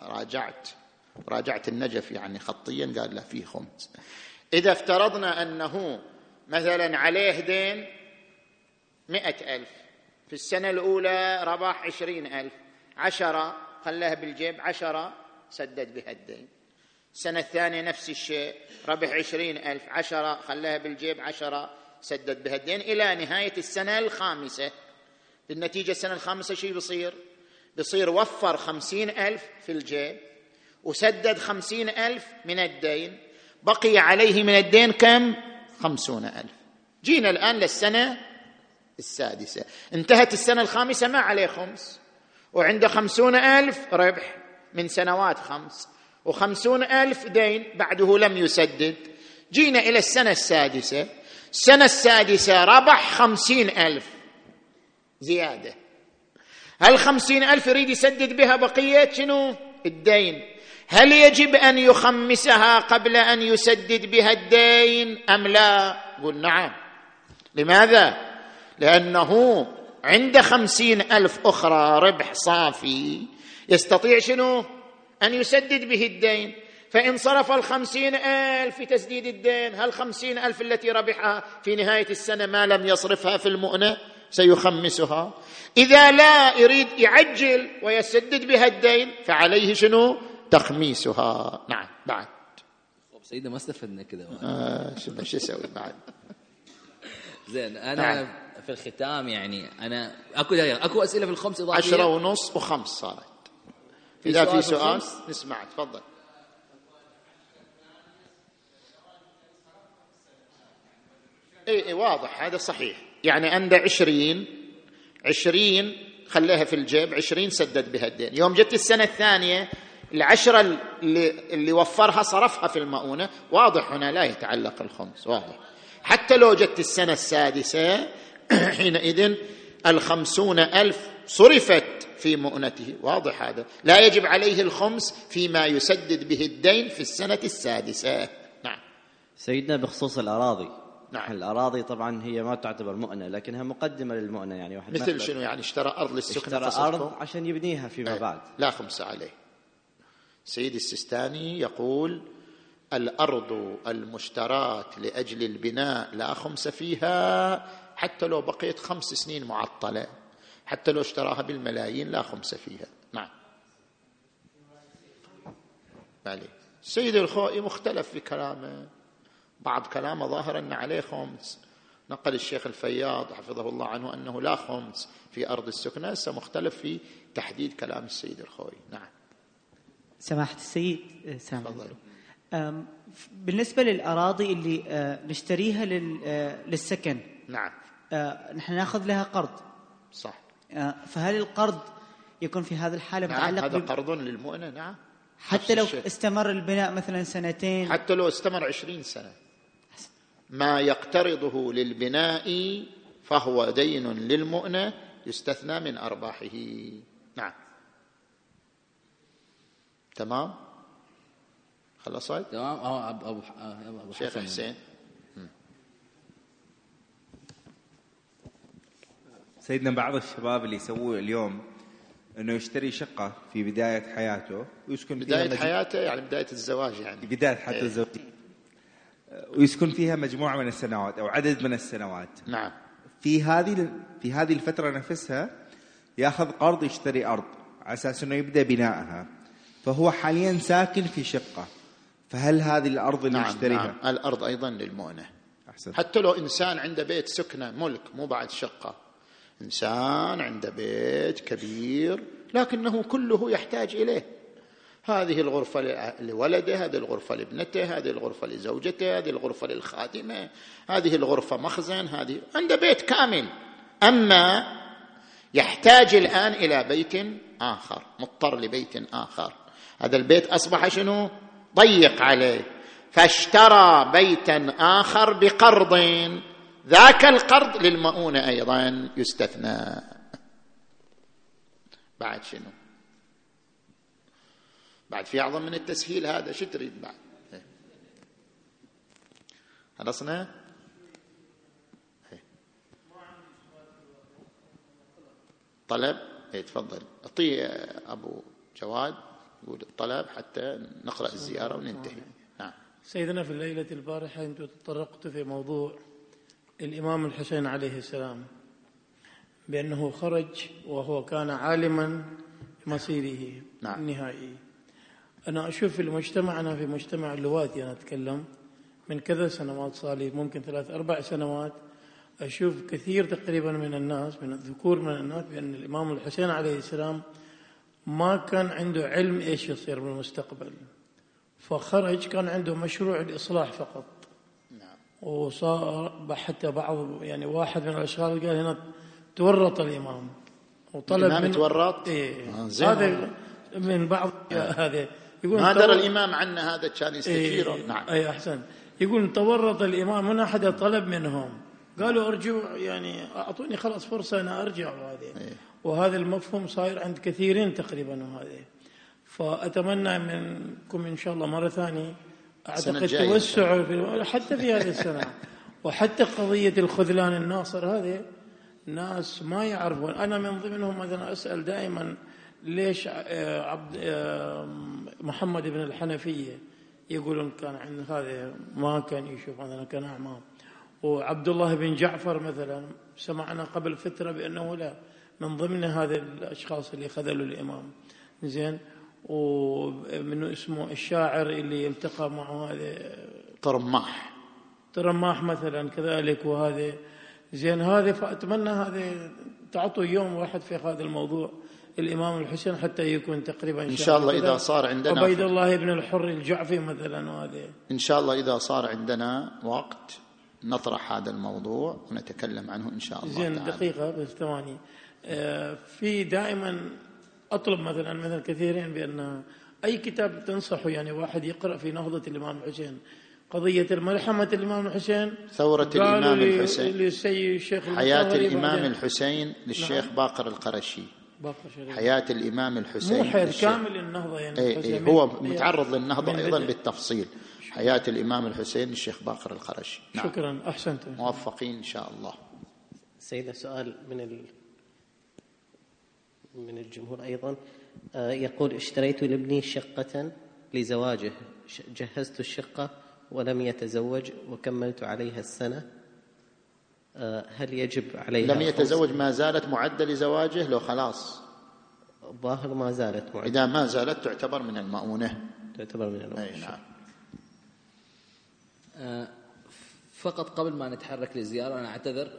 Speaker 2: راجعت النجف يعني خطيا قال له فيه خمس. إذا افترضنا أنه مثلا عليه دين 100,000، في السنة الأولى ربح 20,000، 10 خلاها بالجيب، 10 سدد بها الدين. السنة الثانية نفس الشيء، ربح 20,000، 10 خلاها بالجيب، 10 سدد بها الدين إلى نهاية السنة الخامسة. بالنتيجة السنة الخامسة شيء بصير وفر 50,000 في الجيب وسدد 50,000 من الدين، بقي عليه من الدين كم؟ 50,000. جينا الآن للسنة السادسة، انتهت السنة الخامسة ما عليه خمس، وعنده 50,000 ربح من سنوات 5 و50,000 دين بعده لم يسدد. جينا إلى السنة السادسة، السنة السادسة ربح 50,000 زيادة. هل 50,000 يريد يسدد بها بقية شنو؟ الدين. هل يجب أن يخمسها قبل أن يسدد بها الدين أم لا؟ قل نعم. لماذا؟ لأنه عند 50,000 أخرى ربح صافي يستطيع شنو؟ أن يسدد به الدين. فإن صرف 50,000 في تسديد الدين، هل 50,000 التي ربحها في نهاية السنة ما لم يصرفها في المؤنة سيخمسها؟ إذا لا يريد يعجل ويسدد بها الدين فعليه شنو؟ تخميسها. نعم. بعد
Speaker 1: سيدنا ما استفدنا كذا.
Speaker 2: شو اسوي بعد؟
Speaker 1: زين انا في الختام يعني انا اكو اسئله في الخمس اضافيه.
Speaker 2: 10:30 و5 صارت. اذا في سؤال نسمع، تفضل. اي واضح هذا صحيح. يعني عنده 20 خليها في الجيب، 20 سدد بها الدين. يوم جت السنة الثانية 10 اللي وفرها صرفها في المؤونة. واضح هنا لا يتعلق الخمس، واضح. حتى لو جت السنة السادسة حينئذ 50,000 صرفت في مؤنته. واضح هذا، لا يجب عليه الخمس فيما يسدد به الدين في السنة السادسة. نعم.
Speaker 9: سيدنا بخصوص الأراضي،
Speaker 2: نعم.
Speaker 9: الأراضي طبعا هي ما تعتبر مؤنة لكنها مقدمة للمؤنة. يعني واحد
Speaker 2: مثل شنو؟ يعني اشترى أرض للسكن،
Speaker 9: اشترى أرض عشان يبنيها فيما بعد،
Speaker 2: لا خمس عليه. سيد السيستاني يقول الأرض المشتراة لأجل البناء لا خمس فيها حتى لو بقيت 5 سنين معطلة، حتى لو اشتراها بالملايين لا خمس فيها. نعم. السيد الخوئي مختلف في كلامه، بعض كلامه ظاهر أن عليه خمس. نقل الشيخ الفياض حفظه الله عنه أنه لا خمس في أرض السكنة، مختلف في تحديد كلام السيد الخوئي. نعم.
Speaker 10: سماحة السيد بالنسبة للأراضي اللي نشتريها للسكن،
Speaker 2: نعم،
Speaker 10: نحن نأخذ لها قرض،
Speaker 2: صح.
Speaker 10: فهل القرض يكون في هذه الحالة متعلق
Speaker 2: هذا قرض للمؤنة؟ نعم.
Speaker 10: حتى لو استمر البناء مثلا 2
Speaker 2: حتى لو استمر 20 سنة، ما يقترضه للبناء فهو دين للمؤنة يستثنى من أرباحه. نعم. تمام. خلصت؟
Speaker 1: تمام. أبو
Speaker 2: شيخ حسين.
Speaker 11: سيدنا بعض الشباب اللي يسووا اليوم انه يشتري شقة في بداية حياته ويسكن فيها
Speaker 2: بداية حياته يعني بداية الزواج، يعني
Speaker 11: بداية حياته الزوجية، ويسكن فيها مجموعة من السنوات أو عدد من السنوات.
Speaker 2: نعم.
Speaker 11: في هذه الفترة نفسها ياخذ قرض يشتري أرض على أساس إنه يبدأ بنائها، فهو حاليا ساكن في شقة، فهل هذه الأرض اللي يشتريها؟
Speaker 2: نعم. الأرض أيضا للمؤنة.
Speaker 11: أحسن.
Speaker 2: حتى لو إنسان عنده بيت سكنة ملك مو بعد شقة، إنسان عنده بيت كبير لكنه كله يحتاج إليه، هذه الغرفة لولده، هذه الغرفة لابنته، هذه الغرفة لزوجته، هذه الغرفة للخادمة، هذه الغرفة مخزن، هذه عنده بيت كامل. أما يحتاج الآن إلى بيت آخر، مضطر لبيت آخر، هذا البيت أصبح شنو؟ ضيق عليه، فاشترى بيتا آخر بقرض، ذاك القرض للمؤونة أيضا يستثنى. بعد شنو؟ بعد في أعظم من التسهيل هذا؟ شو تريد بعد؟ خلصنا؟ طلب؟ تفضل اعطيه أبو جواد يقول الطلب حتى نقرأ الزيارة وننتهي. نعم.
Speaker 12: سيدنا، في الليلة البارحة أنتم تطرقت في موضوع الإمام الحسين عليه السلام بأنه خرج وهو كان عالما بمصيره النهائي. أنا أشوف في مجتمعنا، في مجتمع اللواتي، أنا أتكلم من كذا سنوات صار ممكن 3-4 سنوات، أشوف كثير تقريبا من الناس، من الذكور من الناس، بأن الإمام الحسين عليه السلام ما كان عنده علم إيش يصير بالمستقبل، فخرج كان عنده مشروع الإصلاح فقط. وصار حتى بعض يعني واحد من الأشخاص قال هنا تورط الإمام وطلب
Speaker 2: الإمام تورط؟
Speaker 12: هذا من بعض هذا يقول
Speaker 2: ما درى الإمام عنا، هذا كان يستشيره.
Speaker 12: نعم. أي أحسن. يقول تورط الإمام، هنا حدا طلب منهم قالوا ارجعوا، يعني أعطوني خلاص فرصة أنا أرجع. وهذا المفهوم صاير عند كثيرين تقريبا. وهذا فأتمنى منكم إن شاء الله مرة ثانية أعتقد توسعوا حتى في هذه السنة. وحتى قضية الخذلان الناصر هذه ناس ما يعرفون. أنا من ضمنهم مثلا أسأل دائما ليش محمد بن الحنفية يقولون كان عند هذا ما كان يشوف، مثلا كان أعمى. وعبد الله بن جعفر مثلا سمعنا قبل فترة بأنه لا من ضمن هذه الأشخاص اللي خذلوا الإمام. زين. ومن اسمه الشاعر اللي التقى معه هذا ترماح مثلا كذلك. وهذا زين هذا. فأتمنى هذا تعطوا يوم واحد في هذا الموضوع الإمام الحسين حتى يكون تقريبا
Speaker 2: إن شاء الله إذا صار عندنا
Speaker 12: عبيد الله بن الحر الجعفي مثلا. وهذا إن
Speaker 2: شاء الله إذا صار عندنا وقت نطرح هذا الموضوع ونتكلم عنه إن شاء الله.
Speaker 12: زين. دقيقة بس ثواني. في دائما أطلب مثلا كثيرين بأن أي كتاب تنصحه يعني واحد يقرأ في نهضة الإمام الحسين، قضية الملحمة الإمام الحسين،
Speaker 2: ثورة الإمام الحسين،
Speaker 12: حياة
Speaker 2: الإمام الحسين للشيخ باقر القرشي. حياة الإمام الحسين
Speaker 12: مو حياة كامل النهضة يعني.
Speaker 2: هو متعرض للنهضة أيضا بالتفصيل. حياة الإمام الحسين للشيخ باقر القرشي.
Speaker 12: نعم. شكرا. أحسنت.
Speaker 2: موفقين إن شاء الله.
Speaker 4: سيدنا سؤال من الجمهور أيضا. يقول اشتريت لابني شقة لزواجه، جهزت الشقة ولم يتزوج وكملت عليها السنة، هل يجب عليها؟
Speaker 2: لم يتزوج، ما زالت معدة لزواجه؟ لو خلاص
Speaker 4: ظاهر ما زالت معدة.
Speaker 2: إذا ما زالت تعتبر من المؤونة.
Speaker 1: نعم. فقط قبل ما نتحرك للزيارة أنا أعتذر،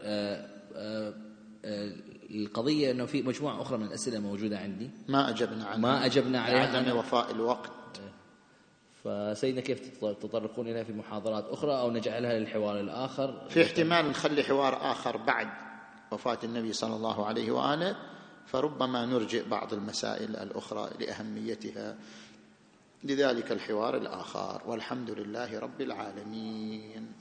Speaker 1: القضية أنه في مجموعة أخرى من الأسئلة موجودة عندي
Speaker 2: ما أجبنا عليها
Speaker 1: عدم
Speaker 2: وفاء الوقت.
Speaker 1: فسيدنا كيف تطرقون إليها في محاضرات أخرى أو نجعلها للحوار الآخر؟
Speaker 2: في احتمال نخلي حوار آخر بعد وفاة النبي صلى الله عليه وآله، فربما نرجع بعض المسائل الأخرى لأهميتها لذلك الحوار الآخر. والحمد لله رب العالمين.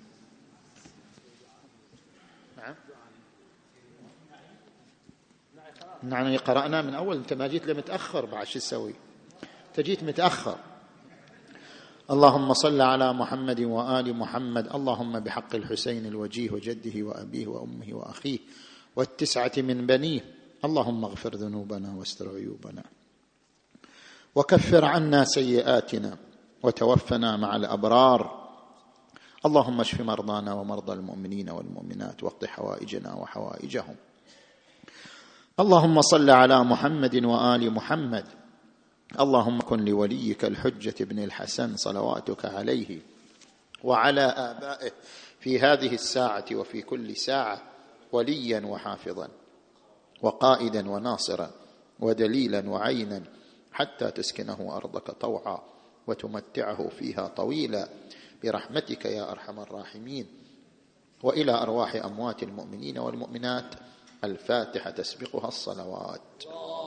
Speaker 2: نعم قرأنا من أول. أنت ما جيت متأخر بعد شو تسوي؟ أنت جيت متأخر. اللهم صل على محمد وآل محمد. اللهم بحق الحسين الوجيه وجده وأبيه وأمه وأخيه والتسعة من بنيه، اللهم اغفر ذنوبنا واستر عيوبنا وكفر عنا سيئاتنا وتوفنا مع الأبرار. اللهم اشف مرضانا ومرضى المؤمنين والمؤمنات واقض حوائجنا وحوائجهم. اللهم صل على محمد وآل محمد. اللهم كن لوليك الحجة ابن الحسن صلواتك عليه وعلى آبائه في هذه الساعة وفي كل ساعة وليا وحافظا وقائدا وناصرا ودليلا وعينا حتى تسكنه أرضك طوعا وتمتعه فيها طويلا برحمتك يا أرحم الراحمين. وإلى أرواح أموات المؤمنين والمؤمنات. الفاتحة تسبقها الصلوات.